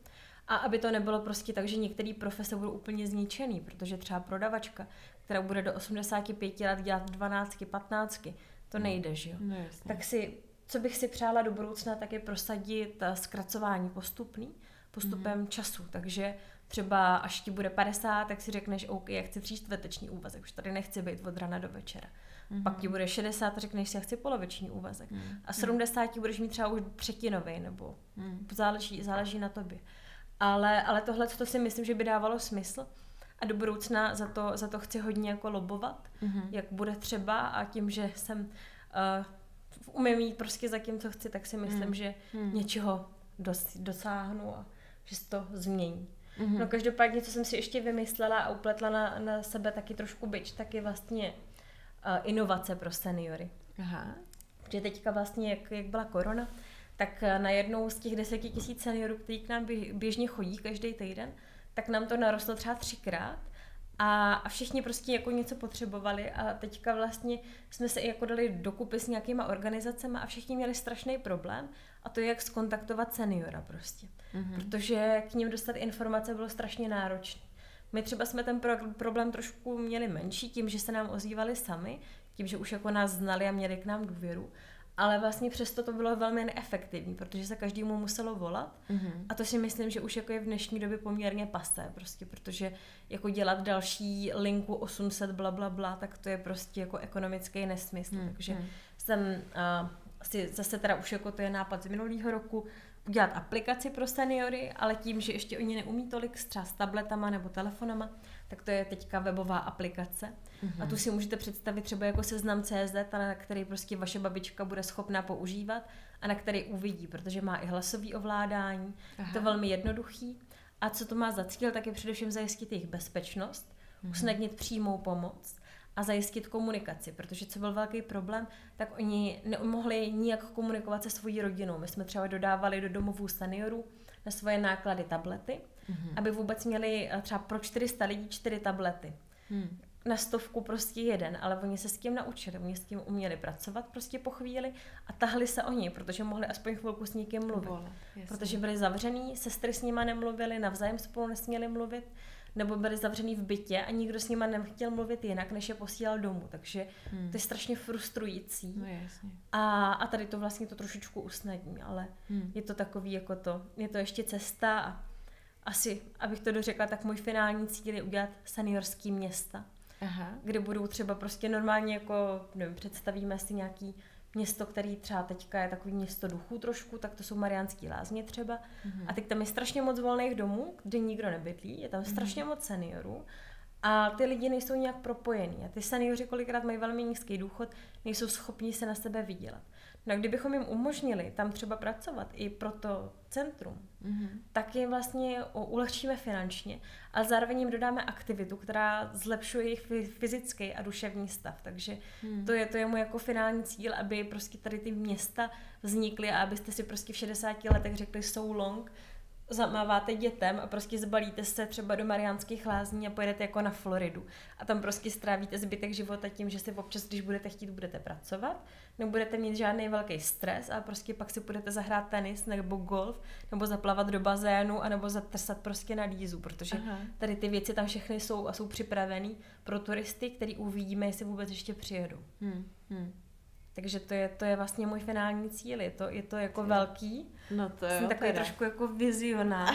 A aby to nebylo prostě tak, že některé profese budou úplně zničený, protože třeba prodavačka, která bude do osmdesáti pěti let dělat dvanáctky, patnáctky, to nejde, že jo? No, tak si, co bych si přála do budoucna, tak je prosadit zkracování postupný, postupem mm. času, takže třeba až ti bude padesát, tak si řekneš, OK, já chci tříčtvrteční úvazek, už tady nechci být od rana do večera. Mm-hmm. Pak ti bude šedesát a řekneš si, já chci poloviční úvazek. Mm-hmm. A sedmdesát budeš mít třeba už třetinový, nebo mm. záleží, záleží na tobě. Ale, ale tohle to si myslím, že by dávalo smysl a do budoucna za to, za to chci hodně jako lobovat, mm-hmm. jak bude třeba a tím, že jsem uh, umím jít prostě za tím, co chci, tak si myslím, mm. že mm. něčeho dos, dosáhnu a že se to změní. Mm-hmm. No každopádně, co jsem si ještě vymyslela a upletla na, na sebe taky trošku bič, tak je vlastně uh, inovace pro seniory. Aha. Protože teďka vlastně, jak, jak byla korona, tak na jednou z těch deseti tisíc seniorů, kteří k nám běžně chodí každý týden, tak nám to narostlo třeba třikrát a, a všichni prostě jako něco potřebovali a teďka vlastně jsme se jako dali dokupy s nějakýma organizacemi a všichni měli strašný problém a to je, jak skontaktovat seniora prostě. Mm-hmm. Protože k ním dostat informace bylo strašně náročné. My třeba jsme ten pro- problém trošku měli menší tím, že se nám ozývali sami, tím, že už jako nás znali a měli k nám důvěru. Ale vlastně přesto to bylo velmi neefektivní, protože se každému muselo volat mm-hmm. a to si myslím, že už jako je v dnešní době poměrně pasé prostě, protože jako dělat další linku osm set bla, bla, bla, tak to je prostě jako ekonomický nesmysl, mm-hmm. takže jsem uh, si zase teda už jako to je nápad z minulého roku, udělat aplikaci pro seniory, ale tím, že ještě oni neumí tolik třeba s tabletama nebo telefonama, tak to je teďka webová aplikace. Mm-hmm. A tu si můžete představit třeba jako seznam tečka cé zet, na který prostě vaše babička bude schopná používat a na který uvidí, protože má i hlasový ovládání. Aha. Je to velmi jednoduchý. A co to má za cíl, tak je především zajistit jejich bezpečnost, mm-hmm. usnadnit přímou pomoc a zajistit komunikaci, protože co byl velký problém, tak oni nemohli nijak komunikovat se svojí rodinou. My jsme třeba dodávali do domovů seniorů na svoje náklady tablety, mm-hmm. aby vůbec měli třeba pro čtyři sta lidí čtyři tablety. Mm. Na stovku prostě jeden, ale oni se s tím naučili, oni s tím uměli pracovat prostě po chvíli a tahli se oni, protože mohli aspoň chvilku s někým mluvit. Vole, protože byli zavřený, sestry s nima nemluvili, navzájem spolu nesměli mluvit, nebo byli zavřený v bytě a nikdo s nima nechtěl mluvit jinak, než je posílal domů, takže hmm. to je strašně frustrující. No, jasně. A, a tady to vlastně to trošičku usnadní, ale hmm. je to takový jako to, je to ještě cesta a asi, abych to dořekla, tak můj finální cíl je udělat seniorský města. Aha. Kde budou třeba prostě normálně jako, nevím, představíme si nějaký město, který třeba teďka je takový město duchů trošku, tak to jsou Mariánský Lázně třeba. Mm-hmm. A teď tam je strašně moc volných domů, kde nikdo nebydlí, je tam strašně mm-hmm. moc seniorů a ty lidi nejsou nějak propojení. A ty seniori kolikrát mají velmi nízký důchod, nejsou schopni se na sebe vydělat. No a kdybychom jim umožnili tam třeba pracovat i pro to centrum, mm-hmm. tak jim vlastně ulehčíme finančně a zároveň jim dodáme aktivitu, která zlepšuje jejich fyzický a duševní stav. Takže mm. to je to je můj jako finální cíl, aby prostě tady ty města vznikly a abyste si prostě v šedesáti letech řekli so long, zamáváte dětem a prostě zbalíte se třeba do Mariánských Lázní a pojedete jako na Floridu. A tam prostě strávíte zbytek života tím, že si občas, když budete chtít, budete pracovat, nebudete mít žádný velký stres a prostě pak si budete zahrát tenis nebo golf, nebo zaplavat do bazénu, anebo zatrsat prostě na lízu, protože Aha. tady ty věci tam všechny jsou a jsou připravený pro turisty, který uvidíme, jestli vůbec ještě přijedou. Hmm. Hmm. Takže to je, to je vlastně můj finální cíl, je to, je to jako Cíl. velký. No to Jsem jo, takový teda. trošku jako vizionář.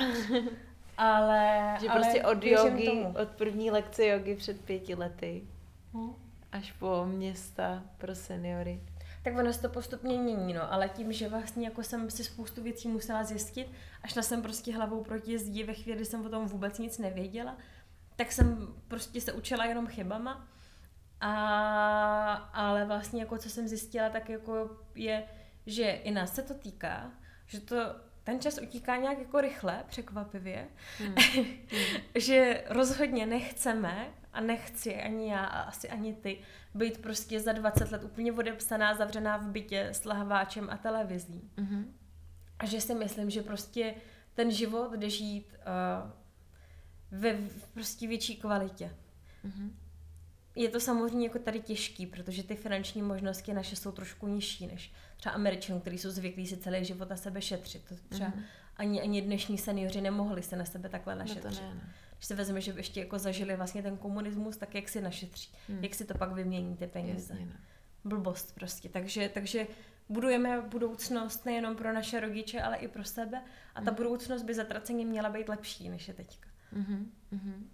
ale, že ale prostě od jogy, tomu. od první lekce jogy před pěti lety, hmm. až po města pro seniory. Tak ono se to postupně mění, no, ale tím, že vlastně jako jsem si spoustu věcí musela zjistit, a šla jsem prostě hlavou proti zdi ve chvíli, kdy jsem o tom vůbec nic nevěděla, tak jsem prostě se učila jenom chybama. A, ale vlastně jako co jsem zjistila, tak jako je, že i nás se to týká, že to ten čas utíká nějak jako rychle, překvapivě, hmm. že rozhodně nechceme a nechci ani já a asi ani ty být prostě za dvacet let úplně odepsaná, zavřená v bytě s lahváčem a televizí. Hmm. A že si myslím, že prostě ten život jde žít uh, ve prostě větší kvalitě. Hmm. Je to samozřejmě jako tady těžký, protože ty finanční možnosti naše jsou trošku nižší než třeba Američanů, kteří jsou zvyklí si celý život na sebe šetřit. To třeba mm-hmm. ani, ani dnešní seniori nemohli se na sebe takhle našetřit. No to ne, ne. Když si vezme, že ještě jako zažili vlastně ten komunismus, tak jak si našetří, mm. jak si to pak vymění ty peníze. Jasně, no. Blbost prostě. Takže, takže budujeme budoucnost nejenom pro naše rodiče, ale i pro sebe a ta mm. budoucnost by zatraceně měla být lepší, než je teďka. Mm-hmm. Mm-hmm.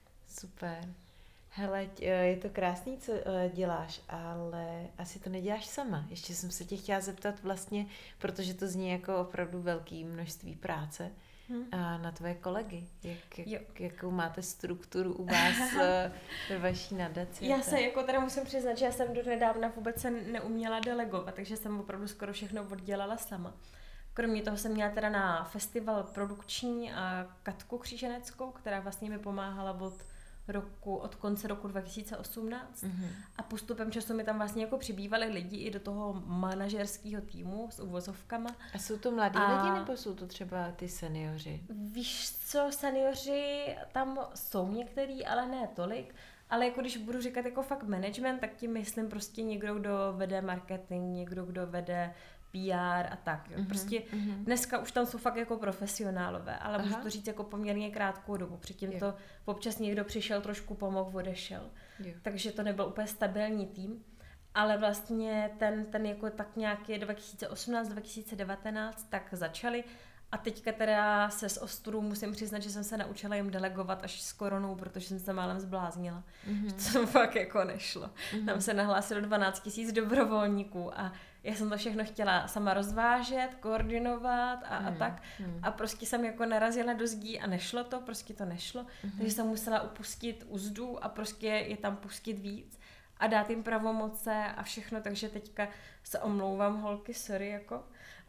Super. Hele, je to krásný, co děláš, ale asi to neděláš sama. Ještě jsem se tě chtěla zeptat vlastně, protože to zní jako opravdu velké množství práce, hmm. a na tvoje kolegy. Jak, jak, jakou máte strukturu u vás ve vaší nadaci? Já se jako teda musím přiznat, že já jsem do nedávna vůbec se neuměla delegovat, takže jsem opravdu skoro všechno oddělala sama. Kromě toho jsem měla teda na festival produkční a Katku Kříženeckou, která vlastně mi pomáhala od roku, od konce roku dva tisíce osmnáct mm-hmm. a postupem času mi tam vlastně jako přibývali lidi i do toho manažerského týmu s uvozovkama. A jsou to mladí a... lidi nebo jsou to třeba ty seniori? Víš co, seniori tam jsou některý, ale ne tolik, ale jako když budu říkat jako fakt management, tak tím myslím prostě někdo, kdo vede marketing, někdo, kdo vede P R a tak. Jo. Prostě mm-hmm. dneska už tam jsou fakt jako profesionálové, ale Aha. můžu to říct jako poměrně krátkou dobu. Předtím jo. to občas někdo přišel, trošku pomohl, odešel. Jo. Takže to nebyl úplně stabilní tým. Ale vlastně ten, ten jako tak nějaký dva tisíce osmnáct dva tisíce devatenáct tak začali. A teďka teda se s ostudou musím přiznat, že jsem se naučila jim delegovat až s koronou, protože jsem se málem zbláznila. Mm-hmm. To fakt jako nešlo. Mm-hmm. Tam se nahlásilo dvanáct tisíc dobrovolníků a já jsem to všechno chtěla sama rozvážet, koordinovat a, mm. a tak. Mm. A prostě jsem jako narazila do zdí a nešlo to, prostě to nešlo. Mm. Takže jsem musela upustit uzdu a prostě je tam pustit víc a dát jim pravomoce a všechno, takže teďka se omlouvám, holky, sorry, jako.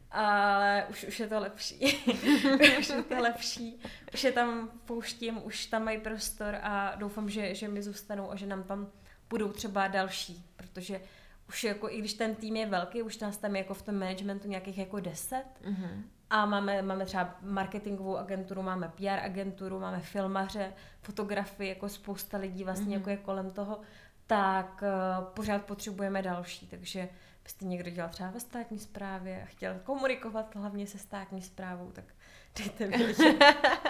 Ale už, už je to lepší. Už je to lepší. Už je tam pouštím, už tam mají prostor a doufám, že, že mi zůstanou a že nám tam budou třeba další, protože už jako, i když ten tým je velký, už nás tam je jako v tom managementu nějakých jako deset mm-hmm. a máme, máme třeba marketingovou agenturu, máme P R agenturu, máme filmaře, fotografii, jako spousta lidí vlastně mm-hmm. jako je kolem toho, tak uh, pořád potřebujeme další, takže byste někdo dělal třeba ve státní správě a chtěl komunikovat hlavně se státní správou, tak dejte vědět.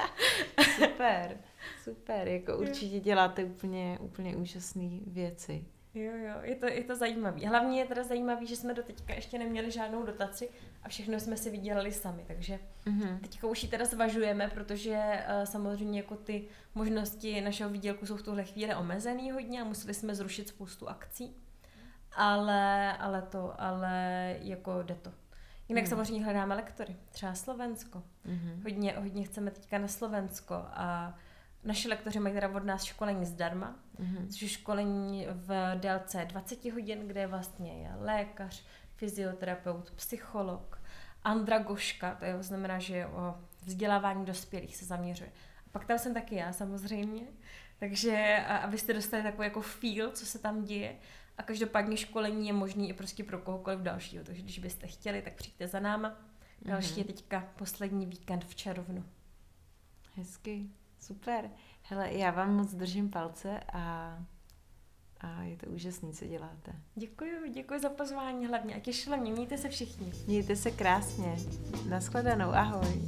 Super, super, jako určitě děláte úplně, úplně úžasné věci. Jo, jo, je to, je to zajímavý. Hlavně je teda zajímavý, že jsme do teďka ještě neměli žádnou dotaci a všechno jsme si vydělali sami, takže mm-hmm. teďka už ji teda zvažujeme, protože uh, samozřejmě jako ty možnosti našeho výdělku jsou v tuhle chvíli omezený hodně a museli jsme zrušit spoustu akcí, ale, ale to, ale jako jde to. Jinak mm. samozřejmě hledáme lektory, třeba Slovensko. Mm-hmm. Hodně, hodně chceme teďka na Slovensko a naši lektoři mají teda od nás školení zdarma, mm-hmm. což je školení v délce dvacet hodin, kde vlastně je lékař, fyzioterapeut, psycholog, andragoška, to je, znamená, že o vzdělávání dospělých se zaměřuje. A pak tam jsem taky já samozřejmě, takže abyste dostali takový jako feel, co se tam děje. A každopádně školení je možný i prostě pro kohokoliv dalšího, takže když byste chtěli, tak přijďte za náma. Další mm-hmm. je teďka poslední víkend v červnu. Hezky. Super. Hele, já vám moc držím palce a, a je to úžasný, co děláte. Děkuji, děkuji za pozvání hlavně a těšila mě, mějte se všichni. Mějte se krásně. Nashledanou, ahoj.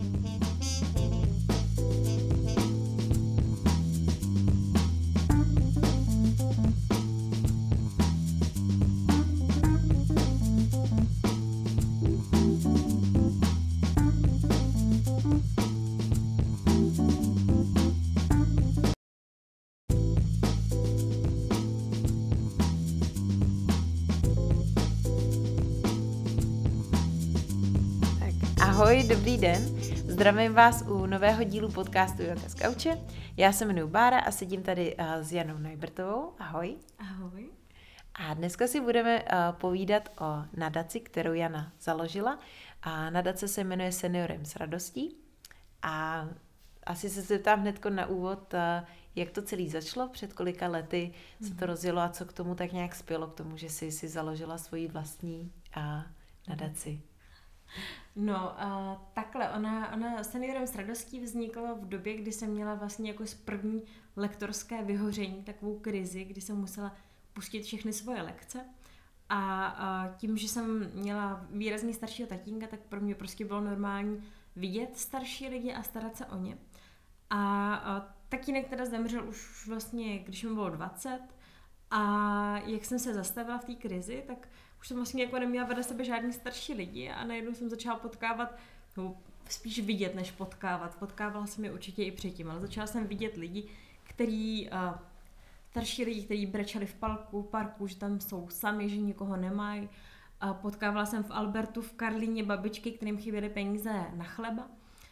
Ahoj, dobrý den. Zdravím vás u nového dílu podcastu Yoga z Kauče. Já se jmenuji Bára a sedím tady s Janou Najbrtovou. Ahoj. Ahoj. A dneska si budeme povídat o nadaci, kterou Jana založila. A nadace se jmenuje Seniorem s radostí. A asi se zeptám hnedko na úvod, jak to celý začalo, před kolika lety se to rozjelo a co k tomu tak nějak spělo, k tomu, že jsi si založila svoji vlastní a nadaci. No, a takhle, ona, ona Seniorem s radostí vznikla v době, kdy jsem měla vlastně jako z první lektorské vyhoření, takovou krizi, kdy jsem musela pustit všechny svoje lekce A, a tím, že jsem měla výrazně staršího tatínka, tak pro mě prostě bylo normální vidět starší lidi a starat se o ně. A, a tatínek teda zemřel už vlastně, když mi bylo dvacet, a jak jsem se zastavila v té krizi, tak už jsem vlastně jako neměla vedle sebe žádný starší lidi a najednou jsem začala potkávat, no, spíš vidět, než potkávat. Potkávala jsem je určitě i předtím, ale začala jsem vidět lidi, který, uh, starší lidi, kteří brečeli v parku, parku, že tam jsou sami, že nikoho nemají. Uh, potkávala jsem v Albertu v Karlíně babičky, kterým chyběly peníze na chleba.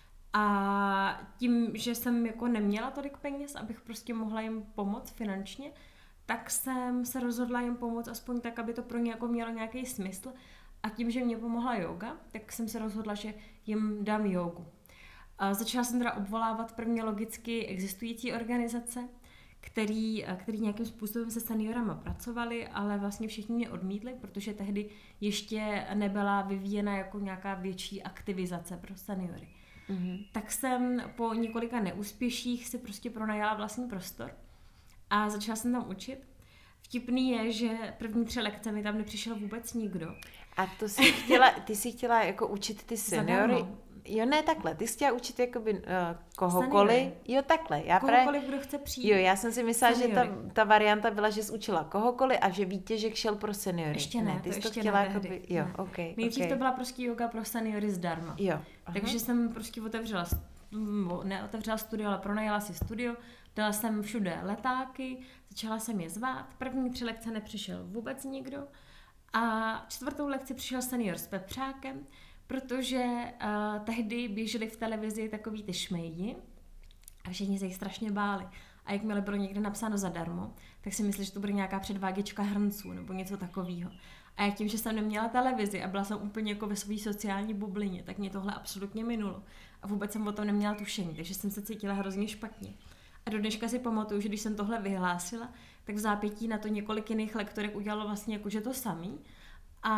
A tím, že jsem jako neměla tolik peněz, abych prostě mohla jim pomoct finančně, tak jsem se rozhodla jim pomoct aspoň tak, aby to pro ně jako mělo nějaký smysl. A tím, že mě pomohla yoga, tak jsem se rozhodla, že jim dám jogu. A začala jsem teda obvolávat prvně logicky existující organizace, který, který nějakým způsobem se seniorama pracovali, ale vlastně všichni mě odmítli, protože tehdy ještě nebyla vyvíjena jako nějaká větší aktivizace pro seniory. Mm-hmm. Tak jsem po několika neúspěších si prostě pronajala vlastní prostor a začala jsem tam učit. Vtipný je, že první tři lekce mi tam nepřišel vůbec nikdo. A to jsi chtěla, ty jsi chtěla jako učit ty seniory? Zadarmo. Jo, ne takhle, ty jsi chtěla učit jakoby uh, kohokoliv. Seniory. Jo, takhle. Já kohokoliv, právě, kdo chce přijít. Jo, já jsem si myslela, seniory. že ta, ta varianta byla, že jsi učila kohokoliv a že Vítěžek šel pro seniory. Ještě ne, ne ty to jsi ještě to chtěla ne jakoby, jo, ne. okay, Nejdřív okay. to byla prostě yoga pro seniory zdarma. Jo. Takže jsem prostě otevřela, ne otevřela studio, ale pronajala si studio, dala jsem všude letáky, začala jsem je zvát, první tři lekce nepřišel vůbec nikdo a čtvrtou lekci přišel senior s pepřákem, protože uh, tehdy běžely v televizi takový ty šmejdi a všichni se jich strašně báli. A jakmile bylo někde napsáno zadarmo, tak si mysleli, že to bude nějaká předváděčka hrnců nebo něco takového. A jak tím, že jsem neměla televizi a byla jsem úplně jako ve své sociální bublině, tak mě tohle absolutně minulo. A vůbec jsem o tom neměla tušení, takže jsem se cítila hrozně špatně. A do dneška si pamatuju, že když jsem tohle vyhlásila, tak v zápětí na to několik jiných lektorek udělalo vlastně jakože to samý. A,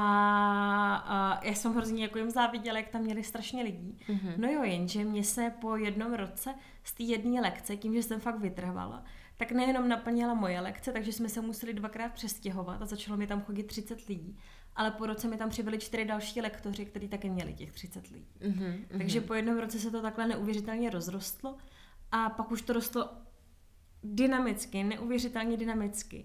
a já jsem hrozně jako jim záviděla, jak tam měli strašně lidí. Mm-hmm. No jo, jenže mě se po jednom roce z té jedné lekce, tím, že jsem fakt vytrvala, tak nejenom naplnila moje lekce, takže jsme se museli dvakrát přestěhovat a začalo mi tam chodit třicet lidí. Ale po roce mi tam přibyli čtyři další lektoři, kteří taky měli těch třicet lidí. Mm-hmm. Takže po jednom roce se to takhle neuvěřitelně rozrostlo a pak už to rostlo dynamicky, neuvěřitelně dynamicky.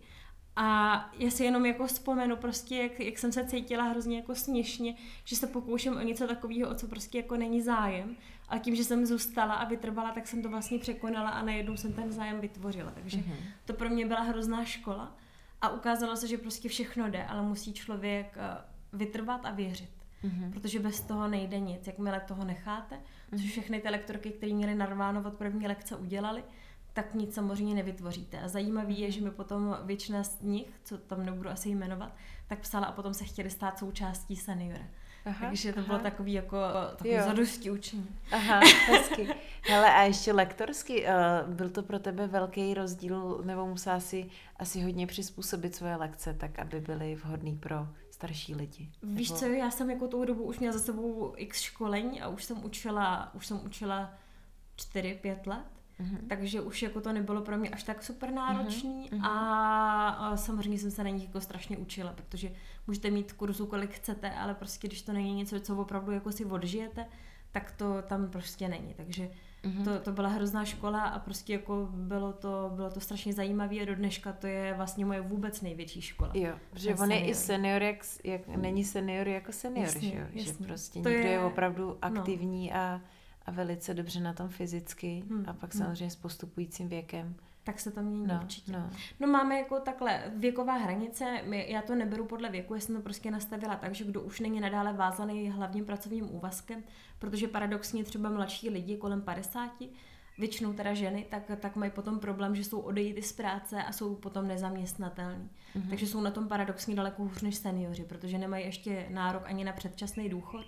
A já si jenom jako vzpomenu prostě, jak, jak jsem se cítila hrozně jako směšně, že se pokouším o něco takového, o co prostě jako není zájem. Ale tím, že jsem zůstala a vytrvala, tak jsem to vlastně překonala a najednou jsem ten zájem vytvořila. Takže mm-hmm. to pro mě byla hrozná škola a ukázalo se, že prostě všechno jde, ale musí člověk vytrvat a věřit. Mm-hmm. Protože bez toho nejde nic. Jakmile toho necháte, mm-hmm. což všechny ty lektorky, které měly narváno od první lekce udělali, tak nic samozřejmě nevytvoříte. A zajímavý je, že mi potom většina z nich, co tam nebudu asi jmenovat, tak psala a potom se chtěli stát součástí seniora. Aha, Takže to aha. bylo takový jako takový zadosti učení. Aha, hezky. Hele, a ještě lektorsky, uh, byl to pro tebe velký rozdíl, nebo musela si asi hodně přizpůsobit svoje lekce, tak aby byly vhodný pro starší lidi? Víš nebo... co, já jsem jako tou dobu už měla za sebou x školení a už jsem učila, už jsem učila čtyři pět let. Uhum. Takže už jako to nebylo pro mě až tak super náročný uhum. a, a samozřejmě jsem se na nich jako strašně učila, protože můžete mít kurzu kolik chcete, ale prostě když to není něco, co opravdu jako si odžijete, tak to tam prostě není, takže to, to byla hrozná škola a prostě jako bylo to, bylo to strašně zajímavé a do dneška to je vlastně moje vůbec největší škola. Jo, protože on je i senior, jak, jak není senior jako senior, jasně, že jo, jasně. Že prostě to někdo je, je opravdu aktivní no. a a velice dobře na tom fyzicky hmm. a pak samozřejmě hmm. s postupujícím věkem. Tak se to mění no, určitě. No. no máme jako takhle věková hranice, my, já to neberu podle věku, já jsem to prostě nastavila tak, že kdo už není nadále vázaný hlavním pracovním úvazkem, protože paradoxně třeba mladší lidi kolem padesáti, většinou teda ženy, tak, tak mají potom problém, že jsou odejít z práce a jsou potom nezaměstnatelní. Mm-hmm. Takže jsou na tom paradoxně daleko hůř než seniori, protože nemají ještě nárok ani na předčasný důchod,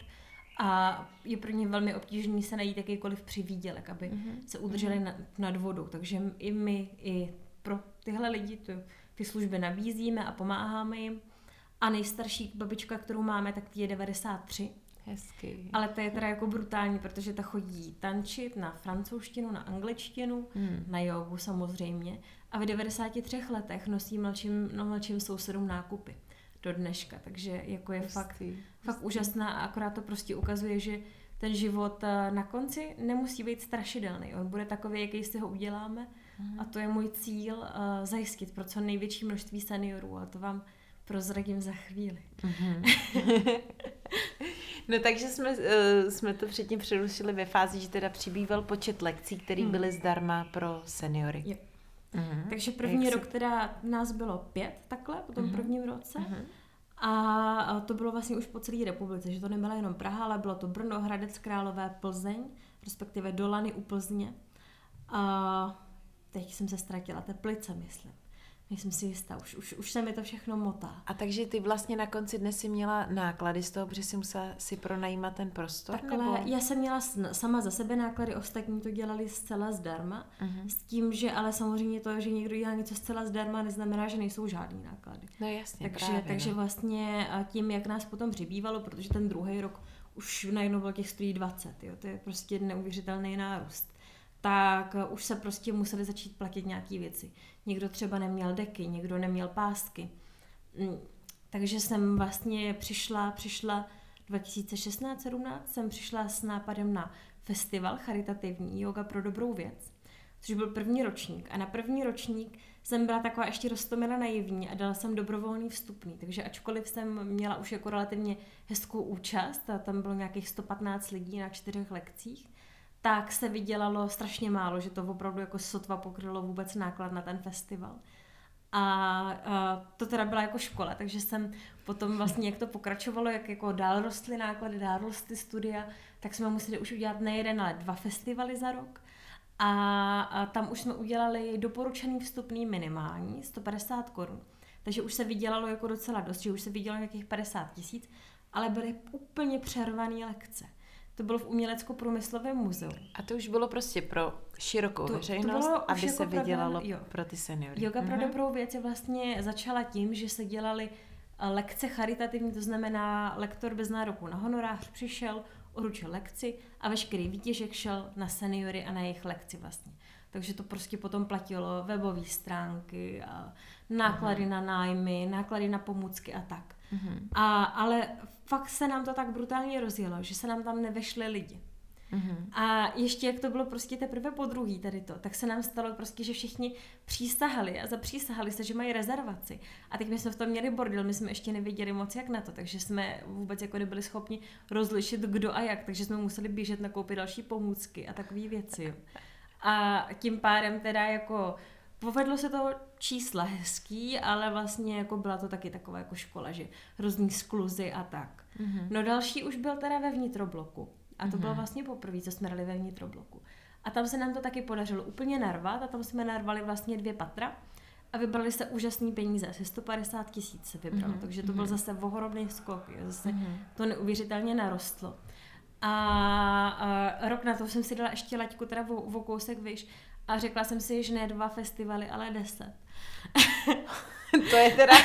a je pro ně velmi obtížný se najít jakýkoliv přivýdělek, aby mm-hmm. se udrželi nad, nad vodou. Takže i my, i pro tyhle lidi to, ty služby nabízíme a pomáháme jim. A nejstarší babička, kterou máme, tak ty je devadesát tři. Hezky. Ale to je teda jako brutální, protože ta chodí tančit na francouzštinu, na angličtinu, mm. na jogu samozřejmě. A v devadesáti třech letech nosí mladším, no mladším sousedům nákupy. do dneška, takže jako je Pustý. fakt, fakt úžasná a akorát to prostě ukazuje, že ten život na konci nemusí být strašidelný. On bude takový, jaký si ho uděláme mm. a to je můj cíl uh, zajistit pro co největší množství seniorů a to vám prozradím za chvíli. Mm-hmm. No takže jsme, uh, jsme to předtím přerušili ve fázi, že teda přibýval počet lekcí, které mm. byly zdarma pro seniory. Jo. Mm-hmm. Takže první rok teda nás bylo pět takhle, po tom mm-hmm. prvním roce. Mm-hmm. A to bylo vlastně už po celé republice, že to nebyla jenom Praha, ale bylo to Brno, Hradec Králové, Plzeň, respektive Dolany u Plzně. A teď jsem se ztratila, Teplice, myslím. Nejsem si jistá, už, už, už se mi to všechno motá. A takže ty vlastně na konci dne si měla náklady z toho, protože si musela si pronajímat ten prostor? Takhle, nebo? Já jsem měla sama za sebe náklady, ostatní to dělali zcela zdarma. Uh-huh. S tím, že ale samozřejmě to, že někdo dělá něco zcela zdarma, neznamená, že nejsou žádný náklady. No jasně, takže, právě. Takže no. vlastně tím, jak nás potom přibývalo, protože ten druhý rok už najednou bylo těch stojí dvacet, jo, to je prostě neuvěřitelný nárůst. Tak už se prostě museli začít platit nějaké věci. Někdo třeba neměl deky, někdo neměl pásky. Takže jsem vlastně přišla, přišla dva tisíce šestnáct sedmnáct jsem přišla s nápadem na festival charitativní Yoga pro dobrou věc, což byl první ročník. A na první ročník jsem byla taková ještě roztomila naivní a dala jsem dobrovolný vstupný. Takže ačkoliv jsem měla už jako relativně hezkou účast, a tam bylo nějakých sto patnáct lidí na čtyřech lekcích, tak se vydělalo strašně málo, že to opravdu jako sotva pokrylo vůbec náklad na ten festival. A, a to teda byla jako škola, takže jsem potom vlastně, jak to pokračovalo, jak jako dál rostly náklady, dál rostly studia, tak jsme museli už udělat ne jeden, ale dva festivaly za rok. A, a tam už jsme udělali doporučený vstupný minimální, sto padesát korun. Takže už se vydělalo jako docela dost, že už se vydělalo nějakých padesát tisíc, ale byly úplně přervaný lekce. To bylo v Umělecko-průmyslovém muzeu. A to už bylo prostě pro širokou to, veřejnost, to aby jako se vydělalo pro, pro ty seniory. Yoga pro dobrou věc je vlastně začala tím, že se dělaly lekce charitativní, to znamená lektor bez nároku na honorář přišel, uručil lekci a veškerý výtěžek šel na seniory a na jejich lekci vlastně. Takže to prostě potom platilo webové stránky, a náklady uh-huh. na nájmy, náklady na pomůcky a tak. Uh-huh. A, ale fakt se nám to tak brutálně rozjelo, že se nám tam nevešli lidi. Uh-huh. A ještě jak to bylo prostě teprve po druhý tady to, tak se nám stalo prostě, že všichni přísahali a zapřísahali se, že mají rezervaci. A teď my jsme v tom měli bordel, my jsme ještě nevěděli moc jak na to, takže jsme vůbec jako nebyli schopni rozlišit kdo a jak, takže jsme museli běžet nakoupit další pomůcky a takové věci. Jo. A tím pádem teda jako povedlo se to čísla hezký, ale vlastně jako byla to taky taková jako škola, že hrozný skluzy a tak. Mm-hmm. No další už byl teda ve vnitrobloku. A to mm-hmm. bylo vlastně poprvé, co jsme dali ve vnitrobloku. A tam se nám to taky podařilo úplně narvat a tam jsme narvali vlastně dvě patra a vybrali se úžasný peníze, asi sto padesát tisíc se vybralo, mm-hmm. takže to byl zase ohromný skok, zase mm-hmm. to neuvěřitelně narostlo. A, a rok na to jsem si dala ještě laťku teda o, o kousek výš a řekla jsem si, že ne dva festivaly, ale deset. To je teda...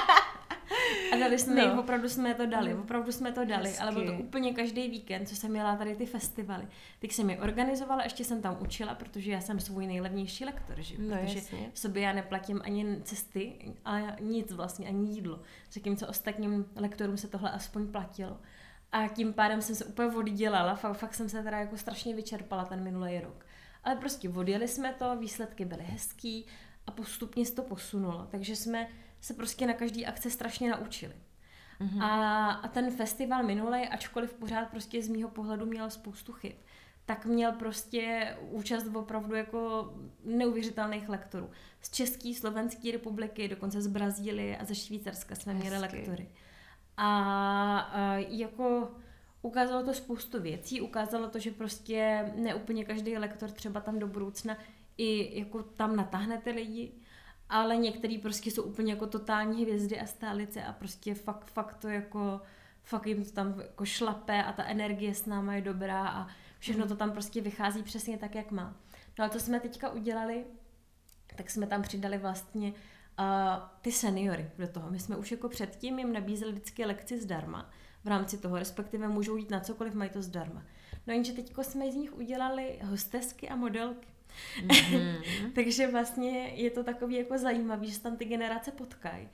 A dali jsme, no. opravdu jsme to dali, opravdu jsme to dali, Hezky. Ale byl to úplně každý víkend, co jsem měla tady ty festivaly. Teď jsem je organizovala, ještě jsem tam učila, protože já jsem svůj nejlevnější lektor, že? No, protože jasně. v sobě já neplatím ani cesty, ale nic vlastně, ani jídlo. Zatímco ostatním lektorům se tohle aspoň platilo. A tím pádem jsem se úplně oddělala, fakt, fakt jsem se teda jako strašně vyčerpala ten minulý rok. Ale prostě odjeli jsme to, výsledky byly hezký a postupně se to posunulo. Takže jsme se prostě na každý akce strašně naučili. Mm-hmm. A, a ten festival minulej, ačkoliv pořád prostě z mýho pohledu měl spoustu chyb, tak měl prostě účast opravdu jako neuvěřitelných lektorů. Z České, Slovenské republiky, dokonce z Brazílie a ze Švýcarska jsme Hezky. měli lektory. A, a jako ukázalo to spoustu věcí, ukázalo to, že prostě ne úplně každý lektor třeba tam do budoucna i jako tam natáhne ty lidi, ale některý prostě jsou úplně jako totální hvězdy a stálice a prostě fakt, fakt to jako, fakt jim to tam jako šlape a ta energie s náma je dobrá a všechno to tam prostě vychází přesně tak, jak má. No a to jsme teďka udělali, tak jsme tam přidali vlastně uh, ty seniory do toho. My jsme už jako předtím jim nabízeli vždycky lekci zdarma v rámci toho, respektive můžou jít na cokoliv, mají to zdarma. No jenže teďko jsme z nich udělali hostesky a modelky. Mm-hmm. Takže vlastně je to takový jako zajímavý, že se tam ty generace potkají.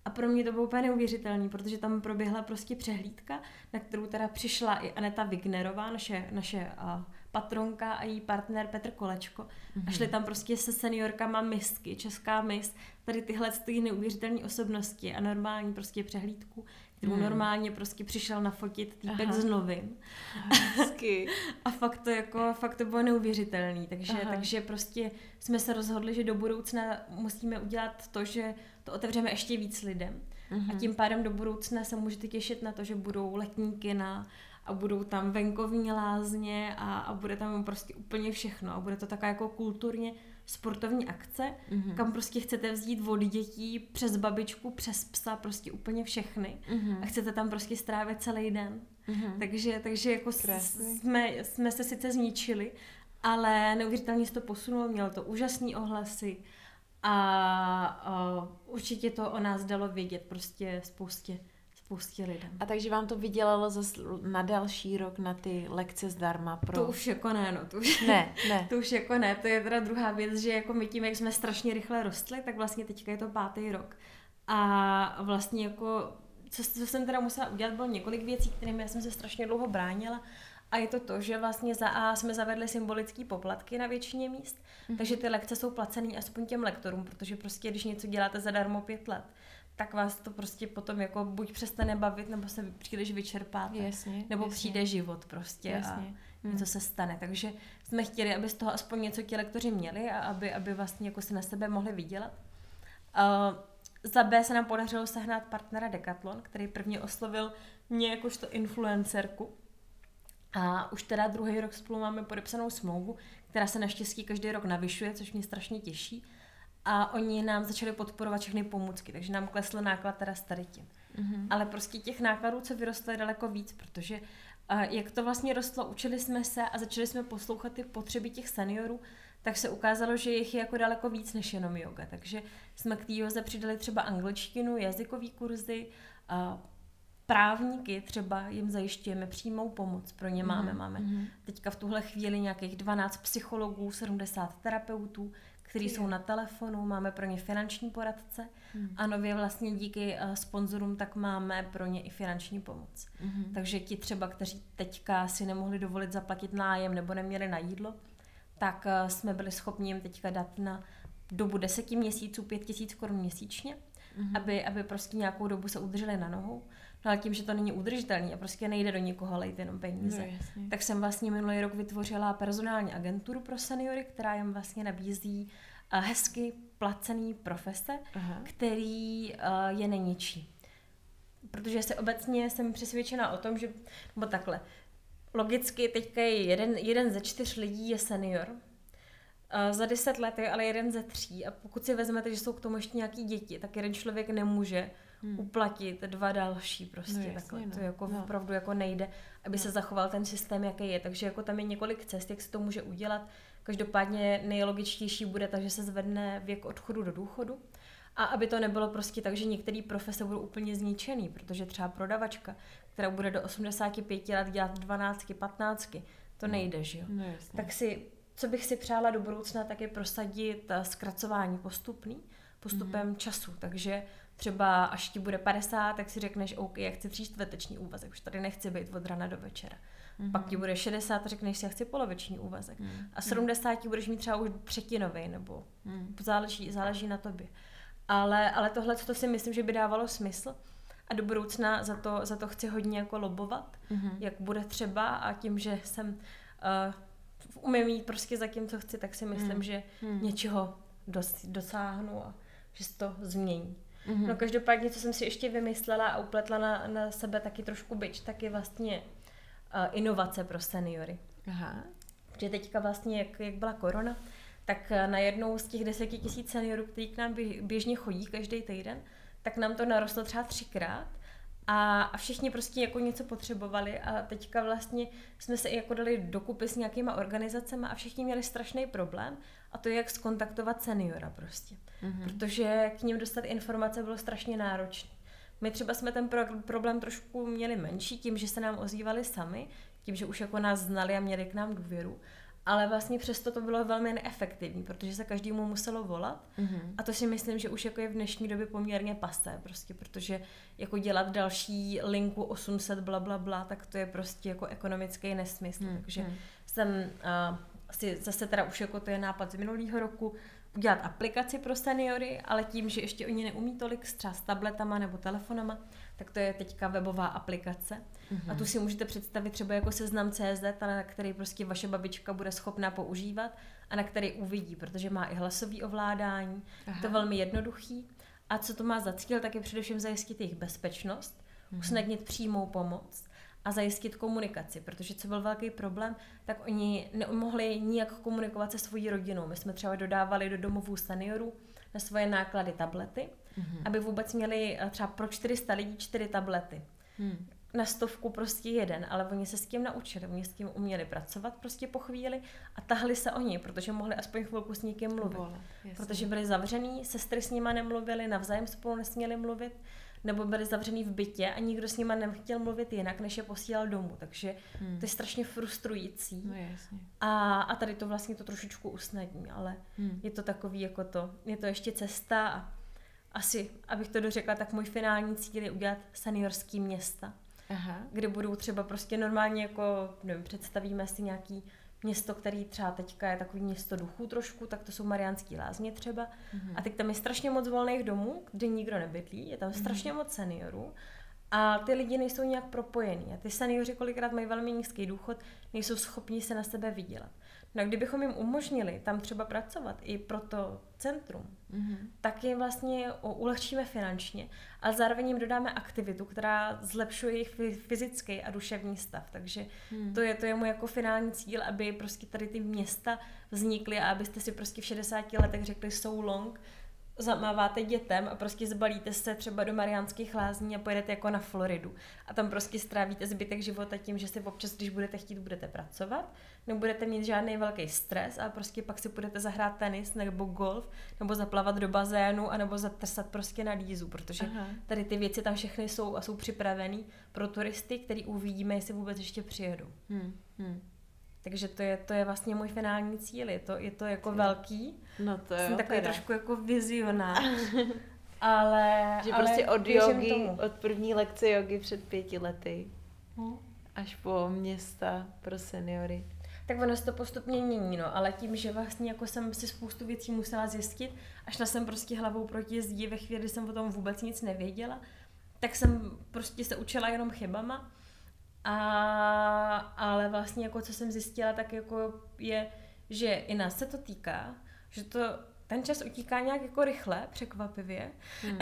A pro mě to bylo úplně neuvěřitelné, protože tam proběhla prostě přehlídka, na kterou teda přišla i Aneta Wignerová, naše, naše uh, patronka a její partner Petr Kolečko. Mm-hmm. A šli tam prostě se seniorkama mistky, česká mist, tady tyhle ty neuvěřitelné osobnosti a normální prostě přehlídku, kterou mm. normálně prostě přišel nafotit týpek Aha. z novin. Hezky. A fakt to jako, fakt to bylo neuvěřitelný, takže, takže prostě jsme se rozhodli, že do budoucna musíme udělat to, že to otevřeme ještě víc lidem. Mm-hmm. A tím pádem do budoucna se můžete těšit na to, že budou letní kina a budou tam venkovní lázně a, a bude tam prostě úplně všechno. A bude to taková jako kulturně sportovní akce, mm-hmm. kam prostě chcete vzít od dětí přes babičku, přes psa, prostě úplně všechny. Mm-hmm. A chcete tam prostě strávit celý den. Mm-hmm. Takže, takže jako jsme, jsme se sice zničili, ale neuvěřitelně se to posunulo, mělo to úžasný ohlasy a, a určitě to o nás dalo vědět prostě spoustě spoustě lidem. A takže vám to vydělalo zas na další rok na ty lekce zdarma pro... To už jako ne, no. To už, ne, ne. To už jako ne. To je teda druhá věc, že jako my tím, jak jsme strašně rychle rostli, tak vlastně teďka je to pátý rok. A vlastně jako, co, co jsem teda musela udělat, bylo několik věcí, kterými já jsem se strašně dlouho bránila. A je to to, že vlastně za A jsme zavedli symbolické poplatky na většině míst, mm-hmm. takže ty lekce jsou placený aspoň těm lektorům, protože prostě když něco děláte zadarmo pět let, tak vás to prostě potom jako buď přestane bavit, nebo se příliš vyčerpáte, jasně, nebo jasně. přijde život prostě jasně. a něco se stane. Takže jsme chtěli, aby z toho aspoň něco ti lektoři měli a aby, aby vlastně jako si na sebe mohli vydělat. Uh, za B se nám podařilo sehnat partnera Decathlon, který prvně oslovil mě jakožto influencerku. A už teda druhý rok spolu máme podepsanou smlouvu, která se naštěstí každý rok navyšuje, což mě strašně těší. A oni nám začali podporovat všechny pomůcky, takže nám klesl náklad teda s tady tím. Mm-hmm. Ale prostě těch nákladů, co vyrostlo, je daleko víc, protože uh, jak to vlastně rostlo, učili jsme se a začali jsme poslouchat ty potřeby těch seniorů, tak se ukázalo, že jich je jako daleko víc než jenom yoga. Takže jsme k té józe přidali třeba angličtinu, jazykový kurzy, uh, právníky třeba jim zajišťujeme přímou pomoc, pro ně máme. Mm-hmm. Máme teďka v tuhle chvíli nějakých dvanáct psychologů, sedmdesát terapeutů, kteří jsou na telefonu, máme pro ně finanční poradce mm. a nově vlastně díky uh, sponzorům tak máme pro ně i finanční pomoc. Mm. Takže ti třeba, kteří teďka si nemohli dovolit zaplatit nájem nebo neměli na jídlo, tak uh, jsme byli schopni jim teďka dát na dobu deseti měsíců pět tisíc korun měsíčně, mm. aby, aby prostě nějakou dobu se udrželi na nohou. No ale tím, že to není udržitelný a prostě nejde do nikoho lejt jenom peníze, no, tak jsem vlastně minulý rok vytvořila personální agenturu pro seniory, která jim vlastně nabízí uh, hezky placený profese, Aha. který uh, je neničí. Protože se obecně jsem přesvědčena o tom, že, nebo takhle, logicky teďka je jeden, jeden ze čtyř lidí je senior, Uh, za deset let je ale jeden ze tří a pokud si vezmete, že jsou k tomu ještě nějaký děti, tak jeden člověk nemůže hmm. uplatit dva další prostě no, takhle. Jasně, no. To jako no. opravdu jako nejde, aby no. se zachoval ten systém, jaký je. Takže jako tam je několik cest, jak se to může udělat. Každopádně nejlogičtější bude tak, že se zvedne věk odchodu do důchodu a aby to nebylo prostě tak, že některé profese budou úplně zničený, protože třeba prodavačka, která bude do osmdesáti pěti let dělat dvanáctky, patnáctky, to no. nejde, že jo. No, tak si co bych si přála do budoucna, tak je prosadit zkracování postupný, postupem mm-hmm. času. Takže třeba až ti bude padesát, tak si řekneš, OK, já chci tříčtvrteční úvazek, už tady nechci být od rana do večera. Mm-hmm. Pak ti bude šedesát, řekneš si, já chci poloviční úvazek. Mm-hmm. A sedmdesát budeš mít třeba už třetinový, nebo mm-hmm. záleží, záleží na tobě. Ale, ale tohle to si myslím, že by dávalo smysl. A do budoucna za to, za to chci hodně jako lobovat, mm-hmm. jak bude třeba a tím, že jsem... Uh, umím jít prostě za tím, co chci, tak si myslím, mm. že mm. něčeho dos, dosáhnu a že se to změní. Mm. No každopádně, co jsem si ještě vymyslela a upletla na, na sebe taky trošku bič, tak je vlastně uh, inovace pro seniory. Aha. Protože teďka vlastně, jak, jak byla korona, tak na jednou z těch deseti tisíc seniorů, kteří k nám běžně chodí každý týden, tak nám to narostlo třeba třikrát. A, a všichni prostě jako něco potřebovali a teďka vlastně jsme se jako dali dokupy s nějakýma organizacemi a všichni měli strašný problém a to je jak skontaktovat seniora prostě. Mm-hmm. Protože k ním dostat informace bylo strašně náročné. My třeba jsme ten pro- problém trošku měli menší tím, že se nám ozývali sami, tím, že už jako nás znali a měli k nám důvěru. ale vlastně přesto to bylo velmi neefektivní, protože se každému muselo volat mm-hmm. a to si myslím, že už jako je v dnešní době poměrně pasé prostě, protože jako dělat další linku osm set bla bla bla, tak to je prostě jako ekonomický nesmysl, mm-hmm. takže jsem uh, asi zase teda už jako to je nápad z minulého roku, udělat aplikaci pro seniory, ale tím, že ještě oni neumí tolik třeba s tabletama nebo telefonama, tak to je teďka webová aplikace. Mm-hmm. A tu si můžete představit třeba jako Seznam tečka cé zet, na který prostě vaše babička bude schopná používat a na který uvidí, protože má i hlasový ovládání. Aha. Je to velmi jednoduchý. A co to má za cíl, tak je především zajistit jejich bezpečnost, mm-hmm. usnadnit přímou pomoc a zajistit komunikaci, protože co byl velký problém, tak oni nemohli nijak komunikovat se svojí rodinou. My jsme třeba dodávali do domovů seniorů na svoje náklady tablety, mm-hmm. aby vůbec měli třeba pro čtyři sta lidí čtyři tablety. Mm. Na stovku prostě jeden, ale oni se s tím naučili, oni s tím uměli pracovat prostě po chvíli a tahli se oni, protože mohli aspoň chvilku s někým mluvit. Vole, protože byli zavřený, sestry s nima nemluvili, navzájem spolu nesměli mluvit, nebo byli zavřený v bytě a nikdo s nima nechtěl mluvit jinak, než je posílal domů, takže hmm. to je strašně frustrující. No jasně. A, a tady to vlastně to trošičku usnadní, ale hmm. je to takový jako to, je to ještě cesta a asi, abych to dořekla, tak můj finální cíl je udělat seniorský města. Aha. Kde budou třeba prostě normálně jako, nevím, představíme si nějaký město, který třeba teďka je takový město duchů trošku, tak to jsou Mariánský Lázně třeba. Mm-hmm. A teď tam je strašně moc volných domů, kde nikdo nebydlí, je tam mm-hmm. strašně moc seniorů a ty lidi nejsou nějak propojení. A ty seniori kolikrát mají velmi nízký důchod, nejsou schopni se na sebe vydělat. No a kdybychom jim umožnili tam třeba pracovat i pro to centrum, mm-hmm. tak jim vlastně ulehčíme finančně, ale zároveň jim dodáme aktivitu, která zlepšuje jejich fyzický a duševní stav. Takže mm. to je to je můj jako finální cíl, aby prostě tady ty města vznikly a abyste si prostě v šedesáti letech řekli so long, zamáváte dětem a prostě zbalíte se třeba do Mariánských Lázní a pojedete jako na Floridu. A tam prostě strávíte zbytek života tím, že si občas, když budete chtít, budete pracovat, nebudete mít žádný velký stres a prostě pak si budete zahrát tenis nebo golf, nebo zaplavat do bazénu, anebo zatrsat prostě na lízu, protože Aha. tady ty věci tam všechny jsou a jsou připravený pro turisty, který uvidíme, jestli vůbec ještě přijedou. Hmm. Hmm. Takže to je, to je vlastně můj finální cíl, je to, je to jako Cíl. velký. No to Jsem jo, takový teda. trošku jako vizionář. ale Že ale prostě od jogy, od první lekce jogy před pěti lety hmm. až po města pro seniory. Tak ono se to postupně mění, no, ale tím, že vlastně jako jsem si spoustu věcí musela zjistit, a šla jsem prostě hlavou proti zdi ve chvíli, kdy jsem o tom vůbec nic nevěděla, tak jsem prostě se učila jenom chybama. A, ale vlastně jako co jsem zjistila, tak jako je, že i nás se to týká, že to ten čas utíká nějak jako rychle, překvapivě, hmm.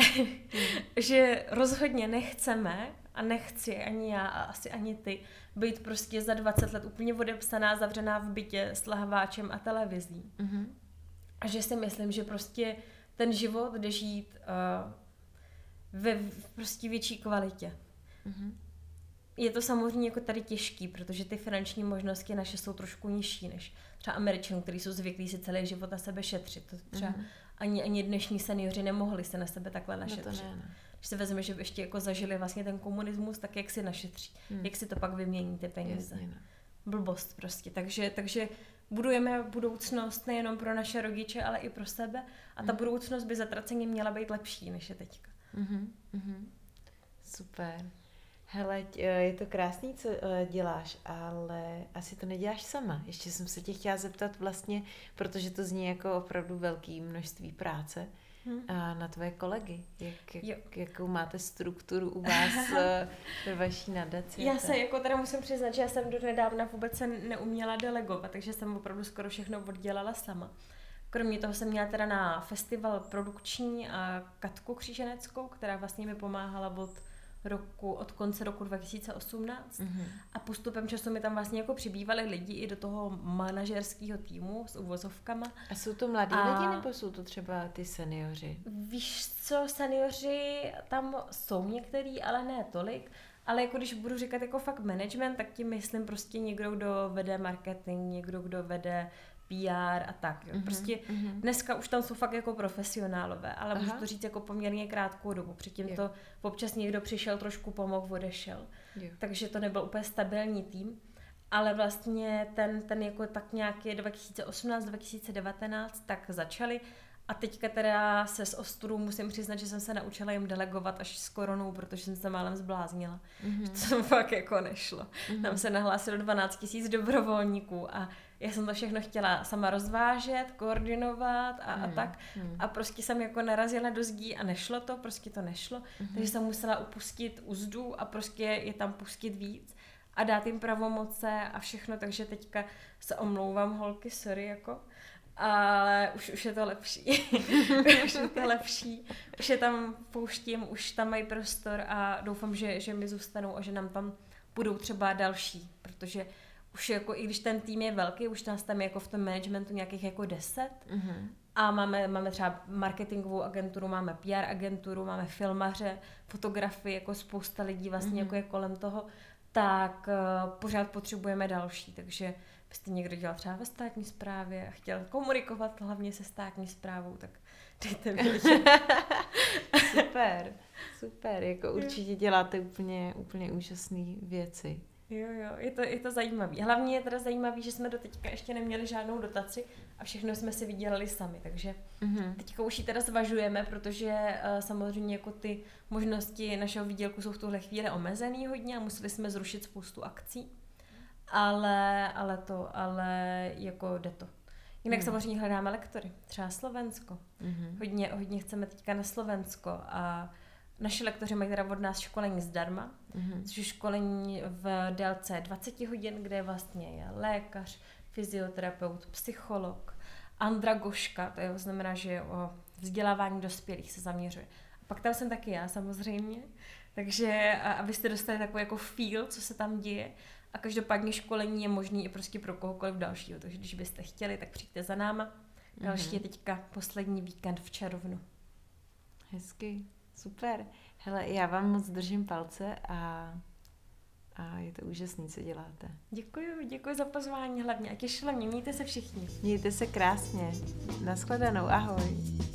že rozhodně nechceme a nechci ani já a asi ani ty být prostě za dvacet let úplně odepsaná, zavřená v bytě s lahváčem a televizí. Hmm. A že si myslím, že prostě ten život jde žít uh, ve prostě větší kvalitě. Hmm. Je to samozřejmě jako tady těžký, protože ty finanční možnosti naše jsou trošku nižší než třeba Američanů, kteří jsou zvyklí si celý život na sebe šetřit. To třeba mm-hmm. ani, ani dnešní seniori nemohli se na sebe takhle našetřit. No to ne, ne. Když se vezme, že ještě jako zažili vlastně ten komunismus, tak jak si našetří, mm. jak si to pak vymění ty peníze. Jasně, ne. Blbost prostě. Takže, takže budujeme budoucnost nejenom pro naše rodiče, ale i pro sebe a ta mm. budoucnost by zatraceně měla být lepší, než je teďka. Mm-hmm. Mm-hmm. Super. Hele, je to krásný, co děláš, ale asi to neděláš sama. Ještě jsem se tě chtěla zeptat vlastně, protože to zní jako opravdu velké množství práce, hmm. a na tvoje kolegy. Jak, jak, jakou máte strukturu u vás ve vaší nadaci? Já se jako teda musím přiznat, že já jsem do nedávna vůbec se neuměla delegovat, takže jsem opravdu skoro všechno oddělala sama. Kromě toho jsem měla teda na festival produkční a Katku Kříženeckou, která vlastně mi pomáhala od roku, od konce roku dva tisíce osmnáct mm-hmm. a postupem času mi tam vlastně jako přibývali lidi i do toho manažerského týmu s uvozovkama. A jsou to mladí a... lidi nebo jsou to třeba ty seniori? Víš co, seniori tam jsou některý, ale ne tolik, ale jako když budu říkat jako fakt management, tak tím myslím prostě někdo, kdo vede marketing, někdo, kdo vede P R a tak. Jo. Prostě mm-hmm. dneska už tam jsou fakt jako profesionálové, ale Aha. můžu to říct jako poměrně krátkou dobu. Předtím jo. to občas někdo přišel, trošku pomohl, odešel. Jo. Takže to nebyl úplně stabilní tým. ale vlastně ten, ten jako tak nějaký dva tisíce osmnáct dva tisíce devatenáct tak začali a teďka teda se s ostudou musím přiznat, že jsem se naučila jim delegovat až s koronou, protože jsem se málem zbláznila. Mm-hmm. To jsem fakt jako nešlo. Mm-hmm. Tam se nahlásilo dvanáct tisíc dobrovolníků a já jsem to všechno chtěla sama rozvážet, koordinovat a, mm-hmm. a tak. A prostě jsem jako narazila do zdí a nešlo to, prostě to nešlo. Mm-hmm. Takže jsem musela upustit uzdu a prostě je tam pustit víc a dát jim pravomoce a všechno, takže teďka se omlouvám holky, sorry jako. Ale už, už je to lepší. Už je to lepší. Už je tam pouštím, už tam mají prostor a doufám, že, že mi zůstanou a že nám tam budou třeba další, protože už jako, i když ten tým je velký, už nás tam je jako v tom managementu nějakých jako deset mm-hmm. a máme, máme třeba marketingovou agenturu, máme P R agenturu, máme filmaře, fotografii, jako spousta lidí vlastně mm-hmm. jako je kolem toho, tak uh, pořád potřebujeme další, takže byste někdo dělal třeba ve státní správě a chtěl komunikovat hlavně se státní správou, tak dejte mi. Super, super, jako určitě děláte úplně, úplně úžasné věci. Jo, jo, je to, je to zajímavý. Hlavně je teda zajímavý, že jsme do teďka ještě neměli žádnou dotaci a všechno jsme si vydělali sami, takže mm-hmm. teďka už ji teda zvažujeme, protože uh, samozřejmě jako ty možnosti našeho výdělku jsou v tuhle chvíli omezený hodně a museli jsme zrušit spoustu akcí. Ale, ale to, ale jako jde to. Jinak mm. samozřejmě hledáme lektory, třeba Slovensko. Mm-hmm. Hodně, hodně chceme teďka na Slovensko a naši lektoři mají teda od nás školení zdarma, mm-hmm. což je školení v délce dvacet hodin, kde vlastně je lékař, fyzioterapeut, psycholog, andragoška, to je, znamená, že o vzdělávání dospělých se zaměřuje. A pak tam jsem taky já samozřejmě, takže abyste dostali takový jako feel, co se tam děje. A každopádně školení je možný i prostě pro kohokoliv dalšího, takže když byste chtěli, tak přijďte za náma. Další mm-hmm. je teďka poslední víkend v červnu. Hezky, super. Hele, já vám moc držím palce a, a je to úžasný, co děláte. Děkuji, děkuji za pozvání hlavně a těšila mě, mějte se všichni. Mějte se krásně. Nashledanou, ahoj.